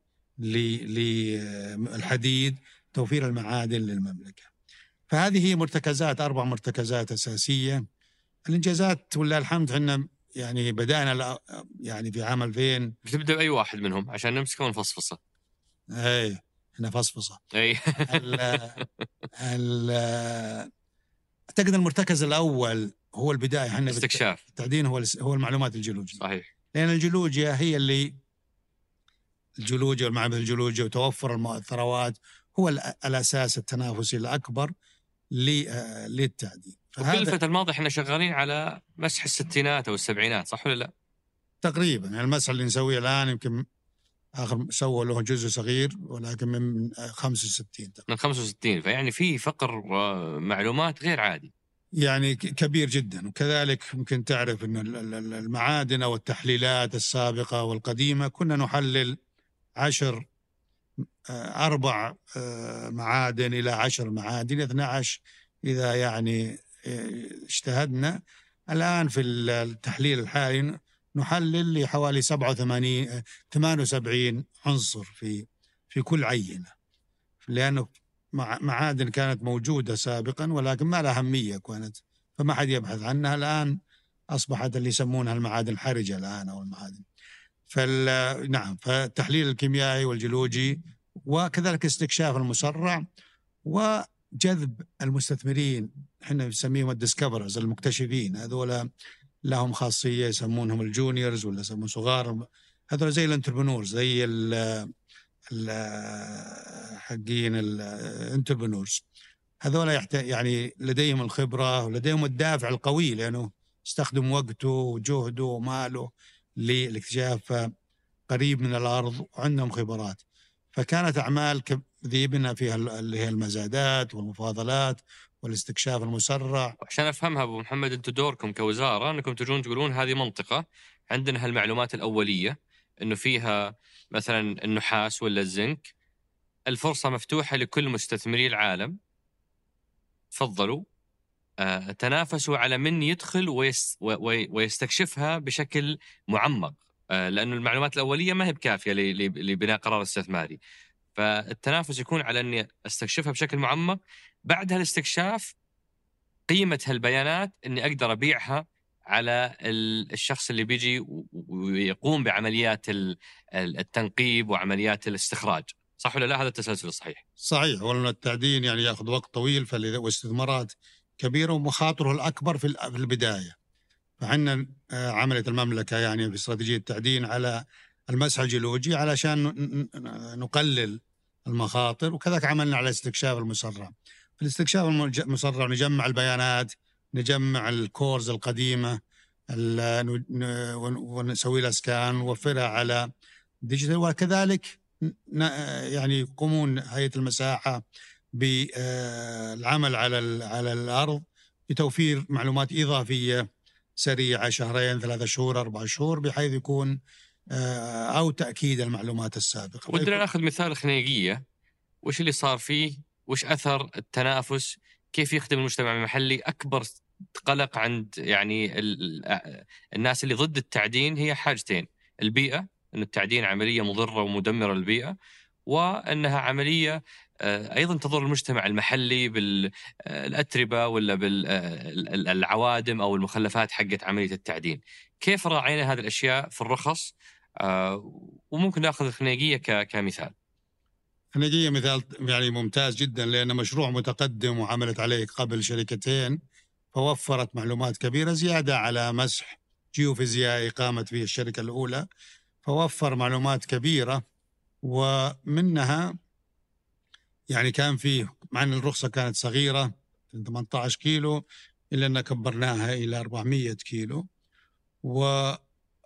للحديد، توفير المعادن للمملكة. فهذه هي مرتكزات، أربع مرتكزات أساسية. الإنجازات ولله الحمد عندنا يعني بدأنا يعني في عام ألفين. بتبدأ بأي واحد منهم عشان نمسكه ونفصفصه؟ ايه احنا فصفصه. اي ال ال اعتقد المرتكز الاول هو البدايه، احنا استكشاف التعدين هو هو المعلومات الجيولوجيه. صحيح، لان الجيولوجيا هي اللي الجيولوجيا والمعرفه الجيولوجيا وتوفر الثروات هو الاساس التنافسي الاكبر للتعدين. وكلفة الماضي احنا شغالين على مسح الستينات او السبعينات، صح ولا لا؟ تقريبا يعني المسح اللي نسويه الان يمكن آخر سووا له جزء صغير، ولكن من خمسة وستين من خمسة وستين، فيعني في فقر معلومات غير عادي يعني كبير جدا. وكذلك ممكن تعرف أن المعادن أو التحليلات السابقة والقديمة كنا نحلل عشر أربع معادن إلى عشر معادن اثني عشر إذا يعني اجتهدنا. الآن في التحليل الحالي نحلل لحوالي سبعة وثمانين ثمانية وسبعين عنصر في في كل عينة، لأنه معادن كانت موجودة سابقا ولكن ما لها أهمية كانت، فما حد يبحث عنها. الآن أصبحت اللي يسمونها المعادن الحرجة الآن أو المعادن. فال نعم، فالتحليل الكيميائي والجيولوجي وكذلك استكشاف المسرع وجذب المستثمرين، احنا نسميهم الديسكفرز، المكتشفين. هذولا لهم خاصية يسمونهم الجونيورز ولا يسمون صغار، هذول زي الانتربرنورز، زي ال حقين الانتربرنورز. هذول يحتاج يعني لديهم الخبرة ولديهم الدافع القوي، لأنه استخدم وقته وجهده وماله للاكتشاف قريب من الأرض وعندهم خبرات. فكانت أعمال ذيبنا فيها اللي هي المزادات والمفاضلات والاستكشاف المسرع. عشان أفهمها أبو محمد، أنتم دوركم كوزارة أنكم تجون تقولون هذه منطقة عندنا هالمعلومات الأولية إنه فيها مثلا النحاس ولا الزنك، الفرصة مفتوحة لكل مستثمري العالم، تفضلوا آه، تنافسوا على من يدخل ويس ويستكشفها بشكل معمق، آه، لأنه المعلومات الأولية ما هي بكافية لبناء قرار استثماري. فالتنافس يكون على أني استكشفها بشكل معمق، بعد هالاستكشاف قيمة هالبيانات أني أقدر أبيعها على الشخص اللي بيجي ويقوم بعمليات التنقيب وعمليات الاستخراج، صح ولا لا؟ هذا التسلسل الصحيح. صحيح، ولا التعدين يعني يأخذ وقت طويل واستثمارات كبيرة ومخاطره الأكبر في البداية. فعندنا عملت المملكة يعني في استراتيجية التعدين على المسح الجيولوجي علشان نقلل المخاطر، وكذلك عملنا على استكشاف المسرع. في الاستكشاف المسرع نجمع البيانات، نجمع الكورز القديمة ونسوي لها سكان ونوفرها على ديجيتال. وكذلك يعني يقومون هيئة المساحة بالعمل على على الأرض بتوفير معلومات إضافية سريعة، شهرين ثلاثة شهور أربعة شهور، بحيث يكون أو تأكيد المعلومات السابقة. ودنا نأخذ مثال خنيقية، وش اللي صار فيه، وش أثر التنافس، كيف يخدم المجتمع المحلي. أكبر قلق عند يعني الناس اللي ضد التعدين هي حاجتين: البيئة، أن التعدين عملية مضرة ومدمرة للبيئة، وأنها عملية أيضا تضر المجتمع المحلي بالأتربة ولا بالعوادم أو المخلفات حقت عملية التعدين. كيف راعينا هذه الأشياء في الرخص؟ وممكن نأخذ الخنيقية كمثال. الخنيقية مثال يعني ممتاز جدا، لأن مشروع متقدم وعملت عليه قبل شركتين، فوفرت معلومات كبيرة زيادة على مسح جيوفيزيائي قامت به الشركة الأولى، فوفر معلومات كبيرة. ومنها يعني كان فيه، مع أن الرخصة كانت صغيرة ثمانية عشر كيلو، إلا أن كبرناها إلى أربعمائة كيلو. وقبل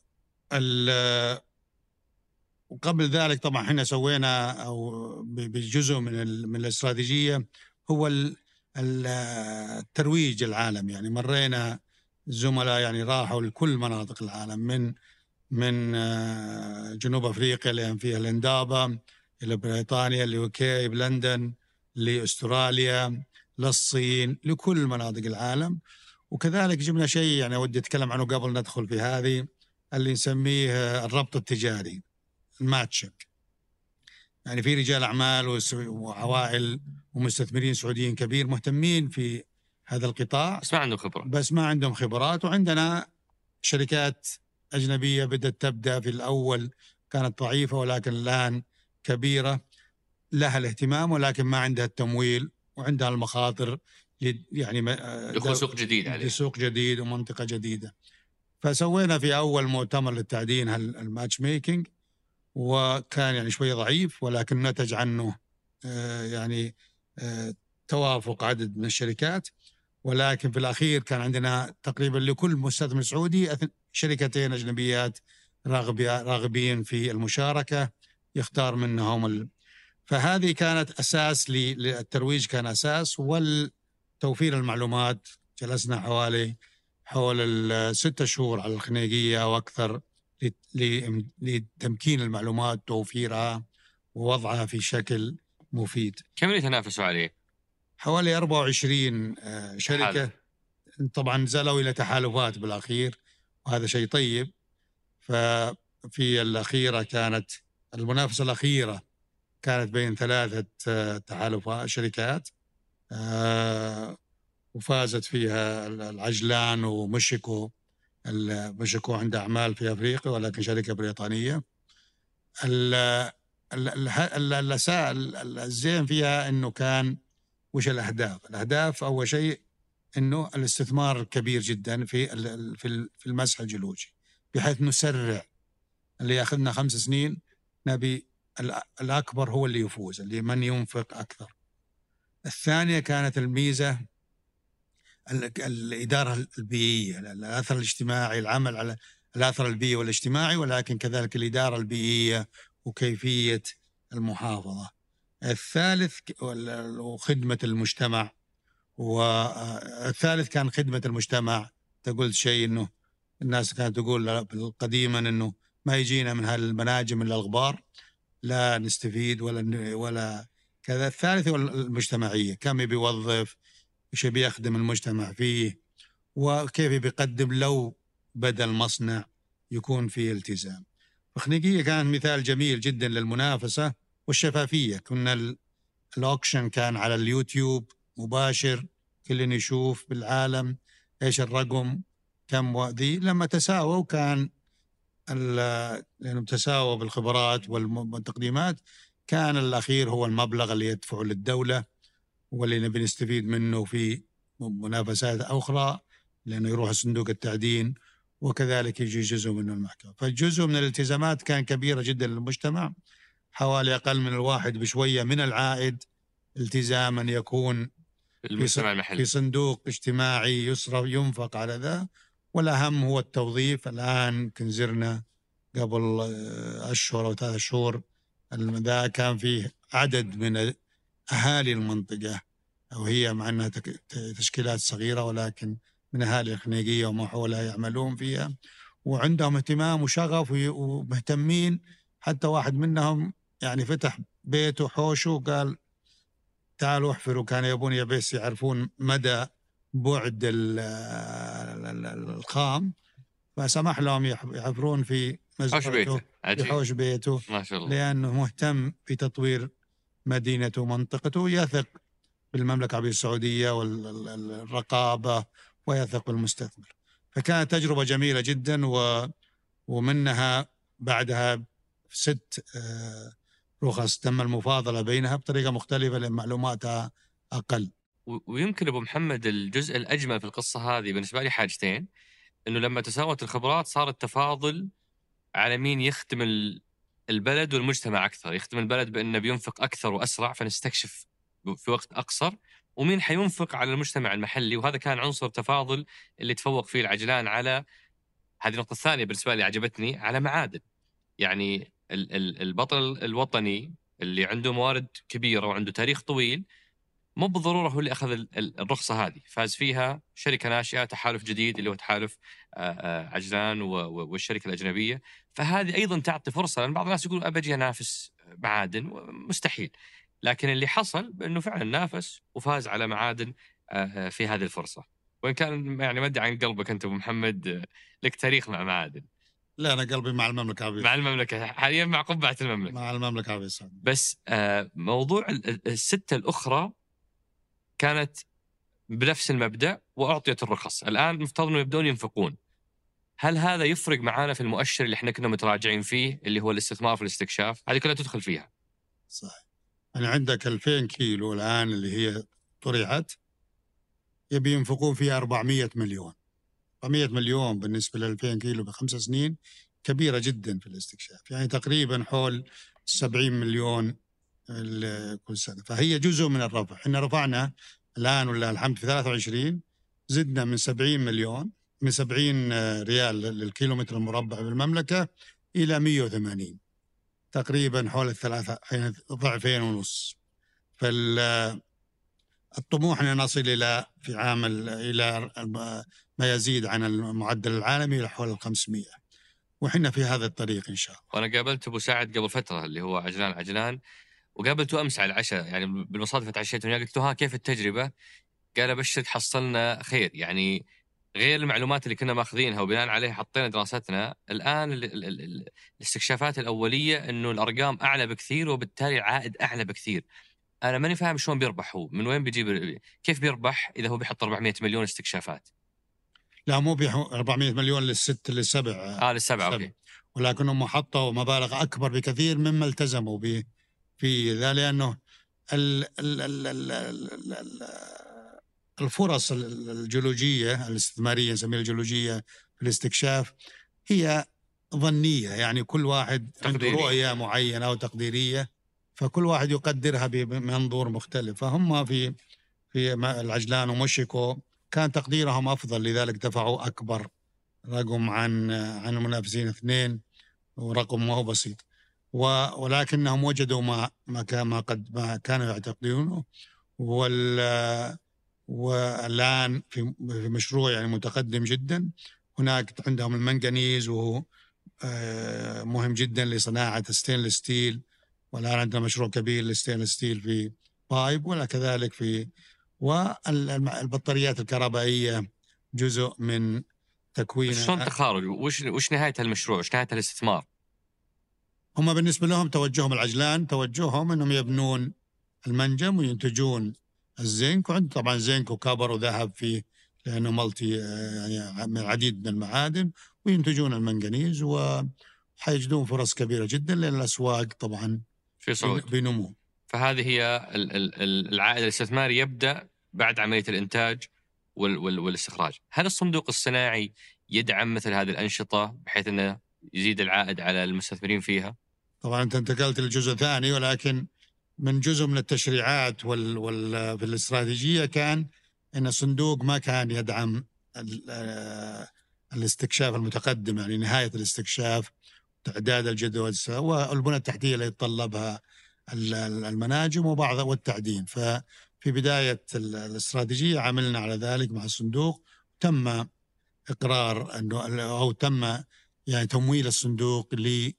ذلك طبعا احنا سوينا أو بجزء من من الاستراتيجية هو الترويج العالم. يعني مرينا الزملاء يعني راحوا لكل مناطق العالم، من من جنوب أفريقيا اللي فيها الاندابة، إلى بريطانيا، ليوكي، بلندن، لأستراليا، للصين، لكل مناطق العالم. وكذلك جبنا شيء يعني ودي أتكلم عنه قبل ندخل في هذه اللي نسميه الربط التجاري، الماتشنج. يعني في رجال أعمال وعوائل ومستثمرين سعوديين كبير مهتمين في هذا القطاع، بس ما عندهم خبرة بس ما عندهم خبرات. وعندنا شركات أجنبية بدأت تبدأ، في الأول كانت ضعيفة ولكن الآن كبيرة لها الاهتمام، ولكن ما عندها التمويل وعندها المخاطر يعني دخول سوق جديد عليه، سوق جديد ومنطقة جديدة. فسوينا في أول مؤتمر للتعدين الماتش ميكينج، وكان يعني شوية ضعيف ولكن نتج عنه يعني توافق عدد من الشركات. ولكن في الأخير كان عندنا تقريبا لكل مستثمر سعودي شركتين أجنبيات راغبين في المشاركة يختار منهم ال... فهذه كانت أساس للترويج، كان أساس والتوفير المعلومات. جلسنا حوالي حول الستة شهور على الخنيقية وأكثر لتمكين المعلومات توفيرها ووضعها في شكل مفيد. كم اللي تنافسوا عليه؟ حوالي أربعة وعشرين شركة تحالف. طبعا نزلوا إلى تحالفات بالأخير وهذا شيء طيب. ففي الأخيرة كانت المنافسة الأخيرة كانت بين ثلاثة تحالفات شركات، وفازت فيها العجلان ومشيكو. مشيكو عنده أعمال في أفريقيا ولكن شركة بريطانية. الزين فيها أنه كان وش الأهداف؟ الأهداف أول شيء أنه الاستثمار كبير جدا في في المسح الجيولوجي، بحيث نسرع. اللي أخذنا خمس سنين نبي الأكبر هو اللي يفوز، اللي من ينفق أكثر. الثانية كانت الميزة الإدارة البيئية، الأثر الاجتماعي، العمل على الأثر البيئي والاجتماعي، ولكن كذلك الإدارة البيئية وكيفية المحافظة. الثالث وخدمة المجتمع. والثالث كان خدمة المجتمع. تقول شيء إنه الناس كانت تقول قديما إنه ما يجينا من هالمناجم إلا الغبار، لا نستفيد ولا ولا كذا. الثالث هو المجتمعية، كم بيوظف، إيش بيخدم المجتمع فيه، وكيف بيقدم لو بدأ المصنع يكون فيه التزام. الخنيقية كان مثال جميل جدا للمنافسة والشفافية. كنا الأوكشن كان على اليوتيوب مباشر، كل يشوف بالعالم إيش الرقم كم وذي. لما تساووا كان لأنهم تساووا بالخبرات والتقديمات، كان الأخير هو المبلغ اللي يدفعه للدولة واللي نبي نستفيد منه في منافسات أخرى، لأنه يروح صندوق التعدين وكذلك يجي جزء منه المحكمة. فالجزء من الالتزامات كان كبيرة جدا للمجتمع، حوالي أقل من الواحد بشوية من العائد التزاما يكون المجتمع المحلي في صندوق اجتماعي يصرف ينفق على ذا. والأهم هو التوظيف. الآن كنزرنا قبل أشهر أو ثلاث شهور ذا كان فيه عدد من أهالي المنطقة، أو هي مع أنها تشكيلات صغيرة ولكن من أهالي الخنيقية وما حولها يعملون فيها، وعندهم اهتمام وشغف ومهتمين. حتى واحد منهم يعني فتح بيته حوشه وقال تعالوا احفروا، كان يبون بس يعرفون مدى بعد الخام، فسمح لهم يحفرون في مزرعته في حوش بيته ما شاء الله، لأنه مهتم بتطوير مدينته ومنطقته، يثق بالمملكة العربية السعودية والرقابة ويثق بالمستثمر. فكانت تجربة جميلة جدا، ومنها بعدها ست رخص تم المفاضلة بينها بطريقة مختلفة لأن معلوماتها أقل. ويمكن أبو محمد الجزء الأجمل في القصة هذه بالنسبة لي حاجتين، إنه لما تساوت الخبرات صار التفاضل على مين يخدم البلد والمجتمع أكثر. يخدم البلد بأنه بينفق أكثر وأسرع فنستكشف في وقت أقصر، ومين حينفق على المجتمع المحلي. وهذا كان عنصر تفاضل اللي تفوق فيه العجلان على هذه. النقطة الثانية بالنسبة لي عجبتني على معادن. يعني البطل الوطني اللي عنده موارد كبيرة وعنده تاريخ طويل مو بالضرورة هو اللي أخذ الرخصة هذه، فاز فيها شركة ناشئة، تحالف جديد اللي هو تحالف عجلان والشركة الأجنبية. فهذه أيضا تعطي فرصة، لأن بعض الناس يقول أبجي أنافس معادن، مستحيل. لكن اللي حصل بأنه فعلا نافس وفاز على معادن في هذه الفرصة. وإن كان يعني ما أدري عن قلبك أنت أبو محمد، لك تاريخ مع معادن. لا أنا قلبي مع المملكة العربية مع المملكة حاليا، مع قبعة المملكة. مع المملكة العربية السعودية. بس آه موضوع الستة الأخرى كانت بنفس المبدأ وأعطيت الرخص، الآن مفترض أنه يبدون ينفقون. هل هذا يفرق معانا في المؤشر اللي احنا كنا متراجعين فيه اللي هو الاستثمار في الاستكشاف؟ هذه كلها تدخل فيها. صحيح. أنا عندك ألفين كيلو الآن اللي هي طرحت، يبي ينفقون فيها أربعمية مليون. أربعمية مليون بالنسبة ل ألفين كيلو بخمس سنين كبيرة جدا في الاستكشاف، يعني تقريبا حول سبعين مليون كل سنة. فهي جزء من الرفع. احنا رفعنا الآن ولا الحمد في ثلاثة وعشرين، زدنا من سبعين مليون، من سبعين ريال للكيلومتر المربع بالمملكة إلى مئة وثمانين، تقريبا حول الثلاثة، ضعفين ونص. فالطموح أن نصل إلى في عام إلى ما يزيد عن المعدل العالمي إلى حول الخمسمائة، وحنا في هذا الطريق إن شاء الله. وأنا قابلت أبو سعد قبل فترة اللي هو عجلان عجلان، وقابلته أمس على العشاء، يعني بالمصادفة تعشيت وياه، قلت له ها كيف التجربة؟ قال أبشرك حصلنا خير، يعني غير المعلومات اللي كنا ماخذينها وبناء عليها حطينا دراستنا. الآن ال ال ال الاستكشافات الأولية إنه الأرقام أعلى بكثير وبالتالي العائد أعلى بكثير. أنا ماني فاهم شلون بيربح هو، من وين بيجيب، كيف بيربح إذا هو بيحط أربعمية مليون استكشافات؟ لا مو أربعمية مليون للست للسبع آه للسبعة أوكي، ولكنهم حطوا مبالغ أكبر بكثير مما التزموا به في ذا، لأنه ال ال ال ال ال ال الفرص الجيولوجية الاستثمارية نسميها الجيولوجية في الاستكشاف هي ظنية، يعني كل واحد عنده رؤية معينة أو تقديرية، فكل واحد يقدرها بمنظور مختلف. فهم في في العجلان وموشيكو كان تقديرهم أفضل، لذلك دفعوا أكبر رقم عن عن المنافسين اثنين، ورقم ما هو بسيط، ولكنهم وجدوا ما ما كان ما قد ما كانوا يعتقدونه. وال والآن في في مشروع يعني متقدم جدا. هناك عندهم المنغنيز وهو مهم جدا لصناعة الستينلس ستيل، والآن عندنا مشروع كبير للستينلس ستيل في بايب، ولا كذلك في والبطاريات الكهربائية جزء من تكوين. شلون تخارج؟ وش وش نهاية المشروع؟ وش نهاية الاستثمار؟ هم بالنسبة لهم توجههم العجلان، توجههم أنهم يبنون المنجم وينتجون الزنك، وعند طبعا زنك وكبر وذهب فيه لأنه ملتي يعني من العديد من المعادن، وينتجون المنغنيز، وحيجدون فرص كبيرة جدا لأن الأسواق طبعا في صعود بنمو. فهذه هي العائد الاستثماري يبدأ بعد عملية الإنتاج والاستخراج. هل الصندوق الصناعي يدعم مثل هذه الأنشطة بحيث أنه يزيد العائد على المستثمرين فيها؟ طبعا أنت انتقلت للجزء الثاني، ولكن من جزء من التشريعات وال وال في الاستراتيجية كان أن الصندوق ما كان يدعم الاستكشاف المتقدم، يعني نهاية الاستكشاف، تعداد الجدول والبنى التحتية اللي يتطلبها المناجم وبعض والتعدين. ففي بداية الاستراتيجية عملنا على ذلك مع الصندوق، تم إقرار أنه أو تم يعني تمويل الصندوق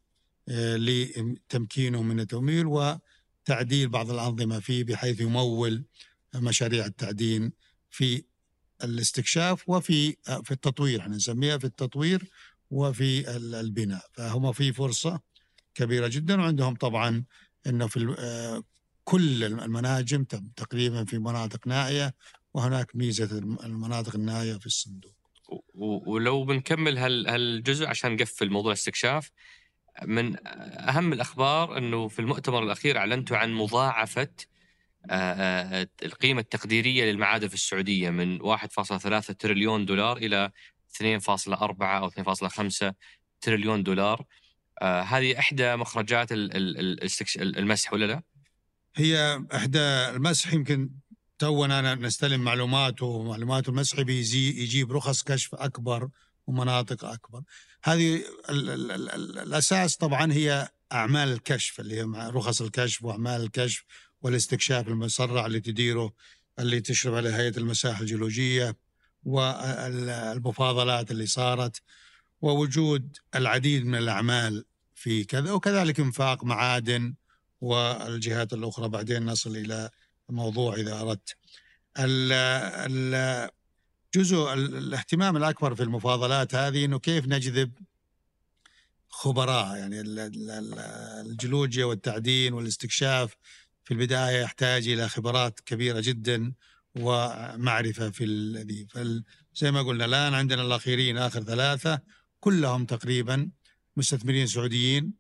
لتمكينه من التمويل وتعديل بعض الأنظمة فيه بحيث يمول مشاريع التعدين في الاستكشاف وفي في التطوير، احنا نسميها في التطوير وفي البناء. فهم في فرصة كبيرة جدا، وعندهم طبعا انه في كل المناجم تقريبا في مناطق نائية، وهناك ميزة المناطق النائية في الصندوق. ولو بنكمل هالجزء عشان نقفل موضوع الاستكشاف، من أهم الأخبار أنه في المؤتمر الأخير أعلنتوا عن مضاعفة القيمة التقديرية للمعادن في السعودية من واحد فاصلة ثلاثة تريليون دولار إلى اثنين فاصلة أربعة أو اثنين فاصلة خمسة تريليون دولار. آه هذه إحدى مخرجات المسح ولا لا؟ هي إحدى المسح. يمكن تونا أنا نستلم معلومات، ومعلومات المسح بيجي يجيب رخص كشف أكبر ومناطق أكبر. هذه ال ال ال ال الأساس طبعا هي أعمال الكشف اللي هي رخص الكشف وأعمال الكشف والاستكشاف المسرع اللي تديره اللي تشرف على هيئة المساحة الجيولوجية، والمفاضلات اللي صارت، ووجود العديد من الأعمال في كذا، وكذلك انفاق معادن والجهات الأخرى. بعدين نصل إلى الموضوع إذا أردت. ال ال جزء الاهتمام الأكبر في المفاضلات هذه أنه كيف نجذب خبراء، يعني الجيولوجيا والتعدين والاستكشاف في البداية يحتاج إلى خبرات كبيرة جدا ومعرفة في الذي زي ما قلنا الآن عندنا الأخيرين آخر ثلاثة كلهم تقريبا مستثمرين سعوديين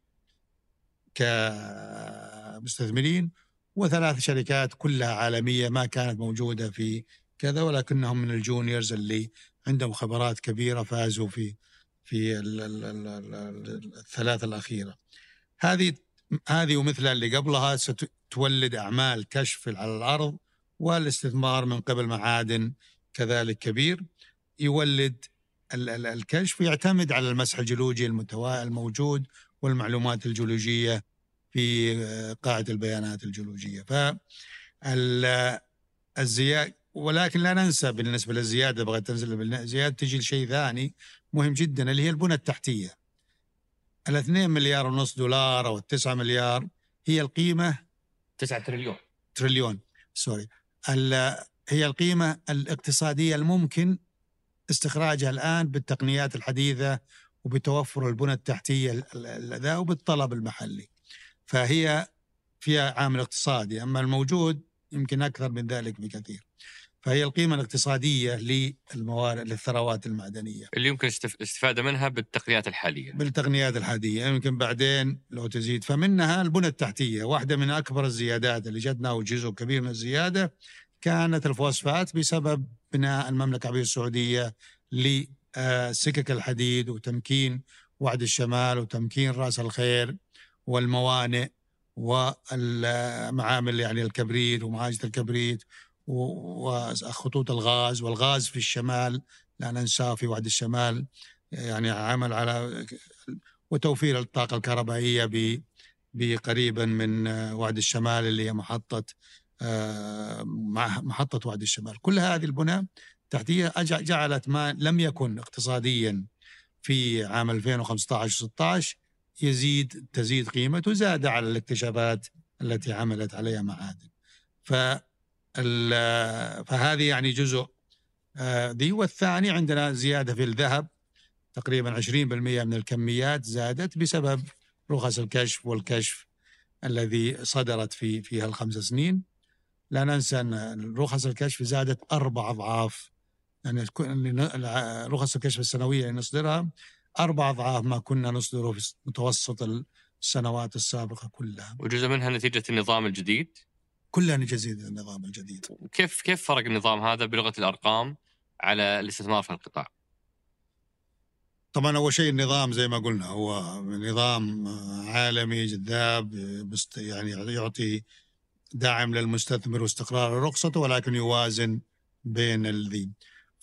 كمستثمرين، وثلاث شركات كلها عالمية ما كانت موجودة في كذا، ولكنهم من الجونيورز اللي عندهم خبرات كبيرة فازوا في في الثلاثة الأخيرة. هذه هذه ومثلها اللي قبلها ستولد أعمال كشف على الأرض والاستثمار من قبل معادن كذلك كبير يولد الكشف، يعتمد على المسح الجيولوجي الموجود والمعلومات الجيولوجية في قاعدة البيانات الجيولوجية. فالزيادة، ولكن لا ننسى بالنسبة للزيادة، بغيت تنزل الزيادة تجي لشيء ثاني مهم جدا اللي هي البنى التحتية. الاثنين مليار ونص دولار أو التسعة مليار هي القيمة، تسعة تريليون تريليون سوري هي القيمة الاقتصادية الممكن استخراجها الآن بالتقنيات الحديثة وبتوفر البنى التحتية ذا وبالطلب المحلي، فهي فيها عامل اقتصادي. أما الموجود يمكن أكثر من ذلك بكثير، فهي القيمة الاقتصادية للموارد للثروات المعدنية اللي يمكن استفادة منها بالتقنيات الحالية بالتقنيات الحالية يمكن بعدين لو تزيد. فمنها البنى التحتية، واحدة من أكبر الزيادات اللي جتنا وجزء كبير من الزيادة كانت الفوسفات بسبب بناء المملكة العربية السعودية لسكك الحديد وتمكين وعد الشمال وتمكين رأس الخير والموانئ والمعامل يعني الكبريت ومعالجة الكبريت وخطوط الغاز والغاز في الشمال لا ننساه في وعد الشمال، يعني عمل على وتوفير الطاقة الكهربائية بقريبا من وعد الشمال اللي هي محطة محطة وعد الشمال. كل هذه البنى التحتية جعلت ما لم يكن اقتصاديا في عام ألفين وخمسة عشر ستة عشر يزيد تزيد قيمته، زاد على الاكتشافات التي عملت عليها معادن. ف فهذه يعني جزء ذي. والثاني عندنا زيادة في الذهب تقريبا عشرين بالمئة من الكميات زادت بسبب رخص الكشف والكشف الذي صدرت في في هالخمس سنين. لا ننسى أن رخص الكشف زادت أربع أضعاف، يعني رخص الكشف السنوية اللي نصدرها أربع أضعاف ما كنا نصدره في متوسط السنوات السابقة كلها، وجزء منها نتيجة النظام الجديد. كلها نتيجة النظام الجديد. كيف كيف فرق النظام هذا بلغة الأرقام على الاستثمار في القطاع؟ طبعا أول شيء النظام زي ما قلنا هو نظام عالمي جذاب، يعني يعطي دعم للمستثمر واستقرار رخصته، ولكن يوازن بين الذي.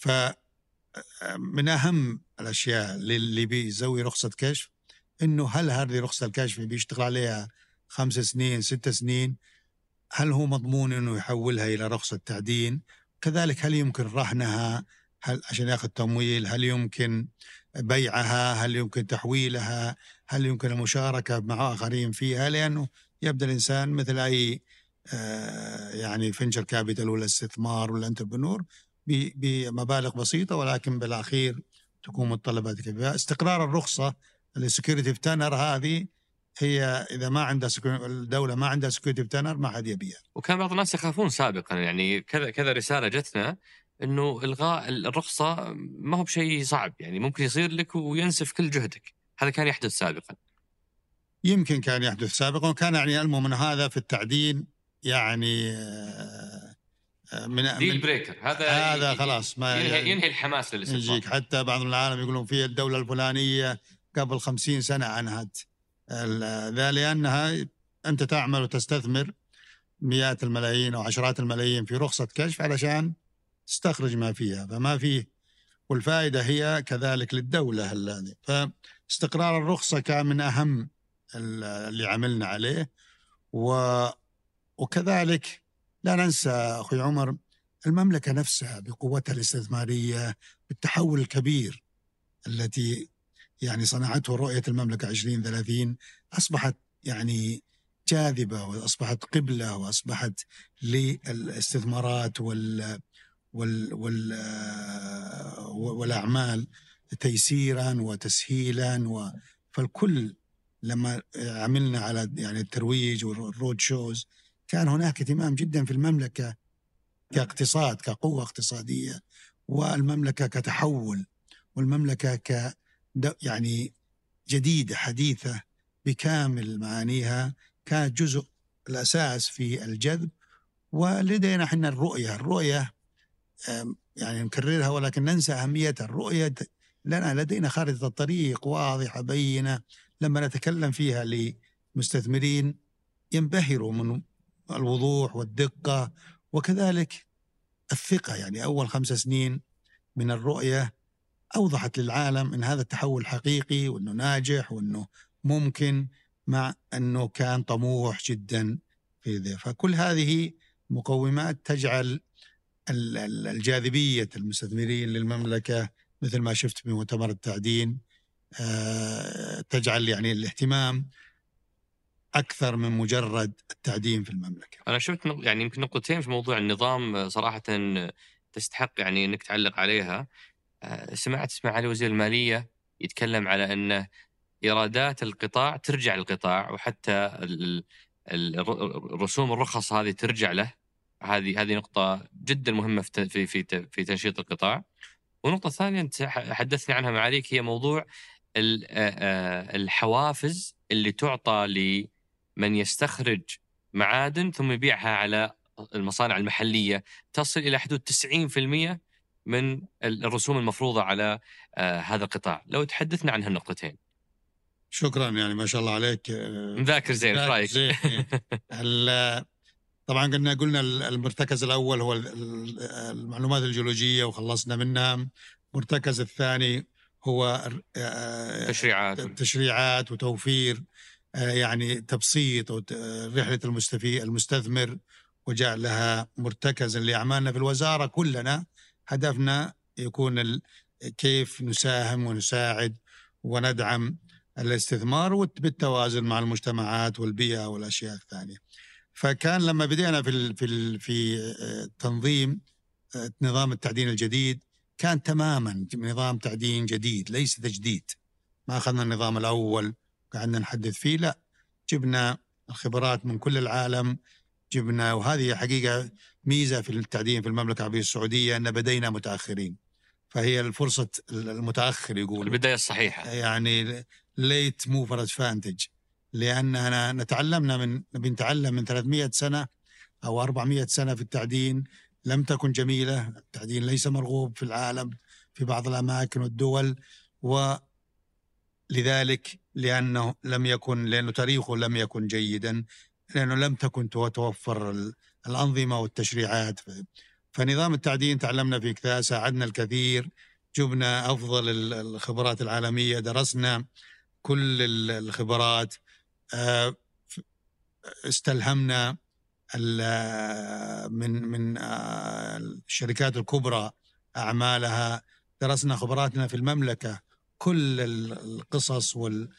فمن أهم الأشياء اللي بيسوي رخصة كشف إنه هل هذه رخصة الكشف بيشتغل عليها خمس سنين ست سنين، هل هو مضمون إنه يحولها إلى رخصة تعدين؟ كذلك هل يمكن رهنها هل عشان يأخذ تمويل؟ هل يمكن بيعها؟ هل يمكن تحويلها؟ هل يمكن المشاركة مع آخرين فيها؟ لأنه يبدأ الإنسان مثل أي آه يعني فينشر كابيتال ولا استثمار ولا انتربرنور بمبالغ بسيطة، ولكن بالأخير تكون متطلبات كبيرة. استقرار الرخصة السكيورتي تانر هذه هي إذا ما عندها الدولة ما عندها سكيورتي تانر ما حد يبيها. وكان بعض الناس يخافون سابقا، يعني كذا كذا رسالة جتنا إنه إلغاء الرخصة ما هو بشيء صعب، يعني ممكن يصير لك وينسف كل جهدك. هذا كان يحدث سابقا، يمكن كان يحدث سابقا، وكان يعني المهم هذا في التعدين يعني من ديل بريكر. هذا هذا خلاص ما ينهي, ينهي الحماس للاستثمار. حتى بعض العالم يقولون في الدولة الفلانية قبل خمسين سنة أنهت ذا، لأنها أنت تعمل وتستثمر مئات الملايين أو عشرات الملايين في رخصة كشف علشان تستخرج ما فيها، فما فيه، والفائدة هي كذلك للدولة هذه. فاستقرار الرخصة كان من أهم اللي عملنا عليه. و... وكذلك لا ننسى أخي عمر المملكة نفسها بقوتها الاستثمارية بالتحول الكبير التي يعني صنعته رؤية المملكة عشرين ثلاثين، أصبحت يعني جاذبة وأصبحت قبلة وأصبحت للاستثمارات وال وال وال والأعمال تيسيرا وتسهيلا. و فالكل لما عملنا على يعني الترويج والرود شوز كان هناك اهتمام جدا في المملكة كاقتصاد، كقوة اقتصادية، والمملكة كتحول، والمملكة ك يعني جديدة حديثة بكامل معانيها، كانت جزء الأساس في الجذب. ولدينا احنا الرؤية الرؤية يعني نكررها ولكن ننسى أهميتها. الرؤية لنا لدينا خارطة الطريق واضحة بينة، لما نتكلم فيها لمستثمرين ينبهروا من الوضوح والدقة، وكذلك الثقة. يعني أول خمس سنين من الرؤية أوضحت للعالم أن هذا التحول حقيقي، وأنه ناجح، وأنه ممكن، مع أنه كان طموح جدا في ذا. فكل هذه مقومات تجعل الجاذبية المستثمرين للمملكة مثل ما شفت في مؤتمر التعدين، تجعل يعني الاهتمام أكثر من مجرد التعدين في المملكة. أنا شفت يعني يمكن نقطتين في موضوع النظام صراحة تستحق يعني أنك تعلق عليها. سمعت اسمع علي وزير المالية يتكلم على أن إيرادات القطاع ترجع للقطاع، وحتى الرسوم الرخص هذه ترجع له. هذه هذه نقطة جدا مهمة في في في تنشيط القطاع. ونقطة ثانية أنت حدثني عنها معاليك هي موضوع الحوافز اللي تعطى لمن يستخرج معادن ثم يبيعها على المصانع المحلية، تصل إلى حدود تسعين بالمئة من الرسوم المفروضة على هذا القطاع. لو تحدثنا عن هالنقطتين. شكرا، يعني ما شاء الله عليك مذاكر زين. ايش رايك؟ طبعا قلنا قلنا المرتكز الاول هو المعلومات الجيولوجيه وخلصنا منها. المرتكز الثاني هو تشريعات تشريعات وتوفير يعني تبسيط رحله المستفيد المستثمر وجعلها مرتكزا لاعمالنا في الوزاره. كلنا هدفنا يكون كيف نساهم ونساعد وندعم الاستثمار بالتوازن مع المجتمعات والبيئة والأشياء الثانية. فكان لما بدأنا في في في تنظيم نظام التعدين الجديد كان تماما نظام تعدين جديد ليس تجديد. ما أخذنا النظام الأول قعدنا نحدث فيه، لا، جبنا الخبرات من كل العالم جبنا. وهذه حقيقة ميزة في التعدين في المملكة العربية السعودية أن بدينا متأخرين، فهي الفرصة المتأخر يقول البداية الصحيحة، يعني late mover advantage، لأننا نتعلمنا من بنتعلم من ثلاثمئة سنة أو أربعمئة سنة في التعدين لم تكن جميلة. التعدين ليس مرغوب في العالم في بعض الأماكن والدول، ولذلك لأنه لم يكن لأنه تاريخه لم يكن جيدا، لأنه لم تكن توفر الأنظمة والتشريعات. فنظام التعدين تعلمنا فيه كذا، ساعدنا الكثير، جبنا أفضل الخبرات العالمية، درسنا كل الخبرات، استلهمنا من من الشركات الكبرى أعمالها، درسنا خبراتنا في المملكة كل القصص وال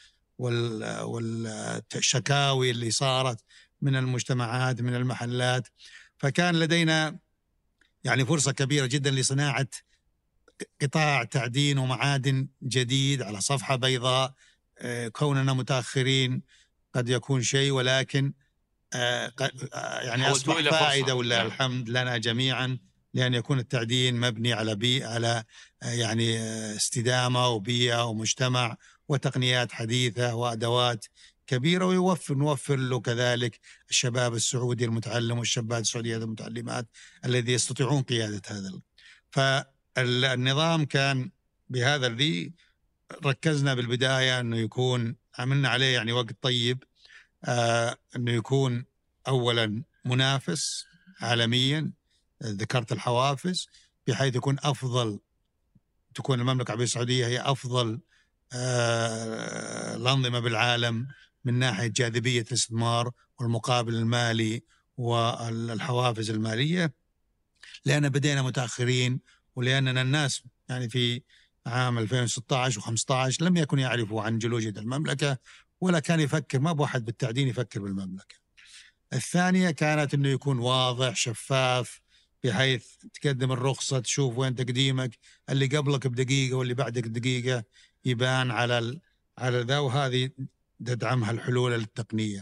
والشكاوي اللي صارت من المجتمعات من المحلات. فكان لدينا يعني فرصة كبيرة جدا لصناعة قطاع تعدين ومعادن جديد على صفحة بيضاء. كوننا متأخرين قد يكون شيء، ولكن يعني أصبح فائدة ولله الحمد لنا جميعا، لأن يكون التعدين مبني على بيئة على يعني استدامة وبيئة ومجتمع وتقنيات حديثة وأدوات كبيرة، ويوفر نوفر له كذلك الشباب السعودي المتعلم والشابات السعودية المتعلمات الذي يستطيعون قيادة هذا. فالنظام كان بهذا الذي ركزنا بالبداية أنه يكون عملنا عليه يعني وقت طيب، آه أنه يكون أولا منافس عالميا، ذكرت الحوافز، بحيث يكون أفضل، تكون المملكة العربية السعودية هي أفضل آه الأنظمة بالعالم من ناحية جاذبية الاستثمار والمقابل المالي والحوافز المالية، لأن بدينا متأخرين، ولأننا الناس يعني في عام ألفين وستة عشر وخمسة عشر لم يكن يعرفوا عن جيولوجيا المملكة، ولا كان يفكر، ما بواحد بالتعدين يفكر بالمملكة. الثانية كانت أنه يكون واضح شفاف، بحيث تقدم الرخصة تشوف وين تقديمك، اللي قبلك بدقيقة واللي بعدك بدقيقة يبان على ال... على ذا، وهذه تدعمها الحلول التقنية.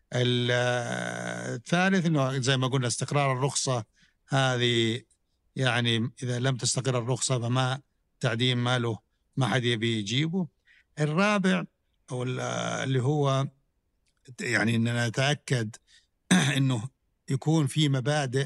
الثالث انه زي ما قلنا استقرار الرخصة، هذه يعني اذا لم تستقر الرخصة فما تعديم ماله ما حد يبي يجيبه. الرابع او اللي هو يعني اننا نتأكد انه يكون في مبادئ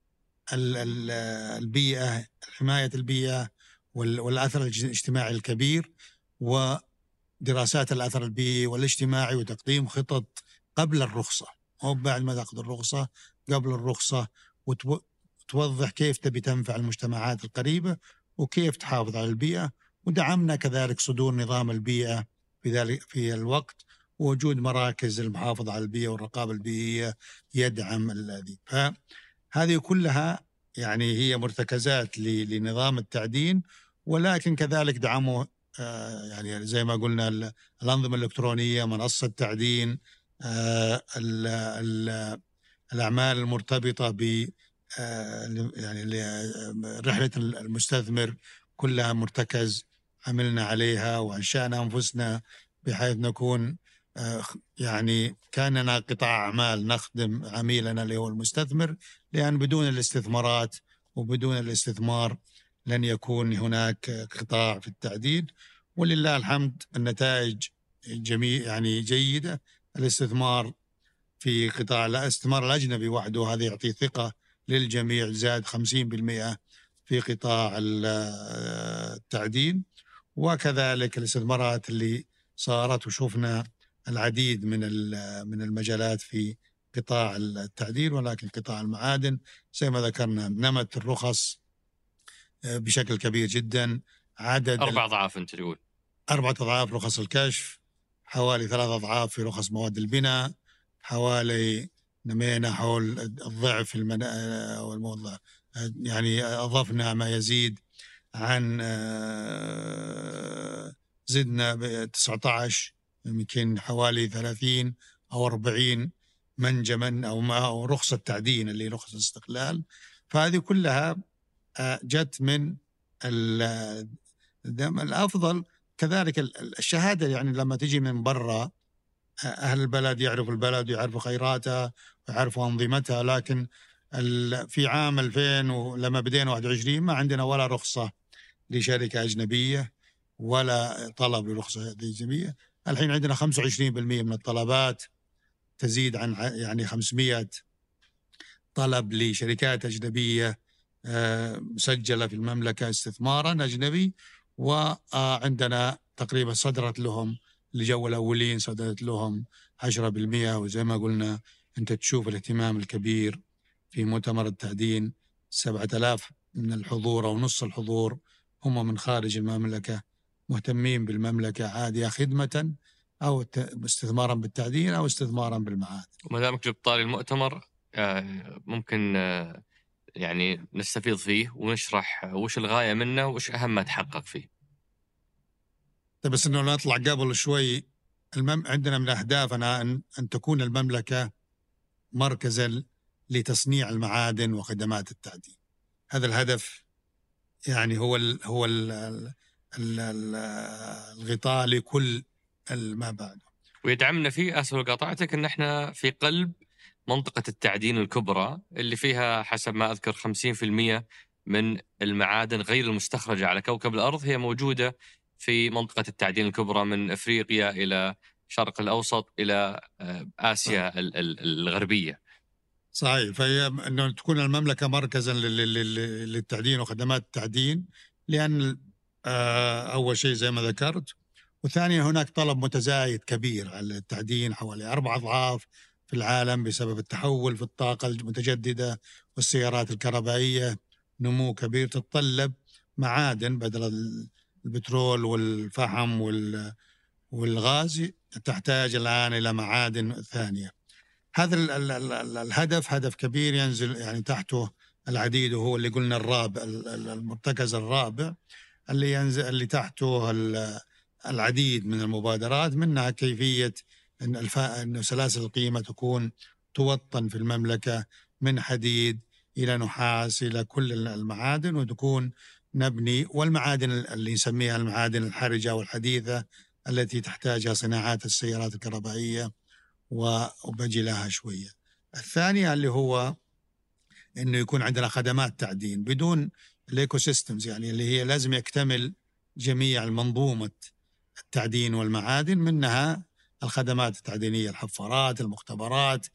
البيئة، حماية البيئة والأثر الاجتماعي الكبير، ودراسات الأثر البيئي والاجتماعي، وتقديم خطط قبل الرخصة أو بعد ما تأخذ الرخصة، قبل الرخصة، وتوضح كيف تبي تنفع المجتمعات القريبة وكيف تحافظ على البيئة. ودعمنا كذلك صدور نظام البيئة في ذلك في الوقت، ووجود مراكز المحافظة على البيئة والرقابة البيئية يدعم الذي. فهذه كلها يعني هي مرتكزات لنظام التعدين، ولكن كذلك دعمه يعني زي ما قلنا الأنظمة الإلكترونية، منصة تعدين، الأعمال المرتبطة ب يعني رحلة المستثمر كلها مرتكز عملنا عليها وأنشأنا أنفسنا بحيث نكون يعني كأننا قطاع أعمال نخدم عميلنا اللي هو المستثمر، لأن بدون الاستثمارات وبدون الاستثمار لن يكون هناك قطاع في التعدين. ولله الحمد النتائج جميع يعني جيدة. الاستثمار في قطاع الاستثمار الأجنبي وحده هذا يعطي ثقة للجميع، زاد خمسين بالمئة في قطاع التعدين، وكذلك الاستثمارات اللي صارت وشوفنا العديد من من المجالات في قطاع التعدين. ولكن قطاع المعادن زي ما ذكرنا نمت الرخص بشكل كبير جدا، عدد أربع أضعاف أنت تقول أربعة أضعاف رخص الكشف، حوالي ثلاث أضعاف في رخص مواد البناء، حوالي نمينا حول الضعف المنا... أو الموضوع يعني أضفنا ما يزيد عن زدنا ب تسعة عشر يمكن حوالي ثلاثين أو أربعين منجما أو ما أو رخصة تعدين اللي رخصة الاستقلال. فهذه كلها جت من الأفضل. كذلك الشهادة يعني لما تجي من برا أهل البلد يعرفوا البلد ويعرفوا خيراتها ويعرفوا أنظمتها، لكن في عام ألفين ولما بدينا واحد وعشرين ما عندنا ولا رخصة لشركة أجنبية ولا طلب لرخصة أجنبية. الحين عندنا خمسة وعشرين بالمئة من الطلبات تزيد عن يعني خمسمئة طلب لشركات أجنبية مسجلة في المملكة استثمارا أجنبي، وعندنا تقريبا صدرت لهم الجو الأولين صدرت لهم عشرة بالمئة. وزي ما قلنا أنت تشوف الاهتمام الكبير في مؤتمر التعدين، سبعة آلاف من الحضور أو نص الحضور هم من خارج المملكة مهتمين بالمملكة عادية خدمة أو استثمارا بالتعدين أو استثمارا بالمعادن. وما دامك جبت طاري المؤتمر ممكن يعني نستفيض فيه ونشرح وش الغاية منه وش أهم ما تحقق فيه. بس إنه نطلع قبل شوي، المم... عندنا من أهدافنا أن... أن تكون المملكة مركزا لتصنيع المعادن وخدمات التعدين. هذا الهدف يعني هو ال... هو ال... ال... ال... الغطاء لكل ما بعده. ويدعمنا فيه أسهل قطعتك أن احنا في قلب منطقة التعدين الكبرى اللي فيها حسب ما أذكر خمسين بالمئة من المعادن غير المستخرجة على كوكب الأرض هي موجودة في منطقة التعدين الكبرى، من أفريقيا إلى الشرق الأوسط إلى آسيا الغربية. صحيح. فهي أنه تكون المملكة مركزا للتعدين وخدمات التعدين، لأن أول شيء زي ما ذكرت، وثانيا هناك طلب متزايد كبير على التعدين حوالي أربع أضعاف في العالم بسبب التحول في الطاقة المتجددة والسيارات الكهربائية، نمو كبير تتطلب معادن بدل البترول والفحم والغاز، تحتاج الآن إلى معادن ثانية. هذا الهدف هدف كبير ينزل يعني تحته العديد، وهو اللي قلنا الرابع المرتكز الرابع اللي ينزل اللي تحته العديد من المبادرات، منها كيفية أن, الف... أن سلاسل القيمة تكون توطن في المملكة من حديد إلى نحاس إلى كل المعادن، وتكون نبني والمعادن اللي نسميها المعادن الحرجة والحديثة التي تحتاجها صناعات السيارات الكهربائية، وبجي لها شوية. الثانية اللي هو إنه يكون عندنا خدمات تعدين بدون الإيكو سيستمز، يعني اللي هي لازم يكتمل جميع المنظومة التعدين والمعادن، منها الخدمات التعدينية، الحفارات، المختبرات،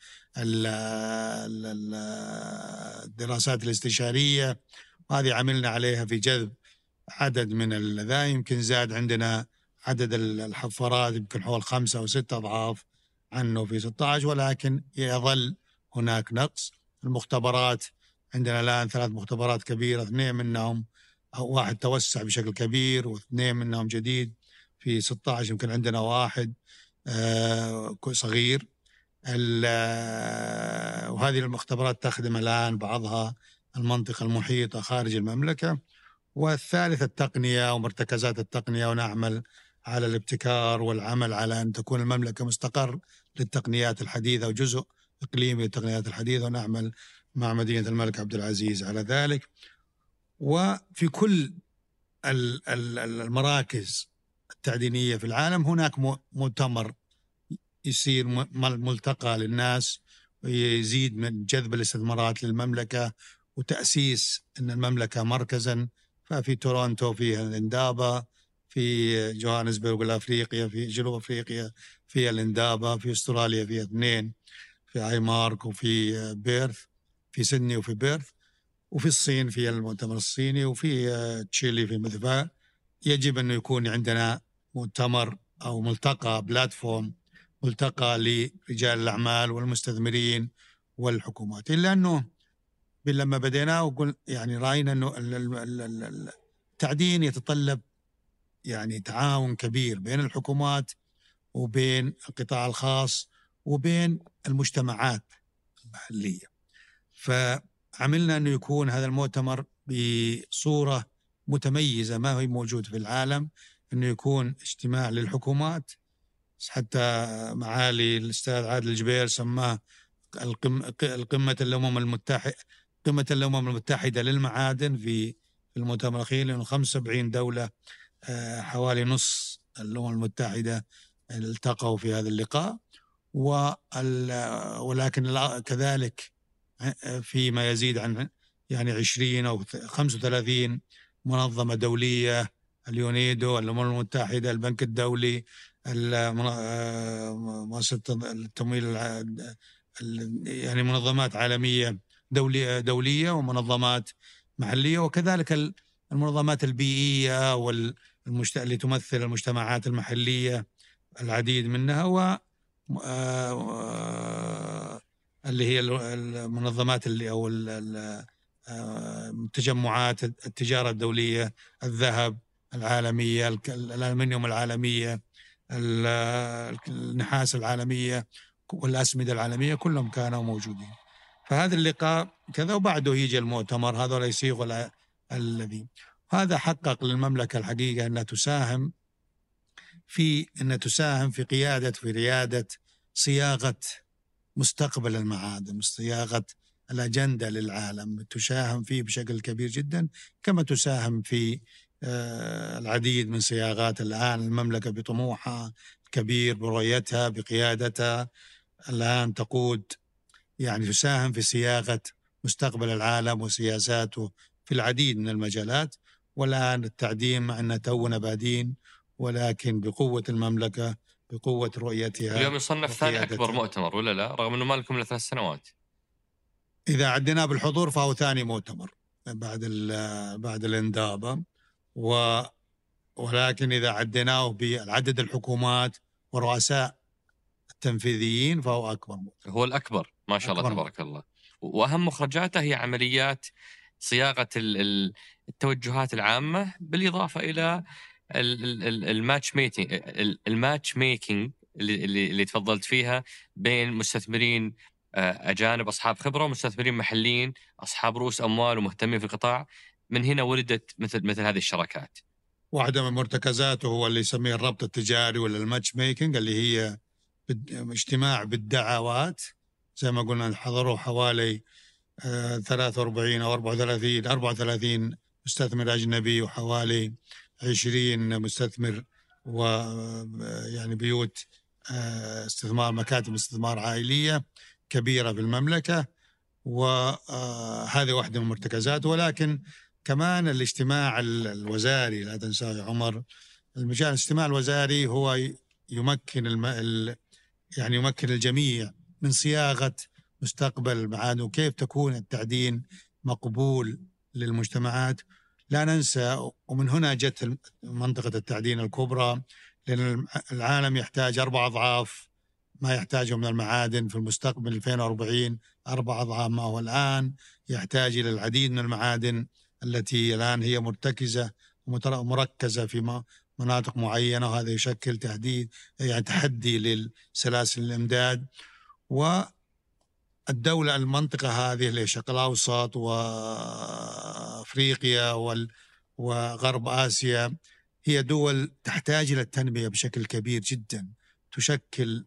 الدراسات الاستشارية. وهذه عملنا عليها في جذب عدد من ذا، يمكن زاد عندنا عدد الحفارات يمكن حول خمسة أو ستة أضعاف عنه في ستة عشر، ولكن يظل هناك نقص. المختبرات عندنا الآن ثلاث مختبرات كبيرة، اثنين منهم واحد توسع بشكل كبير واثنين منهم جديد. في ستة عشر يمكن عندنا واحد آه صغير. وهذه المختبرات تخدم الآن بعضها المنطقة المحيطة خارج المملكة. والثالث التقنية ومرتكزات التقنية، ونعمل على الابتكار والعمل على أن تكون المملكة مستقر للتقنيات الحديثة وجزء إقليمي للتقنيات الحديثة، ونعمل مع مدينة الملك عبد العزيز على ذلك. وفي كل المراكز التعدينية في العالم هناك مؤتمر يصير ملتقى للناس، ويزيد من جذب الاستثمارات للمملكة وتأسيس أن المملكة مركزا. ففي تورونتو فيها الاندابا، في جوهانسبرغ الأفريقيا، في جنوب أفريقيا في الاندابا، في أستراليا فيها اثنين، في آي مارك وفي بيرث، في سيدني وفي بيرث، وفي الصين في المؤتمر الصيني، وفي تشيلي في مثفا. يجب أن يكون عندنا مؤتمر أو ملتقى بلاتفورم، ملتقى لرجال الأعمال والمستثمرين والحكومات. إلا أنه لما بدينا وقل يعني رأينا أنه التعدين يتطلب يعني تعاون كبير بين الحكومات وبين القطاع الخاص وبين المجتمعات المحلية. فعملنا أنه يكون هذا المؤتمر بصورة متميزة ما هي موجود في العالم، أنه يكون اجتماع للحكومات. حتى معالي الأستاذ عادل الجبير سماه القمة القمة الأمم المتحدة قمة الأمم المتحدة للمعادن في المؤتمر الأخير، لأنه خمسة وسبعين دولة حوالي نص الأمم المتحدة التقوا في هذا اللقاء. ولكن كذلك فيما يزيد عن يعني عشرين أو خمسة وثلاثين منظمة دولية، اليونيدو، الأمم المتحدة، البنك الدولي، مؤسسة التمويل، يعني منظمات عالمية دولية دولية ومنظمات محلية، وكذلك المنظمات البيئية والمجت... اللي تمثل المجتمعات المحلية العديد منها، و اللي هي المنظمات اللي أو تجمعات التجارة الدولية، الذهب العالمية، الألمنيوم العالمية، النحاس العالمية والأسمدة العالمية، كلهم كانوا موجودين. فهذا اللقاء كذا، وبعده يجي المؤتمر. هذا يصيغ الذي هذا حقق للمملكة الحقيقة أنها تساهم في أن تساهم في قيادة في ريادة صياغة مستقبل المعادن، صياغة الأجندة للعالم، تساهم فيه بشكل كبير جدا، كما تساهم في العديد من صياغات الآن المملكة بطموحها كبير، برؤيتها، بقيادتها الآن تقود، يعني تساهم في صياغة مستقبل العالم وسياساته في العديد من المجالات. والآن التعدين مع أننا تونا بادين، ولكن بقوة المملكة، بقوة رؤيتها. اليوم يصنف ثاني أكبر مؤتمر ولا لا، رغم أنه ما لكم إلا ثلاث سنوات؟ إذا عدنا بالحضور فهو ثاني مؤتمر بعد بعد الاندابة، و ولكن إذا عدناه بالعدد الحكومات ورؤساء التنفيذيين فهو أكبر مؤتمر. هو الأكبر ما شاء الله تبارك الله. وأهم مخرجاته هي عمليات صياغة التوجهات العامة، بالإضافة إلى الماتش ميكينج الماتش ميكينج اللي اللي تفضلت فيها بين مستثمرين أجانب أصحاب خبرة ومستثمرين محليين أصحاب رؤوس أموال ومهتمين في القطاع. من هنا ولدت مثل مثل هذه الشراكات. واحدة من مرتكزاته هو اللي يسميه الربط التجاري ولا الماتش ميكينج، اللي هي اجتماع بالدعوات. زي ما قلنا حضروا حوالي ثلاثة وأربعين أو أربعة وثلاثين أربعة وثلاثين مستثمر أجنبي، وحوالي عشرين مستثمر ويعني بيوت استثمار، مكاتب استثمار عائلية كبيرة في المملكة. وهذه واحدة من المرتكزات. ولكن كمان الاجتماع الوزاري لا تنساه يا عمر، المجال الاجتماع الوزاري هو يمكن الم... يعني يمكن الجميع من صياغة مستقبل المعادن وكيف تكون التعدين مقبول للمجتمعات. لا ننسى، ومن هنا جت منطقة التعدين الكبرى، لأن العالم يحتاج أربع أضعاف ما يحتاجه من المعادن في المستقبل ألفين وأربعين، أربع أضعاف ما هو الآن. يحتاج إلى العديد من المعادن التي الآن هي مرتكزة ومركزة في مناطق معينة، وهذا يشكل تهديد يعني تحدي للسلاسل الإمداد. والدولة المنطقة هذه اللي الشرق الأوسط وأفريقيا وغرب آسيا هي دول تحتاج إلى التنمية بشكل كبير جدا، تشكل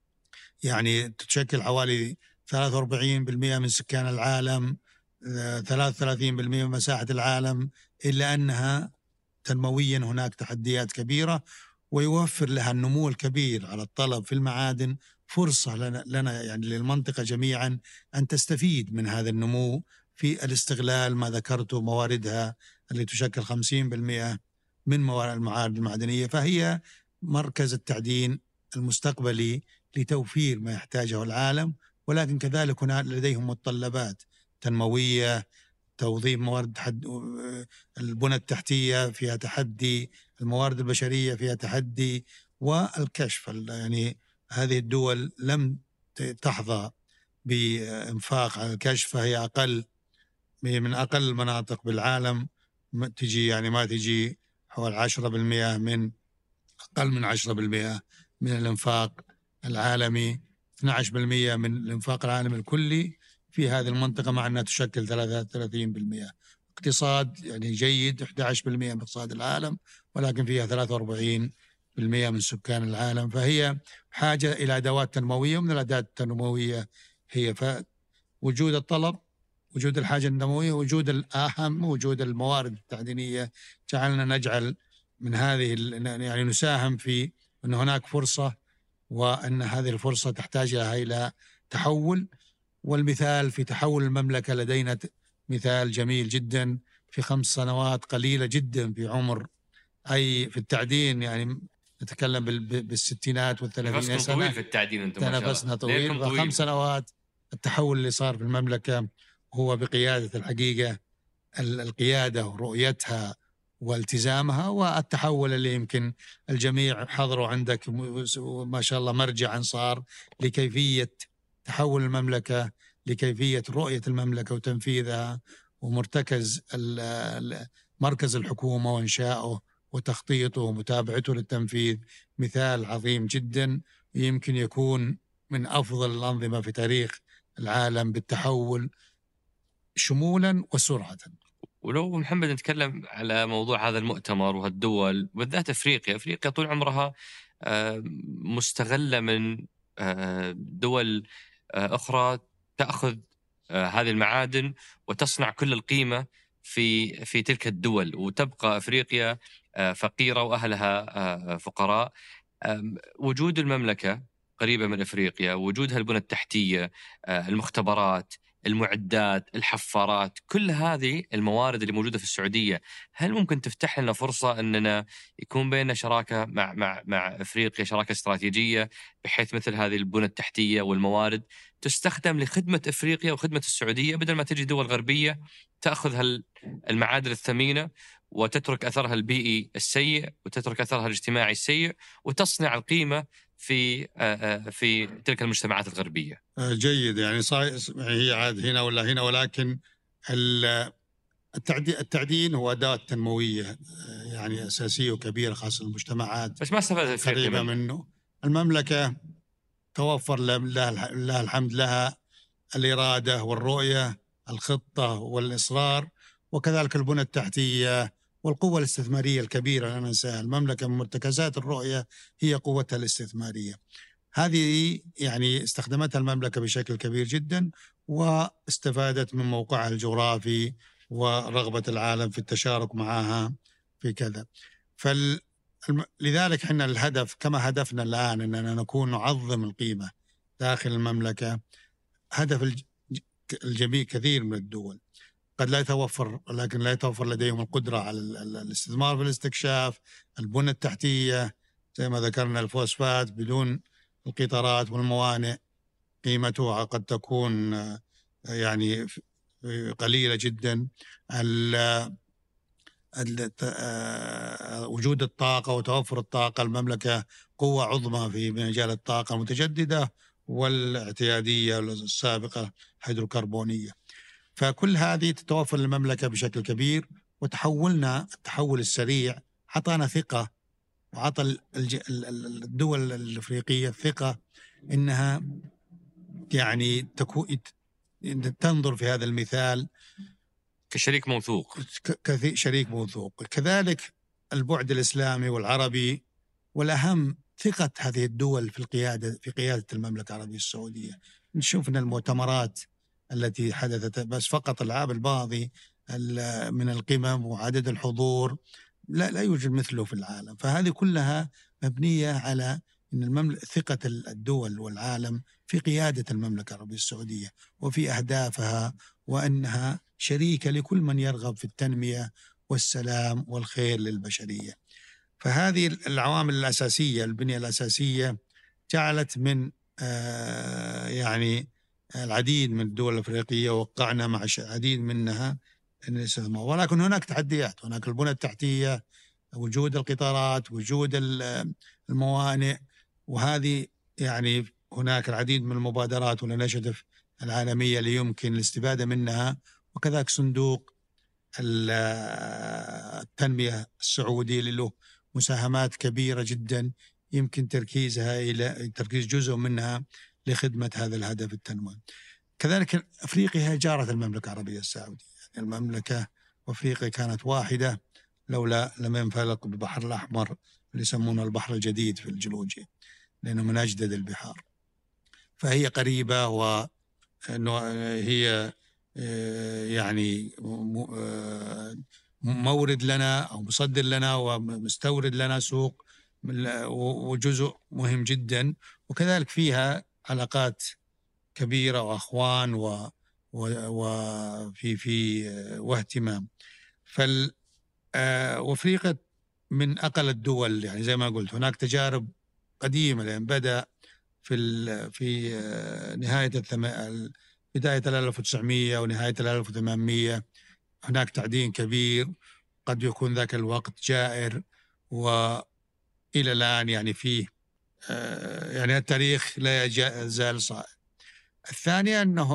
يعني تشكل حوالي ثلاثة وأربعين بالمئة من سكان العالم، ثلاثة وثلاثين بالمئة من مساحة العالم، إلا أنها تنمويا هناك تحديات كبيرة، ويوفر لها النمو الكبير على الطلب في المعادن فرصة لنا, لنا يعني للمنطقة جميعا أن تستفيد من هذا النمو في الاستغلال ما ذكرته مواردها اللي تشكل خمسين بالمئة من موارد المعادن المعدنية. فهي مركز التعدين المستقبلي لتوفير ما يحتاجه العالم، ولكن كذلك هناك لديهم متطلبات تنموية، توظيف موارد حد... البنى التحتية فيها تحدي، الموارد البشرية فيها تحدي، والكشف. يعني هذه الدول لم تحظى بإنفاق على الكشف، فهي أقل من أقل المناطق بالعالم، تجي يعني ما تجي حوالي عشرة بالمئة من أقل من عشرة بالمئة من الإنفاق العالمي، اثني عشر بالمئة من الإنفاق العالمي الكلي في هذه المنطقة، مع أنها تشكل ثلاثة وثلاثين بالمئة. اقتصاد يعني جيد، أحد عشر بالمئة من اقتصاد العالم، ولكن فيها ثلاثة وأربعين بالمئة من سكان العالم. فهي حاجة إلى أدوات تنموية، ومن الأدوات التنموية هي وجود الطلب، وجود الحاجة النموية، وجود الأهم وجود الموارد التعدينية. جعلنا نجعل من هذه يعني نساهم في أن هناك فرصة، وأن هذه الفرصة تحتاج إلى تحول. والمثال في تحول المملكة لدينا مثال جميل جدا، في خمس سنوات قليلة جدا في عمر أي في التعدين، يعني نتكلم بالستينات والثلاثينات سنة، طويل في التعدين أنتم ما شاء الله، نفسنا طويل. فخمس سنوات التحول اللي صار في المملكة هو بقيادة الحقيقة القيادة ورؤيتها والتزامها، والتحول اللي يمكن الجميع حضروا عندك ما شاء الله مرجعا صار لكيفية تحول المملكة، لكيفية رؤية المملكة وتنفيذها، ومرتكز مركز الحكومة وإنشاؤه وتخطيطه ومتابعته للتنفيذ مثال عظيم جدا، يمكن يكون من أفضل الأنظمة في تاريخ العالم بالتحول شمولا وسرعة. ولو محمد نتكلم على موضوع هذا المؤتمر وهالدول بالذات أفريقيا، أفريقيا طول عمرها مستغلة من دول أخرى تأخذ هذه المعادن وتصنع كل القيمة في في تلك الدول، وتبقى أفريقيا فقيرة وأهلها فقراء. وجود المملكة قريبة من أفريقيا، وجودها البنى التحتية، المختبرات، المعدات، الحفارات، كل هذه الموارد اللي موجودة في السعودية، هل ممكن تفتح لنا فرصة أننا يكون بيننا شراكة مع مع مع أفريقيا، شراكة استراتيجية، بحيث مثل هذه البنى التحتية والموارد تستخدم لخدمة أفريقيا وخدمة السعودية، بدل ما تجي دول غربية تأخذ المعادن الثمينة وتترك أثرها البيئي السيء وتترك أثرها الاجتماعي السيء وتصنع القيمة في في تلك المجتمعات الغربية. جيد، يعني هي عاد هنا ولا هنا، ولكن التعدين هو أداة تنموية يعني أساسية وكبيرة خاصة المجتمعات بس ما استفادت قريبة منه. المملكة توفر لها الحمد لها الإرادة والرؤية، الخطة والإصرار، وكذلك البنى التحتية والقوة الاستثمارية الكبيرة. لا ننساها، المملكة من مرتكزات الرؤية هي قوتها الاستثمارية. هذه يعني استخدمتها المملكة بشكل كبير جدا، واستفادت من موقعها الجغرافي ورغبة العالم في التشارك معها في كذا. فل لذلك احنا الهدف كما هدفنا الآن أننا نكون نعظم القيمة داخل المملكة، هدف الجميع. كثير من الدول قد لا يتوفر، لكن لا يتوفر لديهم القدرة على الاستثمار في الاستكشاف، البنى التحتية زي ما ذكرنا، الفوسفات بدون القطارات والموانئ قيمتها قد تكون يعني قليلة جدا. وجود الطاقة وتوفر الطاقة، المملكة قوة عظمى في مجال الطاقة المتجددة والاعتيادية السابقة هيدروكربونية. فكل هذه تتوفر للمملكة بشكل كبير. وتحولنا التحول السريع عطانا ثقة، وعطى الدول الأفريقية ثقة إنها يعني تكون تنظر في هذا المثال كشريك موثوق، كشريك موثوق. كذلك البعد الإسلامي والعربي، والأهم ثقة هذه الدول في القيادة في قيادة المملكة العربية السعودية. نشوفنا المؤتمرات التي حدثت بس فقط العام الماضي من القمم وعدد الحضور لا لا يوجد مثله في العالم. فهذه كلها مبنية على إن المملكة ثقة الدول والعالم في قيادة المملكة العربية السعودية وفي أهدافها، وأنها شريكة لكل من يرغب في التنمية والسلام والخير للبشرية. فهذه العوامل الأساسية، البنية الأساسية، جعلت من آه يعني العديد من الدول الأفريقية وقعنا مع العديد منها. ولكن هناك تحديات، هناك البنى التحتية، وجود القطارات، وجود الموانئ، وهذه يعني هناك العديد من المبادرات والإنشيتيف العالمية اللي يمكن الاستفادة منها، وكذلك صندوق التنمية السعودي اللي له مساهمات كبيرة جدا يمكن تركيزها إلى تركيز جزء منها لخدمة هذا الهدف التنموي. كذلك أفريقيا هي جارة المملكة العربية السعودية، يعني المملكة وأفريقيا كانت واحدة لولا لم ينفلق بالبحر الأحمر اللي يسمونه البحر الجديد في الجيولوجيا، لأنه من أجدد البحار. فهي قريبة، وهي يعني مورد لنا أو مصدر لنا ومستورد لنا سوق، وجزء مهم جدا. وكذلك فيها علاقات كبيرة وأخوان و وفي في واهتمام. فال وأفريقيا من أقل الدول، يعني زي ما قلت هناك تجارب قديمة، لأن بدأ في في نهاية الثم... بداية الألف وتسعمية ونهاية الألف وثمانمية هناك تعدين كبير، قد يكون ذاك الوقت جائر، وإلى الآن يعني فيه يعني التاريخ لا يزال صائم. الثانية أنه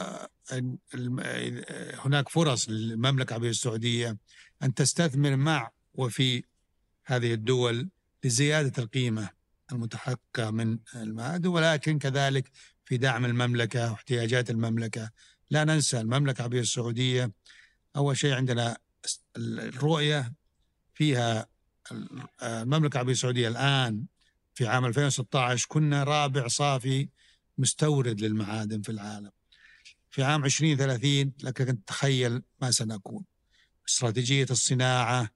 هناك فرص للمملكة العربية السعودية أن تستثمر مع وفي هذه الدول لزيادة القيمة المتحققة من المعادن، ولكن كذلك في دعم المملكة واحتياجات المملكة. لا ننسى المملكة العربية السعودية أول شيء عندنا الرؤية فيها. المملكة العربية السعودية الآن في عام ألفين وستة عشر كنا رابع صافي مستورد للمعادن في العالم. في عام عشرين ثلاثين لك أن تتخيل ما سنكون. استراتيجية الصناعة،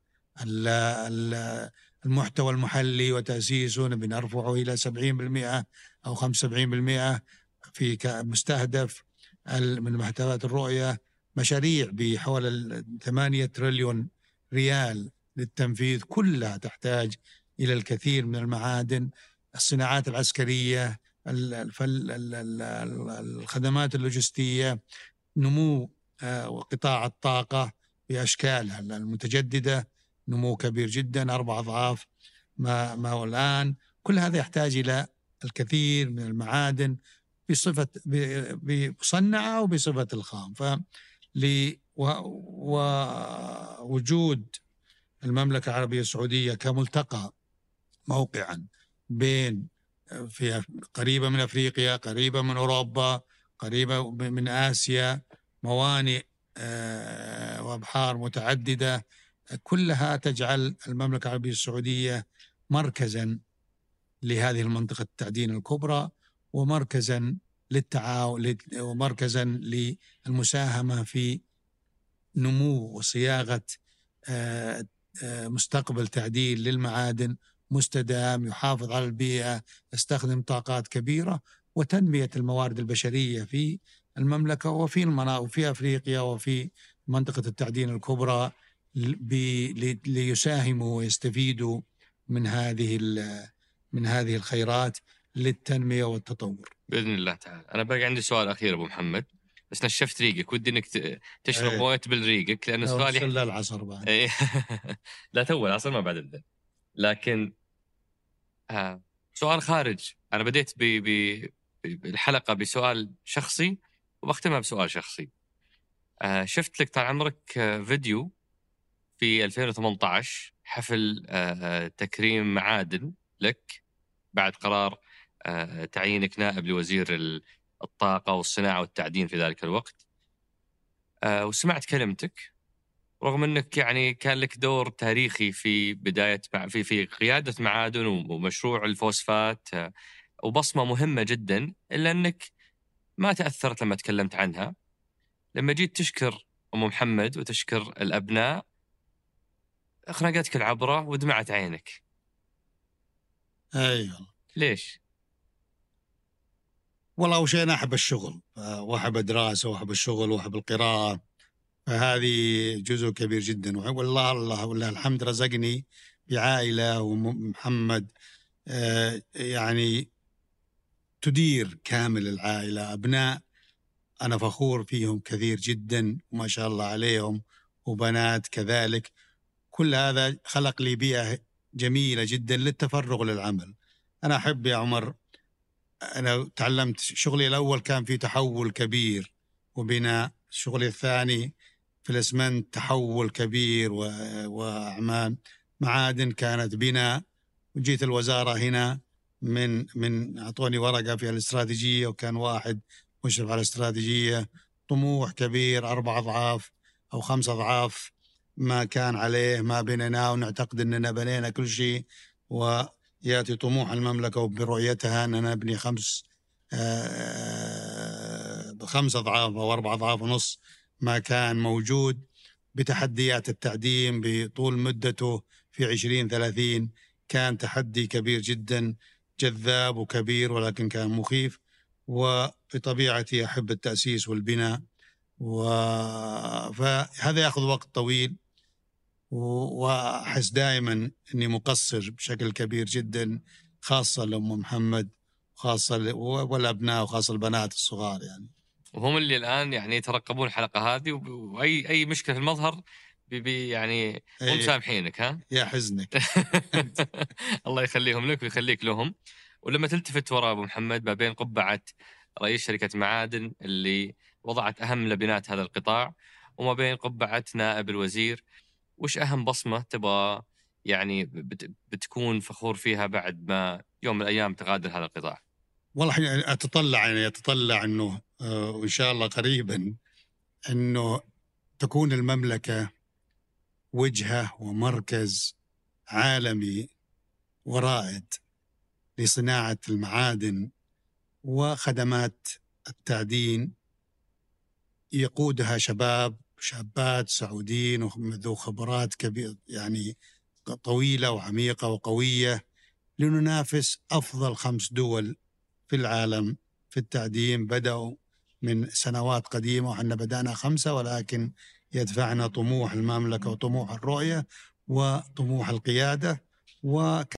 المحتوى المحلي وتأسيسه بنرفعه إلى سبعين بالمئة أو خمسة وسبعين بالمئة في مستهدف من محتويات الرؤية. مشاريع بحوالي ثمانية تريليون ريال للتنفيذ، كلها تحتاج إلى الكثير من المعادن. الصناعات العسكرية، الخدمات اللوجستية، نمو قطاع الطاقة بأشكالها المتجددة، نمو كبير جدا أربع أضعاف ما ما هو الآن. كل هذا يحتاج إلى الكثير من المعادن بصفة بمصنعة وبصفة الخام. فلوجود المملكة العربية السعودية كملتقى موقعا بين في قريبة من أفريقيا، قريبة من أوروبا، قريبة من آسيا، موانئ وأبحار متعددة، كلها تجعل المملكة العربية السعودية مركزا لهذه المنطقة التعدين الكبرى، ومركزا للتعاون ومركزا للمساهمة في نمو وصياغة مستقبل تعدين للمعادن مستدام يحافظ على البيئة، يستخدم طاقات كبيرة، وتنمية الموارد البشرية في المملكة وفي المناطق وفي أفريقيا وفي منطقة التعدين الكبرى ليساهموا ويستفيدوا من هذه من هذه الخيرات للتنمية والتطور بإذن الله تعالى. أنا باقي عندي سؤال أخير أبو محمد، بس نشفت ريقك، ودي إنك تشرب موية تبل ريقك، لأن سؤالي لا العصر بعد لا تو العصر ما بعد الذن. لكن آه سؤال خارج. أنا بديت بالحلقة بسؤال شخصي وبختمها بسؤال شخصي. آه شفت لك طال عمرك آه فيديو في ألفين وثمانية عشر حفل آه تكريم معادن لك بعد قرار آه تعيينك نائب لوزير الطاقة والصناعة والتعدين في ذلك الوقت. آه وسمعت كلمتك، رغم أنك يعني كان لك دور تاريخي في بداية في في قيادة معادن ومشروع الفوسفات آه وبصمة مهمة جدا، إلا أنك ما تأثرت لما تكلمت عنها. لما جيت تشكر أم محمد وتشكر الأبناء أخنقتك العبرة ودمعت عينك. أيوة. ليش؟ والله أول شيء أنا أحب الشغل وأحب الدراسة وأحب الشغل وأحب القراءة، فهذه جزء كبير جدا. والله الله والله الحمد رزقني بعائلة ومحمد آه يعني تدير كامل العائلة، أبناء أنا فخور فيهم كثير جدا وما شاء الله عليهم، وبنات كذلك. كل هذا خلق لي بيئة جميلة جدا للتفرغ للعمل. أنا أحب يا عمر، أنا تعلمت شغلي الأول كان في تحول كبير وبناء، شغلي الثاني في الإسمنت تحول كبير وأعمال معادن كانت بناء. وجيت الوزارة هنا من من أعطوني ورقة في الاستراتيجية، وكان واحد مشرف على الاستراتيجية، طموح كبير أربع أضعاف أو خمس أضعاف ما كان عليه ما بنيناه، ونعتقد أننا بنينا كل شيء، ويأتي طموح المملكة وبرؤيتها أننا نبني خمس آه خمس أضعاف أو أربع أضعاف ونص ما كان موجود، بتحديات التعدين بطول مدته في عشرين ثلاثين. كان تحدي كبير جدا، جذاب وكبير، ولكن كان مخيف. وبطبيعتي أحب التأسيس والبناء، فهذا يأخذ وقت طويل، وأحس دائما أني مقصر بشكل كبير جدا، خاصة لأم محمد، خاصة والأبناء، وخاصة البنات الصغار يعني. وهم اللي الآن يعني يترقبون الحلقة هذه، وأي أي مشكلة في المظهر بي يعني هم مسامحينك. ها يا حزنك. الله يخليهم لك ويخليك لهم. ولما تلتفت وراء أبو محمد ما بين قبعة رئيس شركة معادن اللي وضعت أهم لبنات هذا القطاع، وما بين قبعة نائب الوزير، وش أهم بصمة تبغى يعني بتكون فخور فيها بعد ما يوم من الأيام تغادر هذا القطاع؟ والله أتطلع يعني أتطلع أنه آه وإن شاء الله قريبا أنه تكون المملكة وجهة ومركز عالمي ورائد لصناعة المعادن وخدمات التعدين، يقودها شباب شابات سعوديين وذو خبرات كبيرة يعني طويلة وعميقة وقوية، لننافس أفضل خمس دول في العالم في التعدين. بدأوا من سنوات قديمة وحنا بدأنا خمسة، ولكن يدفعنا طموح المملكة وطموح الرؤية وطموح القيادة. و